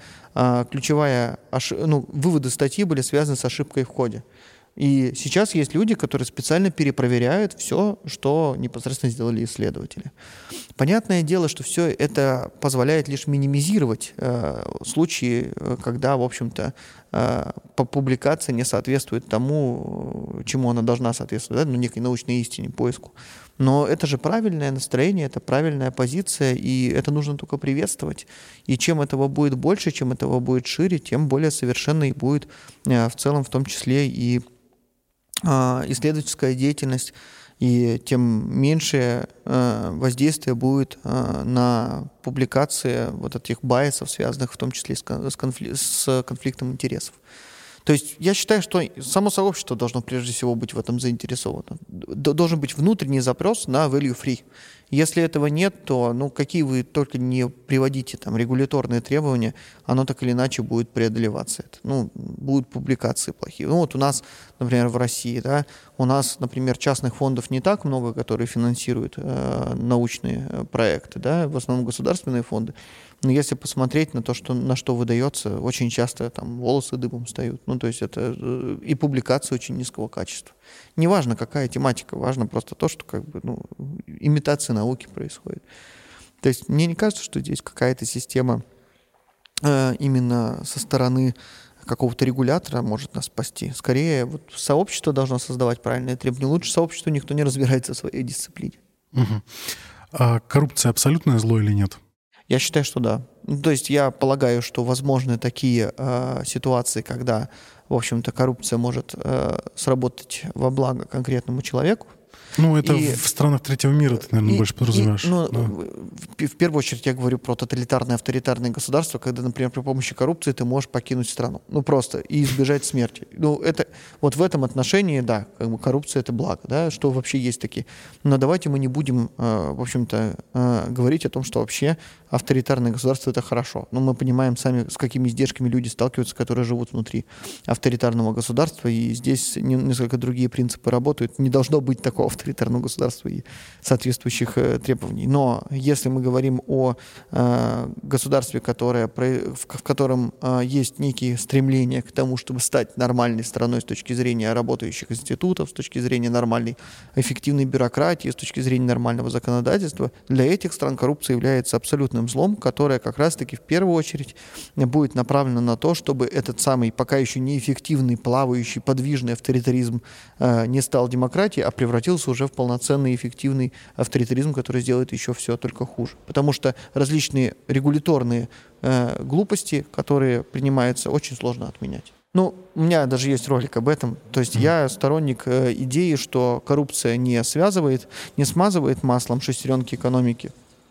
выводы статьи были связаны с ошибкой в коде. И сейчас есть люди, которые специально перепроверяют все, что непосредственно сделали исследователи. Понятное дело, что все это позволяет лишь минимизировать случаи, когда, в общем-то, публикация не соответствует тому, чему она должна соответствовать, да, некой научной истине, поиску. Но это же правильное настроение, это правильная позиция, и это нужно только приветствовать. И чем этого будет больше, чем этого будет шире, тем более совершенной будет в целом, в том числе и исследовательская деятельность, и тем меньше воздействие будет на публикации вот этих байсов, связанных в том числе с конфликтом интересов. То есть я считаю, что само сообщество должно прежде всего быть в этом заинтересовано. Должен быть внутренний запрос на value free. Если этого нет, то какие вы только не приводите там регуляторные требования, оно так или иначе будет преодолеваться. Будут публикации плохие. Вот у нас, например, в России, да, у нас, например, частных фондов не так много, которые финансируют научные проекты, да, в основном государственные фонды. Но если посмотреть на то, на что выдается, очень часто там волосы дыбом встают. То есть это и публикации очень низкого качества. Неважно, какая тематика, важно просто то, что имитация науки происходит. То есть мне не кажется, что здесь какая-то система именно со стороны какого-то регулятора может нас спасти. Скорее, сообщество должно создавать правильные требования. Лучше сообществу никто не разбирается в своей дисциплине. Угу. А коррупция абсолютное зло или нет? Я считаю, что да. То есть я полагаю, что возможны такие ситуации, когда, в общем-то, коррупция может сработать во благо конкретному человеку. Это в странах третьего мира ты, наверное, больше подразумеваешь. В первую очередь я говорю про тоталитарные, авторитарные государства, когда, например, при помощи коррупции ты можешь покинуть страну. Просто и избежать смерти. Это вот в этом отношении, да, коррупция — это благо, да, что вообще есть такие. Но давайте мы не будем, в общем-то, говорить о том, что вообще авторитарное государство — это хорошо. Мы понимаем сами, с какими издержками люди сталкиваются, которые живут внутри авторитарного государства, и здесь несколько другие принципы работают. Не должно быть такого авторитарного государства и соответствующих требований. Но если мы говорим о государстве, в котором есть некие стремления к тому, чтобы стать нормальной страной с точки зрения работающих институтов, с точки зрения нормальной эффективной бюрократии, с точки зрения нормального законодательства, для этих стран коррупция является абсолютным злом, которое как раз-таки в первую очередь будет направлено на то, чтобы этот самый пока еще неэффективный, плавающий, подвижный авторитаризм не стал демократией, а превратился уже в полноценный эффективный авторитаризм, который сделает еще все только хуже. Потому что различные регуляторные глупости, которые принимаются, очень сложно отменять. У меня даже есть ролик об этом. То есть я сторонник идеи, что коррупция не смазывает маслом шестеренки экономики.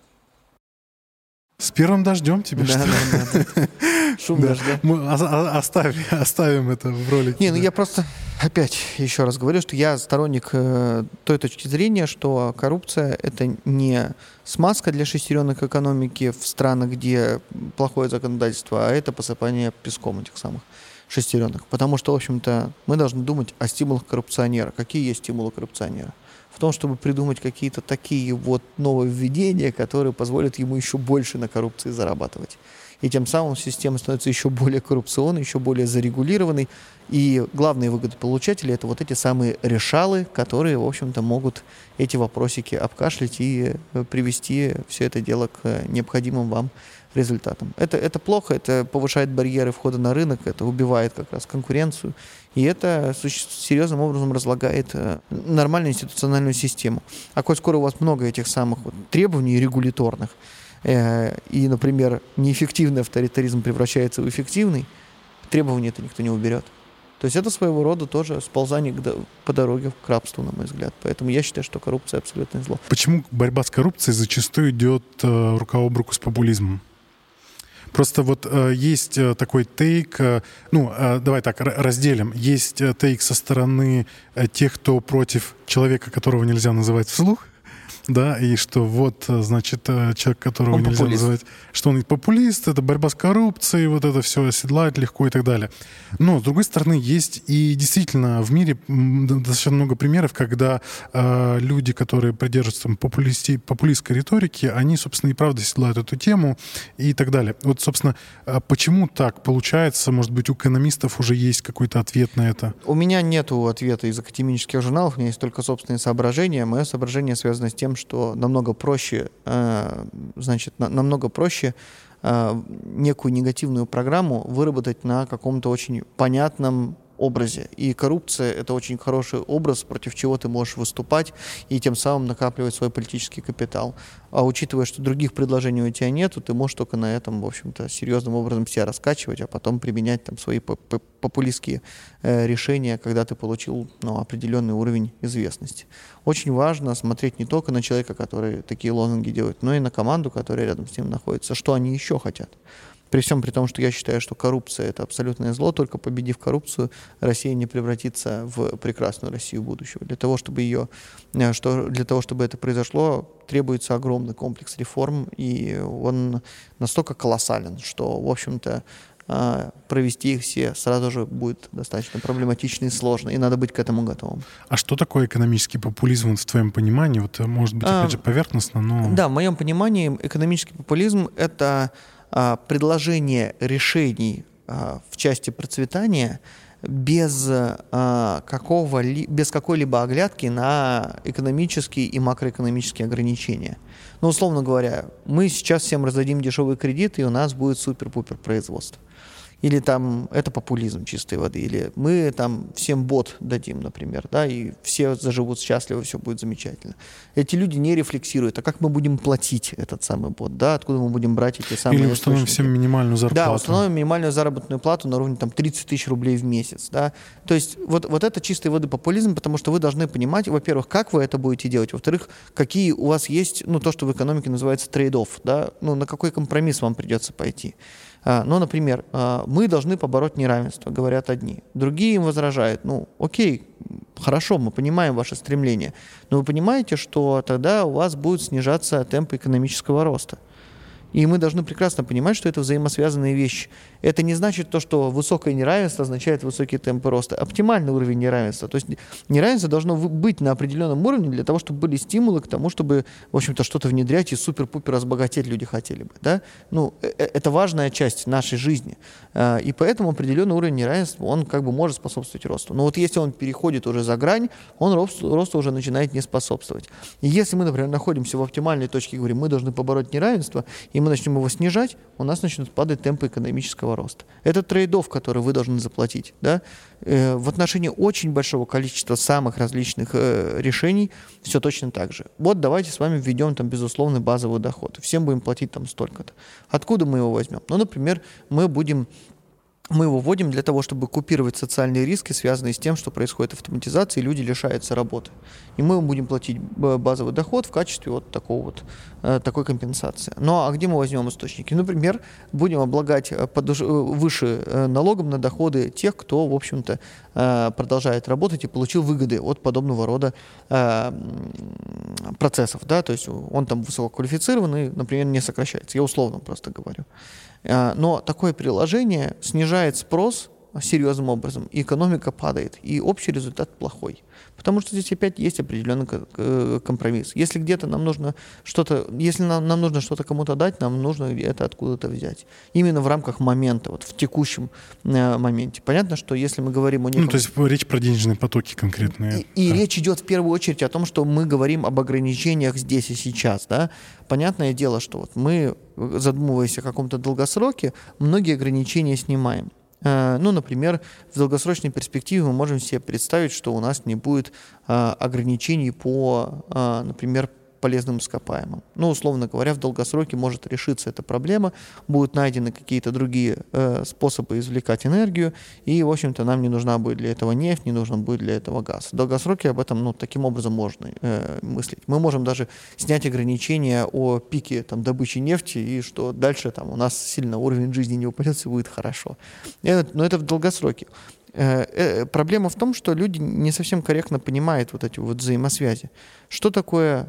С первым дождем тебе, что ли? Да. Шум дождя. Мы оставим это в ролике. Я просто Опять еще раз говорю, что я сторонник той точки зрения, что коррупция — это не смазка для шестеренок экономики в странах, где плохое законодательство, а это посыпание песком этих самых шестеренок. Потому что, в общем-то, мы должны думать о стимулах коррупционера. Какие есть стимулы коррупционера? В том, чтобы придумать какие-то такие вот нововведения, которые позволят ему еще больше на коррупции зарабатывать. И тем самым система становится еще более коррупционной, еще более зарегулированной. И главные выгодополучатели — это вот эти самые решалы, которые, в общем-то, могут эти вопросики обкашлять и привести все это дело к необходимым вам результатам. Это плохо, это повышает барьеры входа на рынок, это убивает как раз конкуренцию, и это серьезным образом разлагает нормальную институциональную систему. А коль скоро у вас много этих самых вот требований регуляторных, и, например, неэффективный авторитаризм превращается в эффективный, требования-то никто не уберет. То есть это своего рода тоже сползание по дороге к рабству, на мой взгляд. Поэтому я считаю, что коррупция — абсолютное зло. Почему борьба с коррупцией зачастую идет рука об руку с популизмом? Просто вот есть такой тейк, давай так, разделим. Есть тейк со стороны тех, кто против человека, которого нельзя называть вслух, да, и что вот, значит, человек, которого он нельзя популист. называть, что он популист, это борьба с коррупцией, вот это все оседлать легко и так далее. Но, с другой стороны, есть и действительно в мире достаточно много примеров, когда люди, которые придерживаются популистской риторики, они, собственно, и правда оседлают эту тему и так далее. Вот, собственно, почему так получается? Может быть, у экономистов уже есть какой-то ответ на это? У меня нет ответа из академических журналов, у меня есть только собственные соображения. Мое соображение связано с тем, что намного проще, некую негативную программу выработать на каком-то очень понятном образе. И коррупция — это очень хороший образ, против чего ты можешь выступать и тем самым накапливать свой политический капитал. А учитывая, что других предложений у тебя нету, ты можешь только на этом, в общем-то, серьезным образом себя раскачивать, а потом применять там свои популистские решения, когда ты получил определенный уровень известности. Очень важно смотреть не только на человека, который такие лозунги делает, но и на команду, которая рядом с ним находится. Что они еще хотят? При всем при том, что я считаю, что коррупция — это абсолютное зло, только победив коррупцию, Россия не превратится в прекрасную Россию будущего. Для того, чтобы это произошло, требуется огромный комплекс реформ, и он настолько колоссален, что, в общем-то, провести их все сразу же будет достаточно проблематично и сложно, и надо быть к этому готовым. А что такое экономический популизм в твоем понимании? Вот, может быть, опять же, поверхностно, но... Да, в моем понимании экономический популизм — это предложение решений в части процветания без какой-либо оглядки на экономические и макроэкономические ограничения. Ну, условно говоря, мы сейчас всем раздадим дешевые кредиты, и у нас будет супер-пупер производство. Или там это популизм чистой воды, или мы там всем бот дадим, например, да, и все заживут счастливо, все будет замечательно. Эти люди не рефлексируют, а как мы будем платить этот самый бот, да, откуда мы будем брать эти самые Или установим всем минимальную зарплату. Да, установим минимальную заработную плату на уровне там 30 тысяч рублей в месяц, да. То есть вот это чистой воды популизм, потому что вы должны понимать, во-первых, как вы это будете делать, во-вторых, какие у вас есть, то, что в экономике называется трейд-офф, да, на какой компромисс вам придется пойти. Например, мы должны побороть неравенство, говорят одни. Другие им возражают, окей, хорошо, мы понимаем ваше стремление, но вы понимаете, что тогда у вас будет снижаться темп экономического роста. И мы должны прекрасно понимать, что это взаимосвязанные вещи. Это не значит то, что высокое неравенство означает высокие темпы роста. Оптимальный уровень неравенства. То есть неравенство должно быть на определенном уровне для того, чтобы были стимулы к тому, чтобы, в общем-то, что-то внедрять и супер-пупер разбогатеть люди хотели бы. Да? Это важная часть нашей жизни. И поэтому определенный уровень неравенства, он как бы может способствовать росту. Но вот если он переходит уже за грань, он росту уже начинает не способствовать. И если мы, например, находимся в оптимальной точке и говорим, мы должны побороть неравенство, и мы начнем его снижать, у нас начнут падать темпы экономического роста. Это трейд-офф, который вы должны заплатить. Да? В отношении очень большого количества самых различных решений все точно так же. Вот давайте с вами введем там безусловный базовый доход. Всем будем платить там столько-то. Откуда мы его возьмем? Например, мы будем Мы его вводим для того, чтобы купировать социальные риски, связанные с тем, что происходит автоматизация, и люди лишаются работы. И мы будем платить базовый доход в качестве вот такой компенсации. Ну а где мы возьмем источники? Например, будем облагать выше налогом на доходы тех, кто, в общем-то, продолжает работать и получил выгоды от подобного рода процессов. Да? То есть он там высококвалифицированный, например, не сокращается. Я условно просто говорю. Но такое приложение снижает спрос серьезным образом, и экономика падает, и общий результат плохой. Потому что здесь опять есть определенный компромисс. Если где-то нам нужно что-то, если нам нужно что-то кому-то дать, нам нужно это откуда-то взять. Именно в рамках момента, вот в текущем моменте. Понятно, что если мы говорим о неком... Ну, то есть речь про денежные потоки конкретные. И речь идет в первую очередь о том, что мы говорим об ограничениях здесь и сейчас. Да? Понятное дело, что вот мы, задумываясь о каком-то долгосроке, многие ограничения снимаем. Ну, например, в долгосрочной перспективе мы можем себе представить, что у нас не будет ограничений по, например, полезным ископаемым. Ну, условно говоря, в долгосроке может решиться эта проблема, будут найдены какие-то другие способы извлекать энергию, и, в общем-то, нам не нужна будет для этого нефть, не нужен будет для этого газ. В долгосроке об этом, таким образом можно мыслить. Мы можем даже снять ограничения о пике добычи нефти, и что дальше у нас сильно уровень жизни не упадет, все будет хорошо. Но это в долгосроке. Проблема в том, что люди не совсем корректно понимают вот эти вот взаимосвязи. Что такое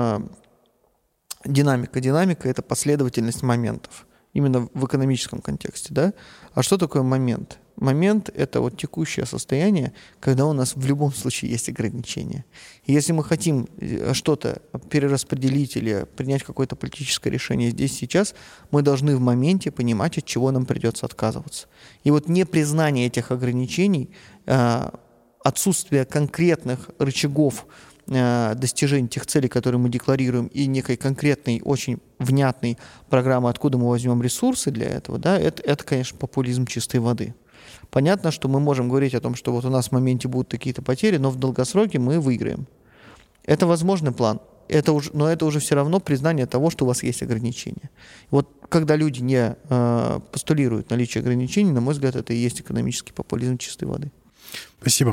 динамика? Динамика — это последовательность моментов, именно в экономическом контексте, да? А что такое момент? Момент — это вот текущее состояние, когда у нас в любом случае есть ограничения. И если мы хотим что-то перераспределить или принять какое-то политическое решение здесь, сейчас, мы должны в моменте понимать, от чего нам придется отказываться. И вот непризнание этих ограничений, отсутствие конкретных рычагов достижения тех целей, которые мы декларируем, и некой конкретной, очень внятной программы, откуда мы возьмем ресурсы для этого, да, это, конечно, популизм чистой воды. Понятно, что мы можем говорить о том, что вот у нас в моменте будут какие-то потери, но в долгосроке мы выиграем. Это возможный план, но это уже все равно признание того, что у вас есть ограничения. Вот когда люди не постулируют наличие ограничений, на мой взгляд, это и есть экономический популизм чистой воды. Спасибо.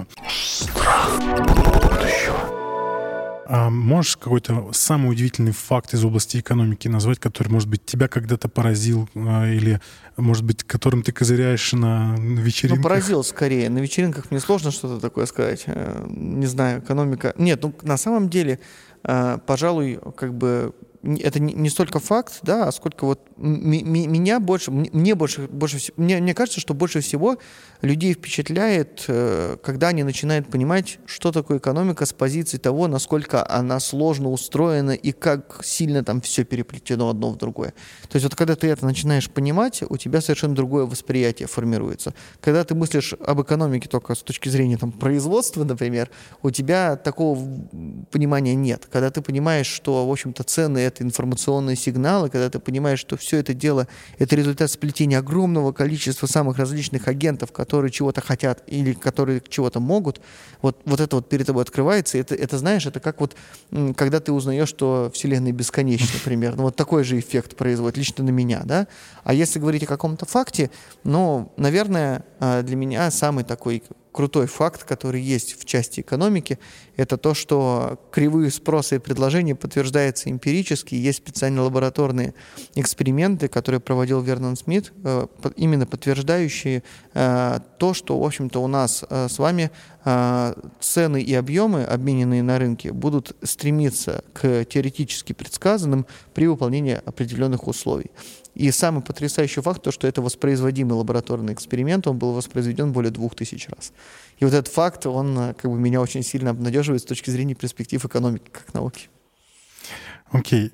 А можешь какой-то самый удивительный факт из области экономики назвать, который, может быть, тебя когда-то поразил, или, может быть, которым ты козыряешь на вечеринках? Поразил скорее. На вечеринках мне сложно что-то такое сказать. Не знаю, экономика... Нет, на самом деле, пожалуй, это не столько факт, да, а сколько вот мне кажется, что больше всего людей впечатляет, когда они начинают понимать, что такое экономика с позиции того, насколько она сложно устроена и как сильно там все переплетено одно в другое. То есть вот когда ты это начинаешь понимать, у тебя совершенно другое восприятие формируется. Когда ты мыслишь об экономике только с точки зрения производства, например, у тебя такого понимания нет. Когда ты понимаешь, что, в общем-то, цены — это информационные сигналы, когда ты понимаешь, что все это дело — это результат сплетения огромного количества самых различных агентов, которые чего-то хотят или которые чего-то могут, вот это вот перед тобой открывается, и это знаешь, это как вот, когда ты узнаешь, что Вселенная бесконечна, примерно. Вот такой же эффект производит лично на меня, да? А если говорить о каком-то факте, наверное, для меня самый такой крутой факт, который есть в части экономики, это то, что кривые спроса и предложения подтверждаются эмпирически. Есть специальные лабораторные эксперименты, которые проводил Вернон Смит, именно подтверждающие то, что, в общем-то, у нас с вами цены и объемы, обмененные на рынке, будут стремиться к теоретически предсказанным при выполнении определенных условий. И самый потрясающий факт, то, что это воспроизводимый лабораторный эксперимент, он был воспроизведен более 2000 раз. И вот этот факт, он меня очень сильно обнадеживает с точки зрения перспектив экономики как науки. Окей.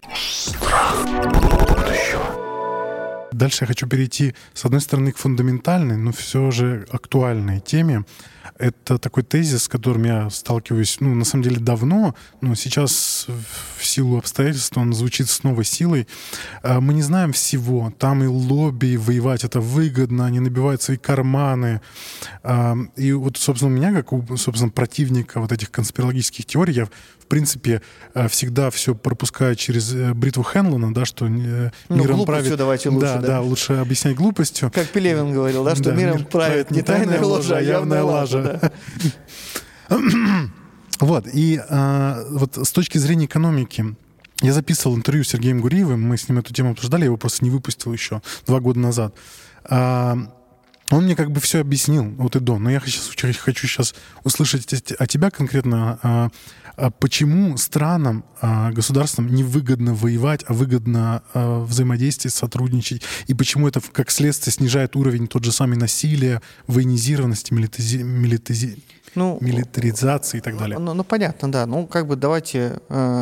Дальше я хочу перейти, с одной стороны, к фундаментальной, но все же актуальной теме. Это такой тезис, с которым я сталкиваюсь, на самом деле, давно, но сейчас в силу обстоятельств он звучит с новой силой. Мы не знаем всего. Там и лобби, и воевать это выгодно, они набивают свои карманы. И вот, собственно, у меня, как у, собственно, противника вот этих конспирологических теорий, я, в принципе, всегда все пропускаю через бритву Хенлона, да, что миром правит... давайте лучше, да, лучше объяснять глупостью. Как Пелевин говорил, да, что миром правит не тайная ложь, а явная лажа. Вот, и вот с точки зрения экономики, я записывал интервью с Сергеем Гуриевым, мы с ним эту тему обсуждали, я его просто не выпустил еще 2 года назад. Он мне как бы все объяснил от и до, но я хочу сейчас услышать от тебя конкретно, почему странам, государствам не выгодно воевать, а выгодно взаимодействовать, сотрудничать, и почему это как следствие снижает уровень тот же самый насилия, военизированности, милитаризации и так далее. Ну, понятно, да. Ну, как бы давайте...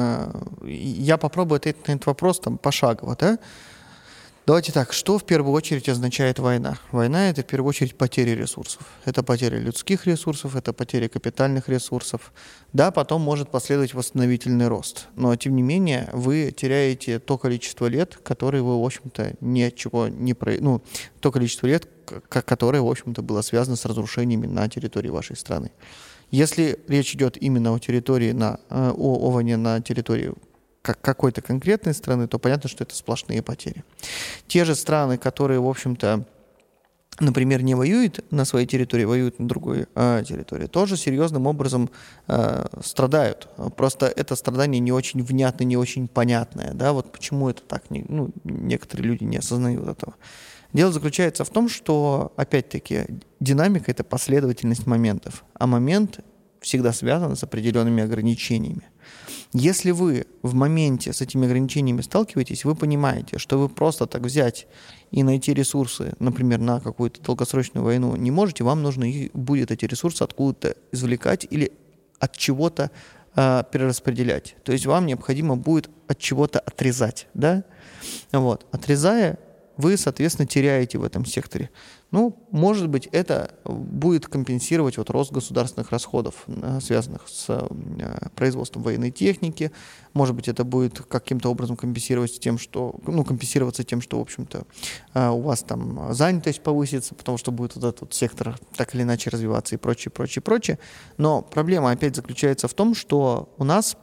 я попробую ответить на этот вопрос там пошагово, да? Давайте так, что в первую очередь означает война? Война — это в первую очередь потеря ресурсов. Это потеря людских ресурсов, это потеря капитальных ресурсов. Да, потом может последовать восстановительный рост. Но, тем не менее, вы теряете то количество лет, которые вы, в общем-то, ничего не... Ну, то количество лет, которое, в общем-то, было связано с разрушениями на территории вашей страны. Если речь идет именно о территории, о войне на территории какой-то конкретной страны, то понятно, что это сплошные потери. Те же страны, которые, в общем-то, например, не воюют на своей территории, воюют на другой территории, тоже серьезным образом страдают. Просто это страдание не очень внятное, не очень понятное. Да? Вот почему это так, некоторые люди не осознают этого. Дело заключается в том, что, опять-таки, динамика — это последовательность моментов, а момент всегда связан с определенными ограничениями. Если вы в моменте с этими ограничениями сталкиваетесь, вы понимаете, что вы просто так взять и найти ресурсы, например, на какую-то долгосрочную войну не можете, вам нужно будет эти ресурсы откуда-то извлекать или от чего-то перераспределять. То есть вам необходимо будет от чего-то отрезать. Да? Вот. Отрезая, вы, соответственно, теряете в этом секторе. Ну, может быть, это будет компенсировать вот рост государственных расходов, связанных с производством военной техники. Может быть, это будет каким-то образом компенсироваться тем, что, в общем-то, у вас там занятость повысится, потому что будет вот этот вот сектор так или иначе развиваться и прочее. Но проблема опять заключается в том, что у нас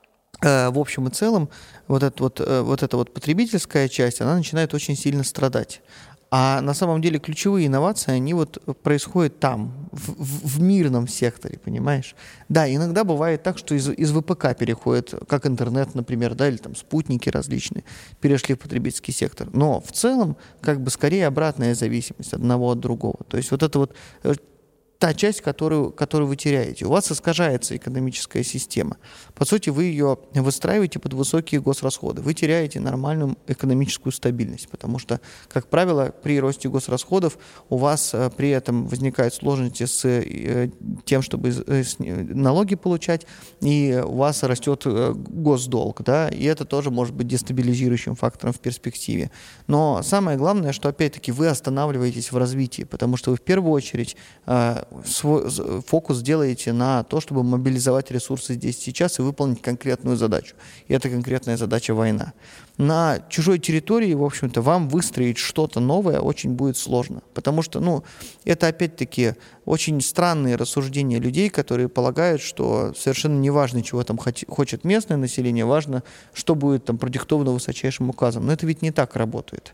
в общем и целом вот эта потребительская часть, она начинает очень сильно страдать. А на самом деле ключевые инновации, они вот происходят там, в мирном секторе, понимаешь? Да, иногда бывает так, что из ВПК переходит, как интернет, например, да, или там спутники различные, перешли в потребительский сектор. Но в целом, как бы скорее обратная зависимость одного от другого. То есть вот это вот та часть, которую вы теряете. У вас искажается экономическая система. По сути, вы ее выстраиваете под высокие госрасходы. Вы теряете нормальную экономическую стабильность, потому что, как правило, при росте госрасходов у вас при этом возникают сложности с тем, чтобы налоги получать, и у вас растет госдолг, да, и это тоже может быть дестабилизирующим фактором в перспективе. Но самое главное, что, опять-таки, вы останавливаетесь в развитии, потому что вы в первую очередь свой фокус делаете на то, чтобы мобилизовать ресурсы здесь сейчас и выполнить конкретную задачу. И эта конкретная задача — война. На чужой территории, в общем-то, вам выстроить что-то новое очень будет сложно. Потому что, это опять-таки очень странные рассуждения людей, которые полагают, что совершенно не важно, чего там хочет местное население, важно, что будет там продиктовано высочайшим указом. Но это ведь не так работает.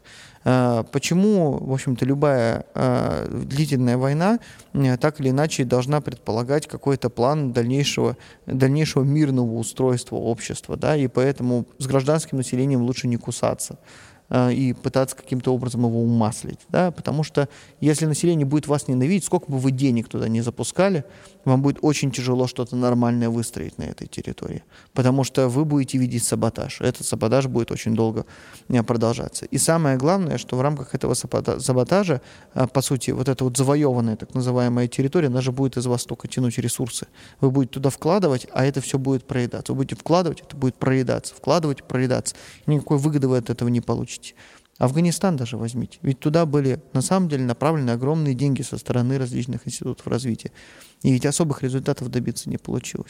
Почему, в общем-то, любая длительная война так или иначе должна предполагать какой-то план дальнейшего мирного устройства общества, да, и поэтому с гражданским населением лучше не кусаться и пытаться каким-то образом его умаслить, да, потому что если население будет вас ненавидеть, сколько бы вы денег туда не запускали, вам будет очень тяжело что-то нормальное выстроить на этой территории, потому что вы будете видеть саботаж. Этот саботаж будет очень долго продолжаться. И самое главное, что в рамках этого саботажа, по сути, вот эта вот завоеванная так называемая территория, она же будет из вас только тянуть ресурсы. Вы будете туда вкладывать, а это все будет проедаться. Вы будете вкладывать, это будет проедаться. Вкладывать, проедаться. Никакой выгоды вы от этого не получите. Афганистан даже возьмите. Ведь туда были на самом деле направлены огромные деньги со стороны различных институтов развития. И ведь особых результатов добиться не получилось.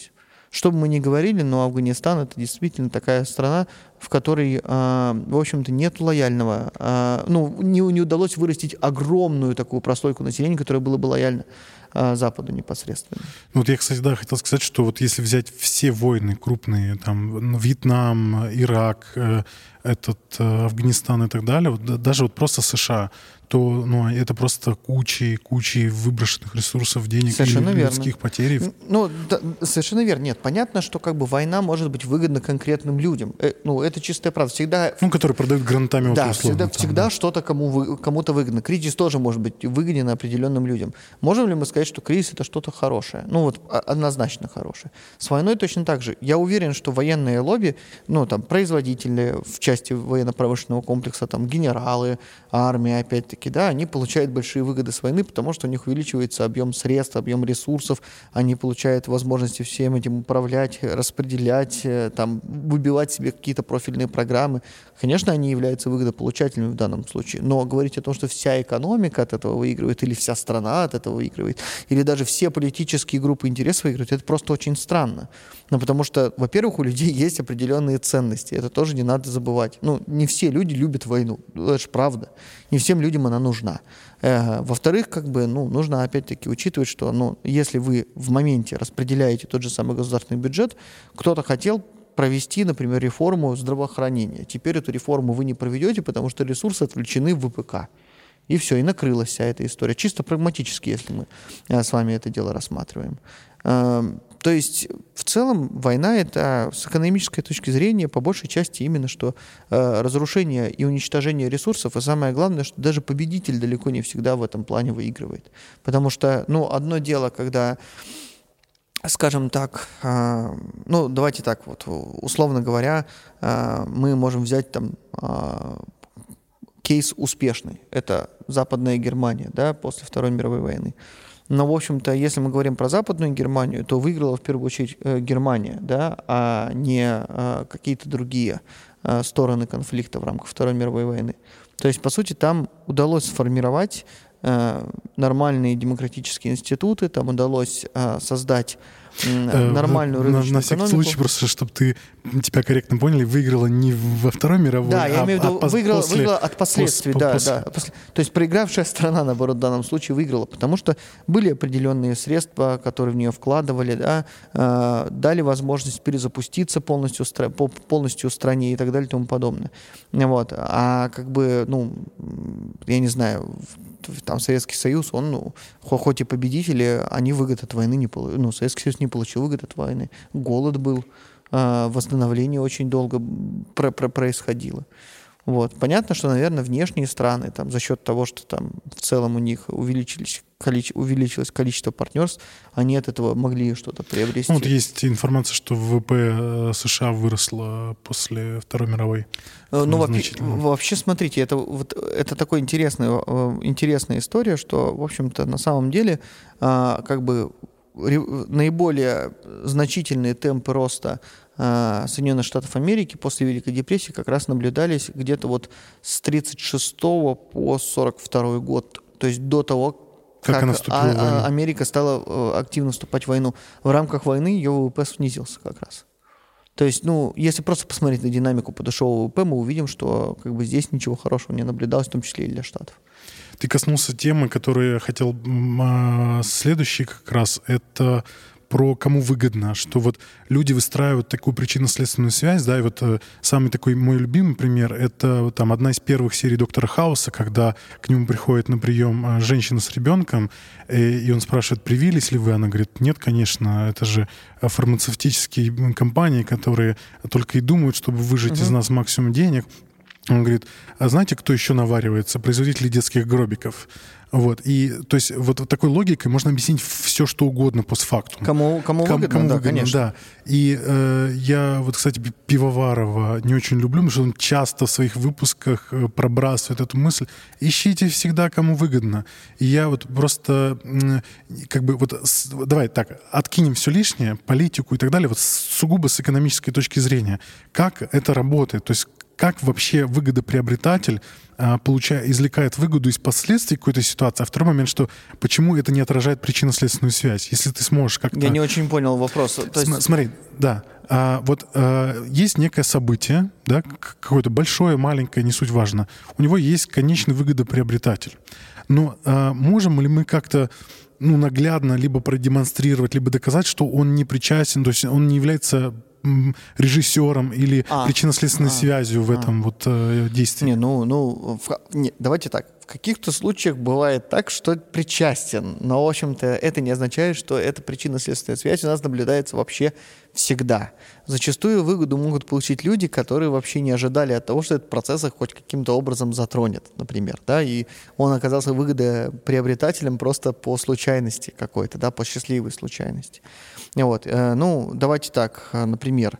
Что бы мы ни говорили, но Афганистан — это действительно такая страна, в которой, в общем-то, нет лояльного, не удалось вырастить огромную такую прослойку населения, которая была бы лояльна Западу непосредственно. Ну, вот я, кстати, хотел сказать, что вот если взять все войны крупные, там, Вьетнам, Ирак, Афганистан и так далее, вот, даже вот просто США, то это просто кучи выброшенных ресурсов, денег и людских потерь. Совершенно верно. Нет, понятно, что как бы война может быть выгодна конкретным людям. Это чистая правда. Всегда... которые продают грантами. Да, всегда что-то кому-то выгодно. Кризис тоже может быть выгоден определенным людям. Можем ли мы сказать, что кризис — это что-то хорошее? Однозначно хорошее. С войной точно так же. Я уверен, что военные лобби, производители в части военно-промышленного комплекса, генералы, армия, опять-таки, они получают большие выгоды с войны, потому что у них увеличивается объем средств, объем ресурсов, они получают возможности всем этим управлять, распределять, выбивать себе какие-то профильные программы. Конечно, они являются выгодополучателями в данном случае, но говорить о том, что вся экономика от этого выигрывает, или вся страна от этого выигрывает, или даже все политические группы интересов выигрывают, это просто очень странно. Потому что, во-первых, у людей есть определенные ценности, это тоже не надо забывать. Не все люди любят войну, это же правда. Не всем людям она нужна. Во-вторых, нужно опять-таки учитывать, что если вы в моменте распределяете тот же самый государственный бюджет, кто-то хотел провести, например, реформу здравоохранения. Теперь эту реформу вы не проведете, потому что ресурсы отвлечены в ВПК. И все, и накрылась вся эта история. Чисто прагматически, если мы с вами это дело рассматриваем. То есть, в целом, война — это с экономической точки зрения по большей части именно что разрушение и уничтожение ресурсов, и самое главное, что даже победитель далеко не всегда в этом плане выигрывает. Потому что, одно дело, когда, скажем так, давайте так вот, условно говоря, мы можем взять кейс успешный. Это Западная Германия, после Второй мировой войны. Но, в общем-то, если мы говорим про Западную Германию, то выиграла в первую очередь Германия, а не какие-то другие стороны конфликта в рамках Второй мировой войны. То есть, по сути, там удалось сформировать нормальные демократические институты, там удалось создать нормальную рыночную на всякий экономику. случай, просто чтобы тебя корректно поняли, выиграла не во Второй мировой, я имею в виду, выиграла от последствий. То есть проигравшая страна, наоборот, в данном случае выиграла, потому что были определенные средства, которые в нее вкладывали, дали возможность перезапуститься полностью стране и так далее и тому подобное. А я не знаю, Советский Союз, он, хоть и победители, они выгод от войны не получили. Советский Союз не получил выгод от войны. Голод был, восстановление очень долго происходило. Понятно, что, наверное, внешние страны за счет того, что в целом у них увеличилось количество партнерств, они от этого могли что-то приобрести. Есть информация, что ВВП США выросло после Второй мировой. Вообще, смотрите, это такая интересная история, что, в общем-то, на самом деле, наиболее значительные темпы роста Соединенных Штатов Америки после Великой депрессии как раз наблюдались где-то с 1936 по 1942 год. То есть до того, как Америка стала активно вступать в войну. В рамках войны ее ВВП снизился как раз. То есть, если просто посмотреть на динамику подушевого ВВП, мы увидим, что здесь ничего хорошего не наблюдалось, в том числе и для Штатов. Ты коснулся темы, которую я хотел следующий как раз, это про кому выгодно, что люди выстраивают такую причинно-следственную связь, и самый такой мой любимый пример — это одна из первых серий «Доктора Хауса», когда к нему приходит на прием женщина с ребенком, и он спрашивает, привились ли вы? Она говорит, нет, конечно, это же фармацевтические компании, которые только и думают, чтобы выжать из нас максимум денег. Он говорит, а знаете, кто еще наваривается? Производители детских гробиков. И то есть такой логикой можно объяснить все, что угодно постфактум. Кому выгодно, конечно. Да. И я, кстати, Пивоварова не очень люблю, потому что он часто в своих выпусках пробрасывает эту мысль. Ищите всегда, кому выгодно. И я просто давай так, откинем все лишнее, политику и так далее, сугубо с экономической точки зрения. Как это работает? То есть как вообще выгодоприобретатель извлекает выгоду из последствий какой-то ситуации, а второй момент, что почему это не отражает причинно-следственную связь, если ты сможешь как-то... Я не очень понял вопрос. Смотри, да, есть некое событие, да, какое-то большое, маленькое, не суть важно. У него есть конечный выгодоприобретатель. Но можем ли мы как-то наглядно либо продемонстрировать, либо доказать, что он не причастен, то есть он не является режиссером или причинно-следственной связью в этом действии? Давайте так. В каких-то случаях бывает так, что причастен, но, в общем-то, это не означает, что эта причинно-следственная связь у нас наблюдается вообще всегда. Зачастую выгоду могут получить люди, которые вообще не ожидали от того, что этот процесс их хоть каким-то образом затронет, например, да, и он оказался выгодоприобретателем просто по случайности какой-то, да, по счастливой случайности. Вот. Давайте так, например,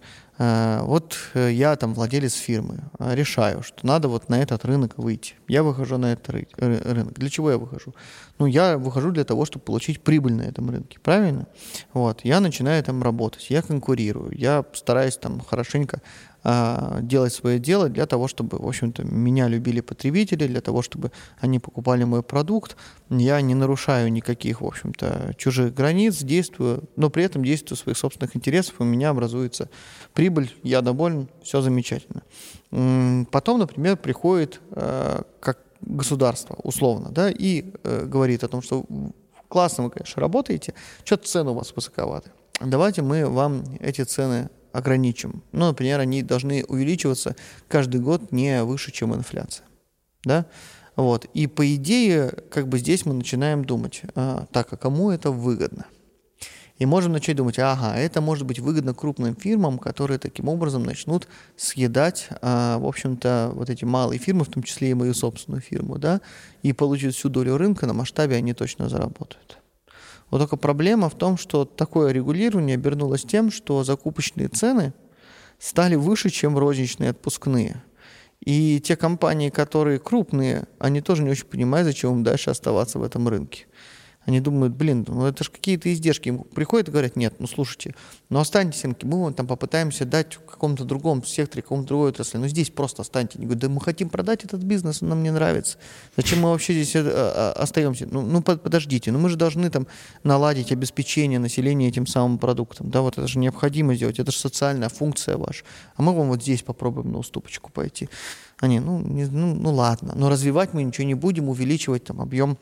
я там владелец фирмы, решаю, что надо вот на этот рынок выйти. Я выхожу на этот рынок. Для чего я выхожу? Я выхожу для того, чтобы получить прибыль на этом рынке, правильно? Вот. Я начинаю там работать, я конкурирую, я стараюсь там хорошенько делать свое дело для того, чтобы, в общем-то, меня любили потребители, для того, чтобы они покупали мой продукт. Я не нарушаю никаких, в общем-то, чужих границ, действую, но при этом действую своих собственных интересов, у меня образуется прибыль, я доволен, все замечательно. Потом, например, приходит как государство, условно, да, и говорит о том, что классно вы, конечно, работаете, что-то цены у вас высоковаты. Давайте мы вам эти цены ограничим. Например, они должны увеличиваться каждый год не выше, чем инфляция. Да? Вот. И по идее, здесь мы начинаем думать, а кому это выгодно? И можем начать думать, это может быть выгодно крупным фирмам, которые таким образом начнут съедать, в общем-то, вот эти малые фирмы, в том числе и мою собственную фирму, да, и получат всю долю рынка, на масштабе они точно заработают. Вот только проблема в том, что такое регулирование обернулось тем, что закупочные цены стали выше, чем розничные отпускные. И те компании, которые крупные, они тоже не очень понимают, зачем им дальше оставаться в этом рынке. Они думают, это же какие-то издержки. Им приходят и говорят, нет, слушайте, останьтесь, мы вам там попытаемся дать в каком-то другом секторе, каком-то другой отрасли, здесь просто останьтесь. Они говорят, мы хотим продать этот бизнес, он нам не нравится. Зачем мы вообще здесь остаемся? Подождите, мы же должны там наладить обеспечение населения этим самым продуктом. Да, вот это же необходимо сделать, это же социальная функция ваша. А мы вам вот здесь попробуем на уступочку пойти. Они, ладно, но развивать мы ничего не будем, увеличивать там объем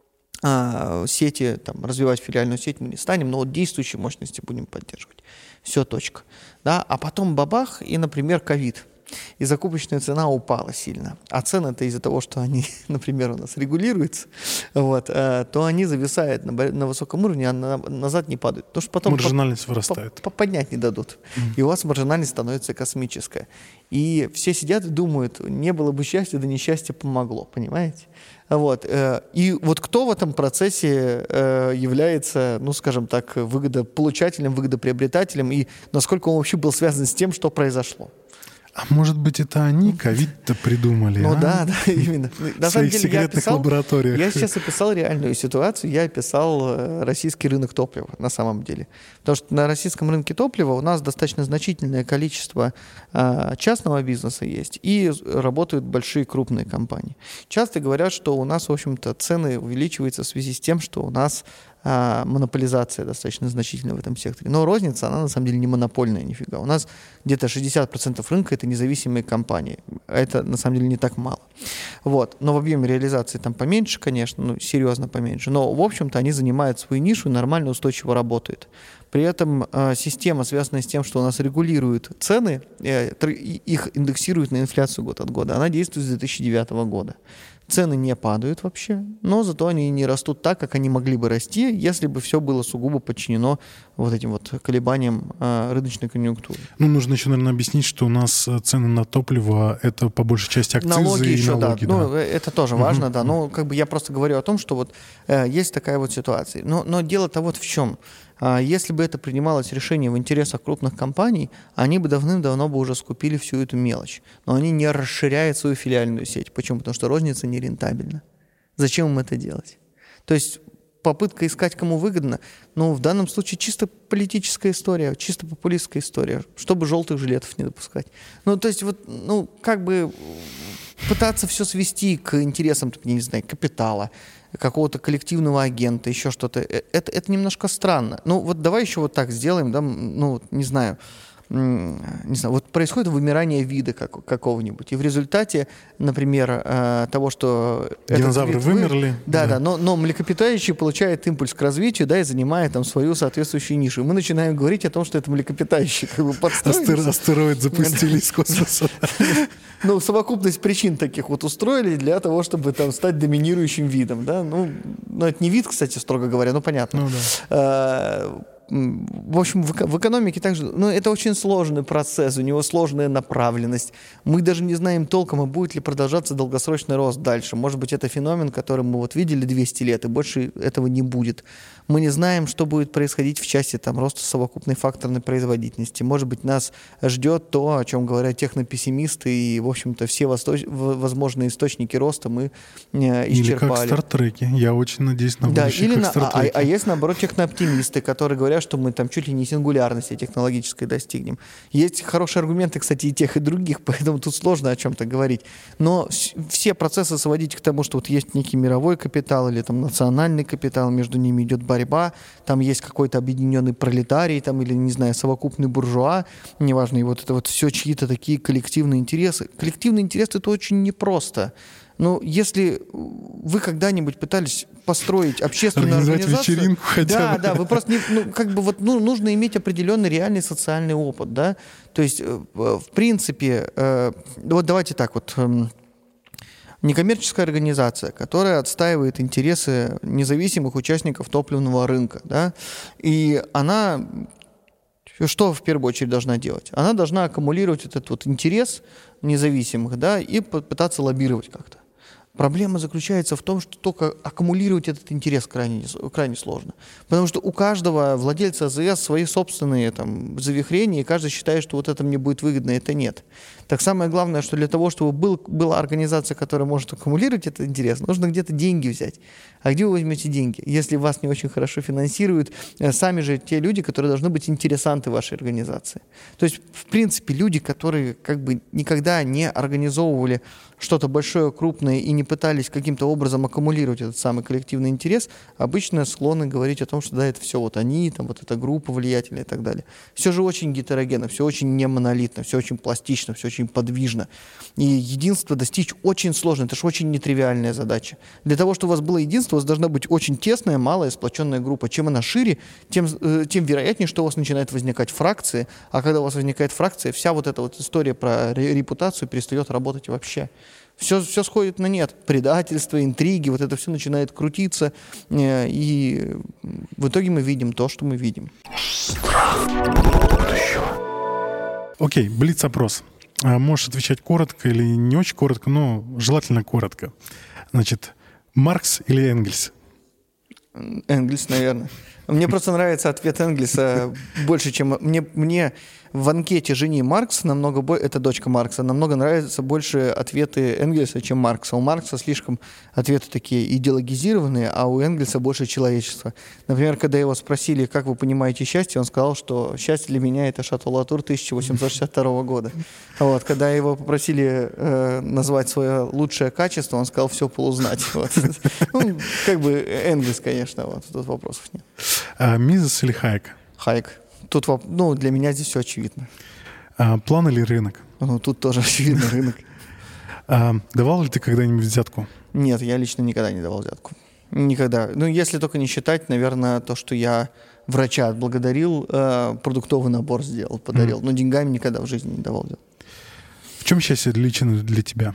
сети, развивать филиальную сеть мы не станем, но действующие мощности будем поддерживать. Все, точка. Да? А потом бабах, и, например, ковид. И закупочная цена упала сильно. А цены-то из-за того, что они, например, у нас регулируются, то они зависают на высоком уровне, а назад не падают. Потому что потом маржинальность вырастает. Поднять не дадут. И у вас маржинальность становится космическая. И все сидят и думают, не было бы счастья, да несчастье помогло, понимаете? И вот кто в этом процессе является, скажем так, выгодополучателем, выгодоприобретателем, и насколько он вообще был связан с тем, что произошло? А может быть, это они ковид-то придумали? Да, именно. На самом деле, секретных лабораториях. Я сейчас описал реальную ситуацию, я описал российский рынок топлива на самом деле. Потому что на российском рынке топлива у нас достаточно значительное количество частного бизнеса есть, и работают большие крупные компании. Часто говорят, что у нас, в общем-то, цены увеличиваются в связи с тем, что у нас монополизация достаточно значительная в этом секторе. Но розница, она на самом деле не монопольная нифига. У нас где-то 60% рынка — это независимые компании. Это на самом деле не так мало. Но в объеме реализации там поменьше, конечно, серьезно поменьше. Но, в общем-то, они занимают свою нишу и нормально, устойчиво работают. При этом система, связанная с тем, что у нас регулируют цены, их индексируют на инфляцию год от года, она действует с 2009 года. Цены не падают вообще, но зато они не растут так, как они могли бы расти, если бы все было сугубо подчинено вот этим колебаниям рыночной конъюнктуры. Нужно еще, наверное, объяснить, что у нас цены на топливо — это по большей части акцизы налоги и еще, налоги. Да. Это тоже важно, да. Но я просто говорю о том, что есть такая ситуация. Но дело-то вот в чем. Если бы это принималось решение в интересах крупных компаний, они бы давным-давно уже скупили всю эту мелочь. Но они не расширяют свою филиальную сеть. Почему? Потому что розница нерентабельна. Зачем им это делать? То есть попытка искать, кому выгодно. Но в данном случае чисто политическая история, чисто популистская история, чтобы желтых жилетов не допускать. Ну, то есть вот, ну, как бы пытаться все свести к интересам, не знаю, капитала, какого-то коллективного агента, еще что-то, это немножко странно. Ну, вот давай еще вот так сделаем, да, ну, не знаю, вот происходит вымирание вида какого-нибудь, и в результате, например, того, что динозавры вымерли, да, но млекопитающий получает импульс к развитию, да, и занимает там свою соответствующую нишу. И мы начинаем говорить о том, что это млекопитающий как бы подстроились. Астероид запустили из космоса. Ну, совокупность причин таких вот устроили для того, чтобы там стать доминирующим видом, да. Ну, это не вид, кстати, строго говоря, ну понятно. Ну, да. В общем, в экономике также, ну, это очень сложный процесс, у него сложная направленность. Мы даже не знаем толком, а будет ли продолжаться долгосрочный рост дальше. Может быть, это феномен, который мы вот видели 200 лет, и больше этого не будет. Мы не знаем, что будет происходить в части там, роста совокупной факторной производительности. Может быть, нас ждет то, о чем говорят технопессимисты, и, в общем-то, все возможные источники роста мы исчерпали. Или как в Стартреке. Я очень надеюсь на будущее, или как в Стартреке. А есть, наоборот, технооптимисты, которые говорят, что мы там чуть ли не сингулярности технологической достигнем. Есть хорошие аргументы, кстати, и тех, и других, поэтому тут сложно о чем-то говорить. Но все процессы сводить к тому, что вот есть некий мировой капитал или там национальный капитал, между ними идет борьба, там есть какой-то объединенный пролетарий там, или, не знаю, совокупный буржуа, неважно, и вот это вот все чьи-то такие коллективные интересы. Коллективный интерес — это очень непросто. Но если вы когда-нибудь пытались построить общественную организацию... вечеринку хотя бы. Да, вы просто не, нужно иметь определенный реальный социальный опыт, да. То есть, в принципе, вот давайте так вот... Некоммерческая организация, которая отстаивает интересы независимых участников топливного рынка, да, и она что в первую очередь должна делать? Она должна аккумулировать этот вот интерес независимых, да, и пытаться лоббировать как-то. Проблема заключается в том, что только аккумулировать этот интерес крайне сложно. Потому что у каждого владельца АЗС свои собственные там, завихрения, и каждый считает, что вот это мне будет выгодно, это нет. Так самое главное, что для того, чтобы была организация, которая может аккумулировать этот интерес, нужно где-то деньги взять. А где вы возьмете деньги, если вас не очень хорошо финансируют сами же те люди, которые должны быть интересанты вашей организации? То есть, в принципе, люди, которые как бы никогда не организовывали что-то большое, крупное и не пытались каким-то образом аккумулировать этот самый коллективный интерес, обычно склонны говорить о том, что да, это все вот они, там вот эта группа влиятельная и так далее. Все же очень гетерогенно, все очень не монолитно, все очень пластично, все очень подвижно. И единство достичь очень сложно, это же очень нетривиальная задача. Для того, чтобы у вас было единство, у вас должна быть очень тесная, малая, сплоченная группа. Чем она шире, тем вероятнее, что у вас начинают возникать фракции, а когда у вас возникает фракция, вся вот эта вот история про репутацию перестает работать вообще. Все сходит на нет. Предательство, интриги, вот это все начинает крутиться, и в итоге мы видим то, что мы видим. Страх будущего. Окей, блиц-опрос. Можешь отвечать коротко или не очень коротко, но желательно коротко. Значит, Маркс или Энгельс? Энгельс, наверное. Мне просто нравится ответ Энгельса больше, чем... Мне в анкете жени Маркса это дочка Маркса, намного нравятся больше ответы Энгельса, чем Маркса. У Маркса слишком ответы такие идеологизированные, а у Энгельса больше человечества. Например, когда его спросили, как вы понимаете счастье, он сказал, что счастье для меня — это Шато Латур 1862 года. Вот. Когда его попросили назвать свое лучшее качество, он сказал все полузнать. Вот. Ну, как бы Энгельс, конечно, вот, тут вопросов нет. Мизес или Хайек? Хайек. Тут, для меня здесь все очевидно. План или рынок? Тут тоже очевидно рынок. Давал ли ты когда-нибудь взятку? Нет, я лично никогда не давал взятку. Никогда. Если только не считать, наверное, то, что я врача отблагодарил, продуктовый набор сделал, подарил. Но деньгами никогда в жизни не давал взятку. В чем счастье лично для тебя?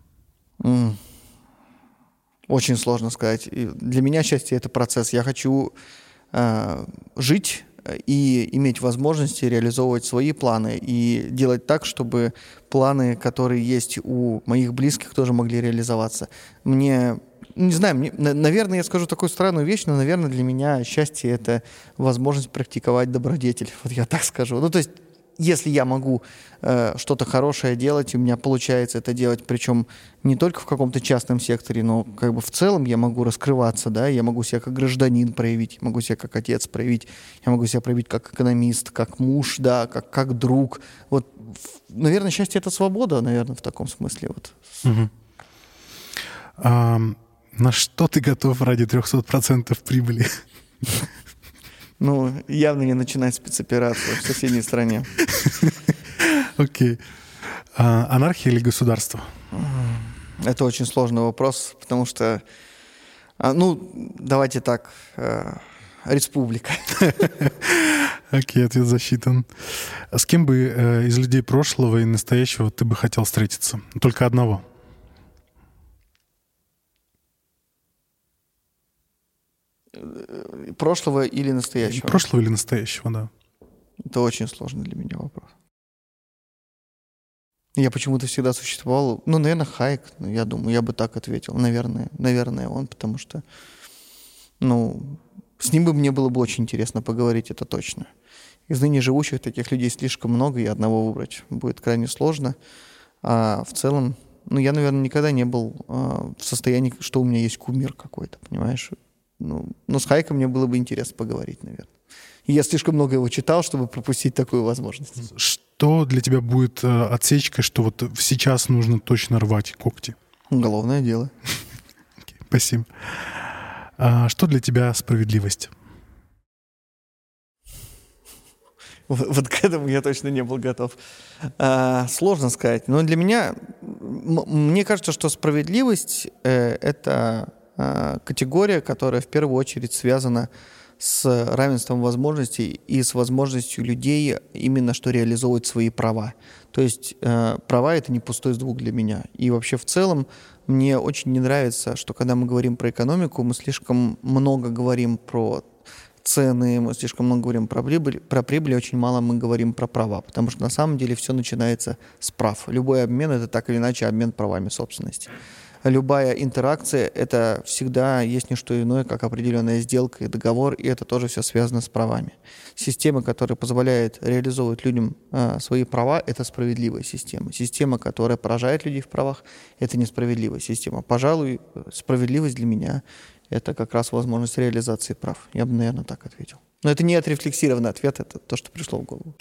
Очень сложно сказать. И для меня счастье — это процесс. Я хочу жить и иметь возможности реализовывать свои планы и делать так, чтобы планы, которые есть у моих близких, тоже могли реализоваться. Наверное, я скажу такую странную вещь, но, наверное, для меня счастье — это возможность практиковать добродетель. Вот я так скажу. То есть если я могу что-то хорошее делать, и у меня получается это делать, причем не только в каком-то частном секторе, но как бы в целом я могу раскрываться, да, я могу себя как гражданин проявить, могу себя как отец проявить, я могу себя проявить как экономист, как муж, да, как друг. Вот, наверное, счастье — это свобода, наверное, в таком смысле. Вот. Угу. На что ты готов ради 300% прибыли? Ну, явно не начинать спецоперацию в соседней стране. Окей. Анархия или государство? Это очень сложный вопрос, потому что, давайте так, республика. Окей, ответ засчитан. С кем бы из людей прошлого и настоящего ты бы хотел встретиться? Только одного. Прошлого или настоящего? Прошлого или настоящего, да. Это очень сложный для меня вопрос. Я почему-то всегда существовал... наверное, Хайек, я думаю, я бы так ответил. Наверное, он, потому что... с ним бы мне было бы очень интересно поговорить, это точно. Из ныне живущих таких людей слишком много, и одного выбрать будет крайне сложно. А в целом, я, наверное, никогда не был в состоянии, что у меня есть кумир какой-то, понимаешь? С Хайком мне было бы интересно поговорить, наверное. И я слишком много его читал, чтобы пропустить такую возможность. Что для тебя будет отсечкой, что вот сейчас нужно точно рвать когти? Уголовное дело. Спасибо. Что для тебя справедливость? Вот к этому я точно не был готов. Сложно сказать. Но для меня, мне кажется, что справедливость — это категория, которая в первую очередь связана с равенством возможностей и с возможностью людей именно что реализовывать свои права. То есть права — это не пустой звук для меня. И вообще в целом мне очень не нравится, что когда мы говорим про экономику, мы слишком много говорим про цены, мы слишком много говорим про прибыль, очень мало мы говорим про права, потому что на самом деле все начинается с прав. Любой обмен — это так или иначе обмен правами собственности. Любая интеракция — это всегда есть не что иное, как определенная сделка и договор, и это тоже все связано с правами. Система, которая позволяет реализовывать людям свои права, это справедливая система. Система, которая поражает людей в правах, это несправедливая система. Пожалуй, справедливость для меня — это как раз возможность реализации прав. Я бы, наверное, так ответил. Но это не отрефлексированный ответ, это то, что пришло в голову.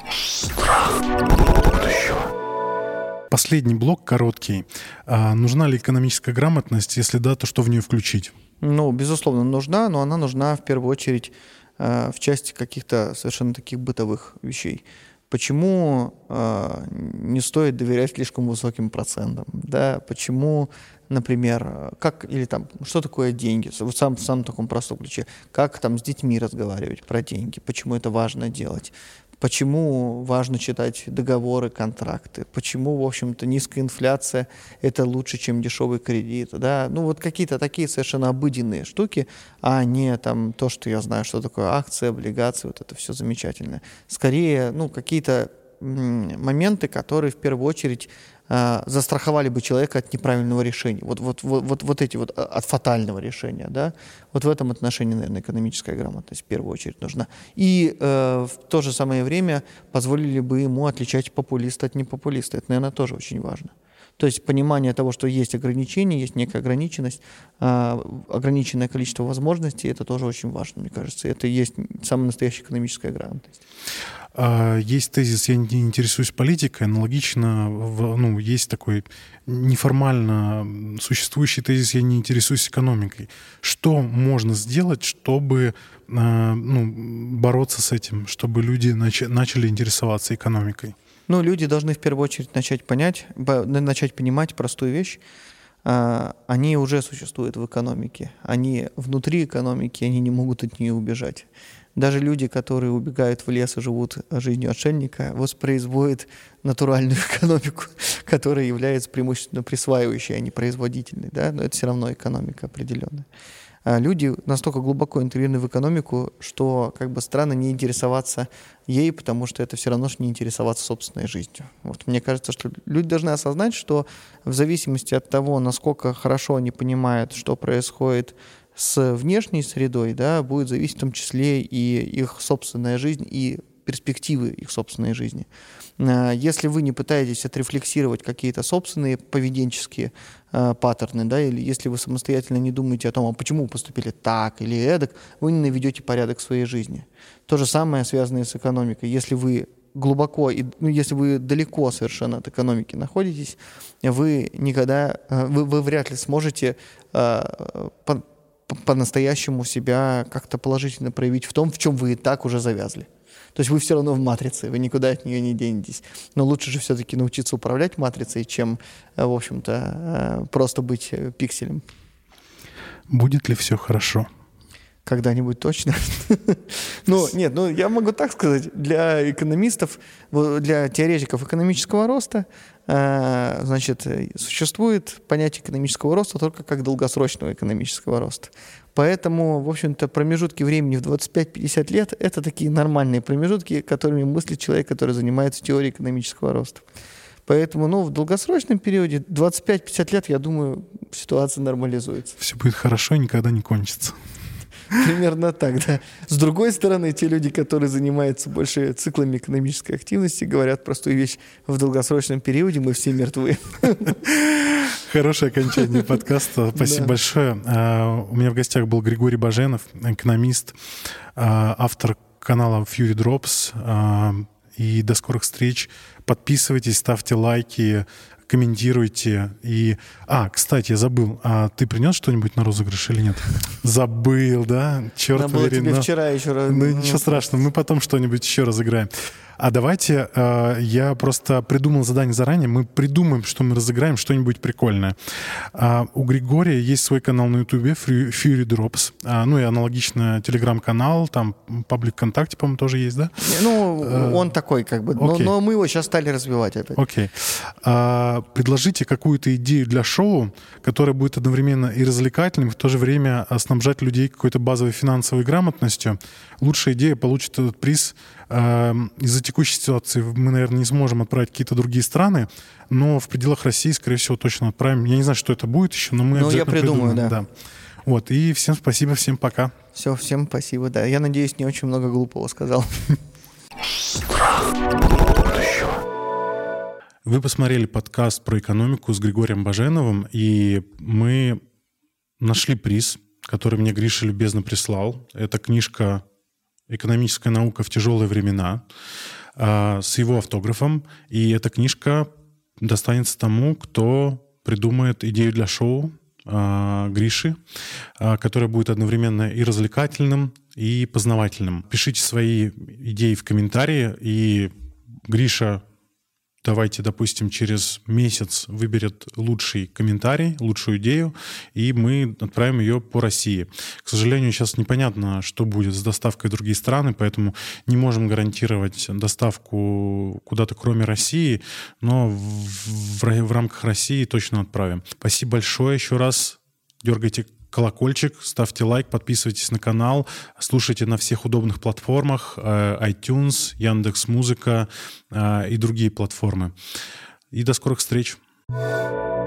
Последний блок короткий. Нужна ли экономическая грамотность? Если да, то что в нее включить? Безусловно, нужна, но она нужна в первую очередь в части каких-то совершенно таких бытовых вещей. Почему не стоит доверять слишком высоким процентам? Да? Почему, например, что такое деньги? В самом таком простом ключе. Как с детьми разговаривать про деньги? Почему это важно делать? Почему важно читать договоры, контракты? Почему, в общем-то, низкая инфляция – это лучше, чем дешевый кредит? Да? Какие-то такие совершенно обыденные штуки, а не то, что я знаю, что такое акции, облигации, вот это все замечательно. Скорее, какие-то моменты, которые в первую очередь застраховали бы человека от неправильного решения. Вот эти от фатального решения, да? Вот в этом отношении, наверное, экономическая грамотность в первую очередь нужна. И в то же самое время позволили бы ему отличать популиста от непопулиста. Это, наверное, тоже очень важно. То есть понимание того, что есть ограничения, есть некая ограниченность, ограниченное количество возможностей, это тоже очень важно, мне кажется. Это и есть самая настоящая экономическая грамотность. Есть тезис «я не интересуюсь политикой», аналогично, есть такой неформально существующий тезис «я не интересуюсь экономикой». Что можно сделать, чтобы бороться с этим, чтобы люди начали интересоваться экономикой? Люди должны в первую очередь начать понимать простую вещь. Они уже существуют в экономике. Они внутри экономики, они не могут от нее убежать. Даже люди, которые убегают в лес и живут жизнью отшельника, воспроизводят натуральную экономику, которая является преимущественно присваивающей, а не производительной. Да? Но это все равно экономика определенная. Люди настолько глубоко интегрированы в экономику, что странно не интересоваться ей, потому что это все равно, что не интересоваться собственной жизнью. Мне кажется, что люди должны осознать, что в зависимости от того, насколько хорошо они понимают, что происходит с внешней средой, да, будет зависеть в том числе и их собственная жизнь, и перспективы их собственной жизни. Если вы не пытаетесь отрефлексировать какие-то собственные поведенческие паттерны, да, или если вы самостоятельно не думаете о том, а почему вы поступили так или эдак, вы не наведете порядок в своей жизни. То же самое связано с экономикой. Если вы глубоко, если вы далеко совершенно от экономики находитесь, вы никогда, вы вряд ли сможете по-настоящему себя как-то положительно проявить в том, в чем вы и так уже завязли. То есть вы все равно в матрице, вы никуда от нее не денетесь. Но лучше же все-таки научиться управлять матрицей, чем, в общем-то, просто быть пикселем. Будет ли все хорошо? Когда-нибудь точно. Я могу так сказать. Для экономистов, для теоретиков экономического роста, значит, существует понятие экономического роста только как долгосрочного экономического роста. Поэтому, в общем-то, промежутки времени в 25-50 лет – это такие нормальные промежутки, которыми мыслит человек, который занимается теорией экономического роста. Поэтому, в долгосрочном периоде, 25-50 лет, я думаю, ситуация нормализуется. Все будет хорошо и никогда не кончится. Примерно так, да. С другой стороны, те люди, которые занимаются больше циклами экономической активности, говорят простую вещь: в долгосрочном периоде мы все мертвы. Хорошее окончание подкаста. Спасибо большое. У меня в гостях был Григорий Баженов, экономист, автор канала Fury Drops. И до скорых встреч. Подписывайтесь, ставьте лайки, комментируйте. И... кстати, я забыл. Ты принес что-нибудь на розыгрыш или нет? Забыл, да? Черт Надо было тебе вчера еще раз. Ничего страшного, мы потом что-нибудь еще разыграем. А давайте, я просто придумал задание заранее, мы придумаем, что мы разыграем, что-нибудь прикольное. У Григория есть свой канал на Ютубе, Fury Drops, и аналогично телеграм-канал, там паблик ВКонтакте, по-моему, тоже есть, да? Он такой, как бы, но мы его сейчас стали развивать опять. Окей. Предложите какую-то идею для шоу, которая будет одновременно и развлекательным, и в то же время снабжать людей какой-то базовой финансовой грамотностью. Лучшая идея получит этот приз. Из-за текущей ситуации мы, наверное, не сможем отправить какие-то другие страны, но в пределах России, скорее всего, точно отправим. Я не знаю, что это будет еще, но мы обязательно придумаем. Да. Вот, и всем спасибо, всем пока. Все, всем спасибо, да. Я надеюсь, не очень много глупого сказал. Вы посмотрели подкаст про экономику с Григорием Баженовым, и мы нашли приз, который мне Гриша любезно прислал. Это книжка «Экономическая наука в тяжелые времена» с его автографом. И эта книжка достанется тому, кто придумает идею для шоу Гриши, которое будет одновременно и развлекательным, и познавательным. Пишите свои идеи в комментарии, и Гриша, давайте, допустим, через месяц выберет лучший комментарий, лучшую идею, и мы отправим ее по России. К сожалению, сейчас непонятно, что будет с доставкой в другие страны, поэтому не можем гарантировать доставку куда-то кроме России, но в рамках России точно отправим. Спасибо большое еще раз. Дергайте колокольчик, ставьте лайк, подписывайтесь на канал, слушайте на всех удобных платформах, iTunes, Яндекс.Музыка и другие платформы. И до скорых встреч!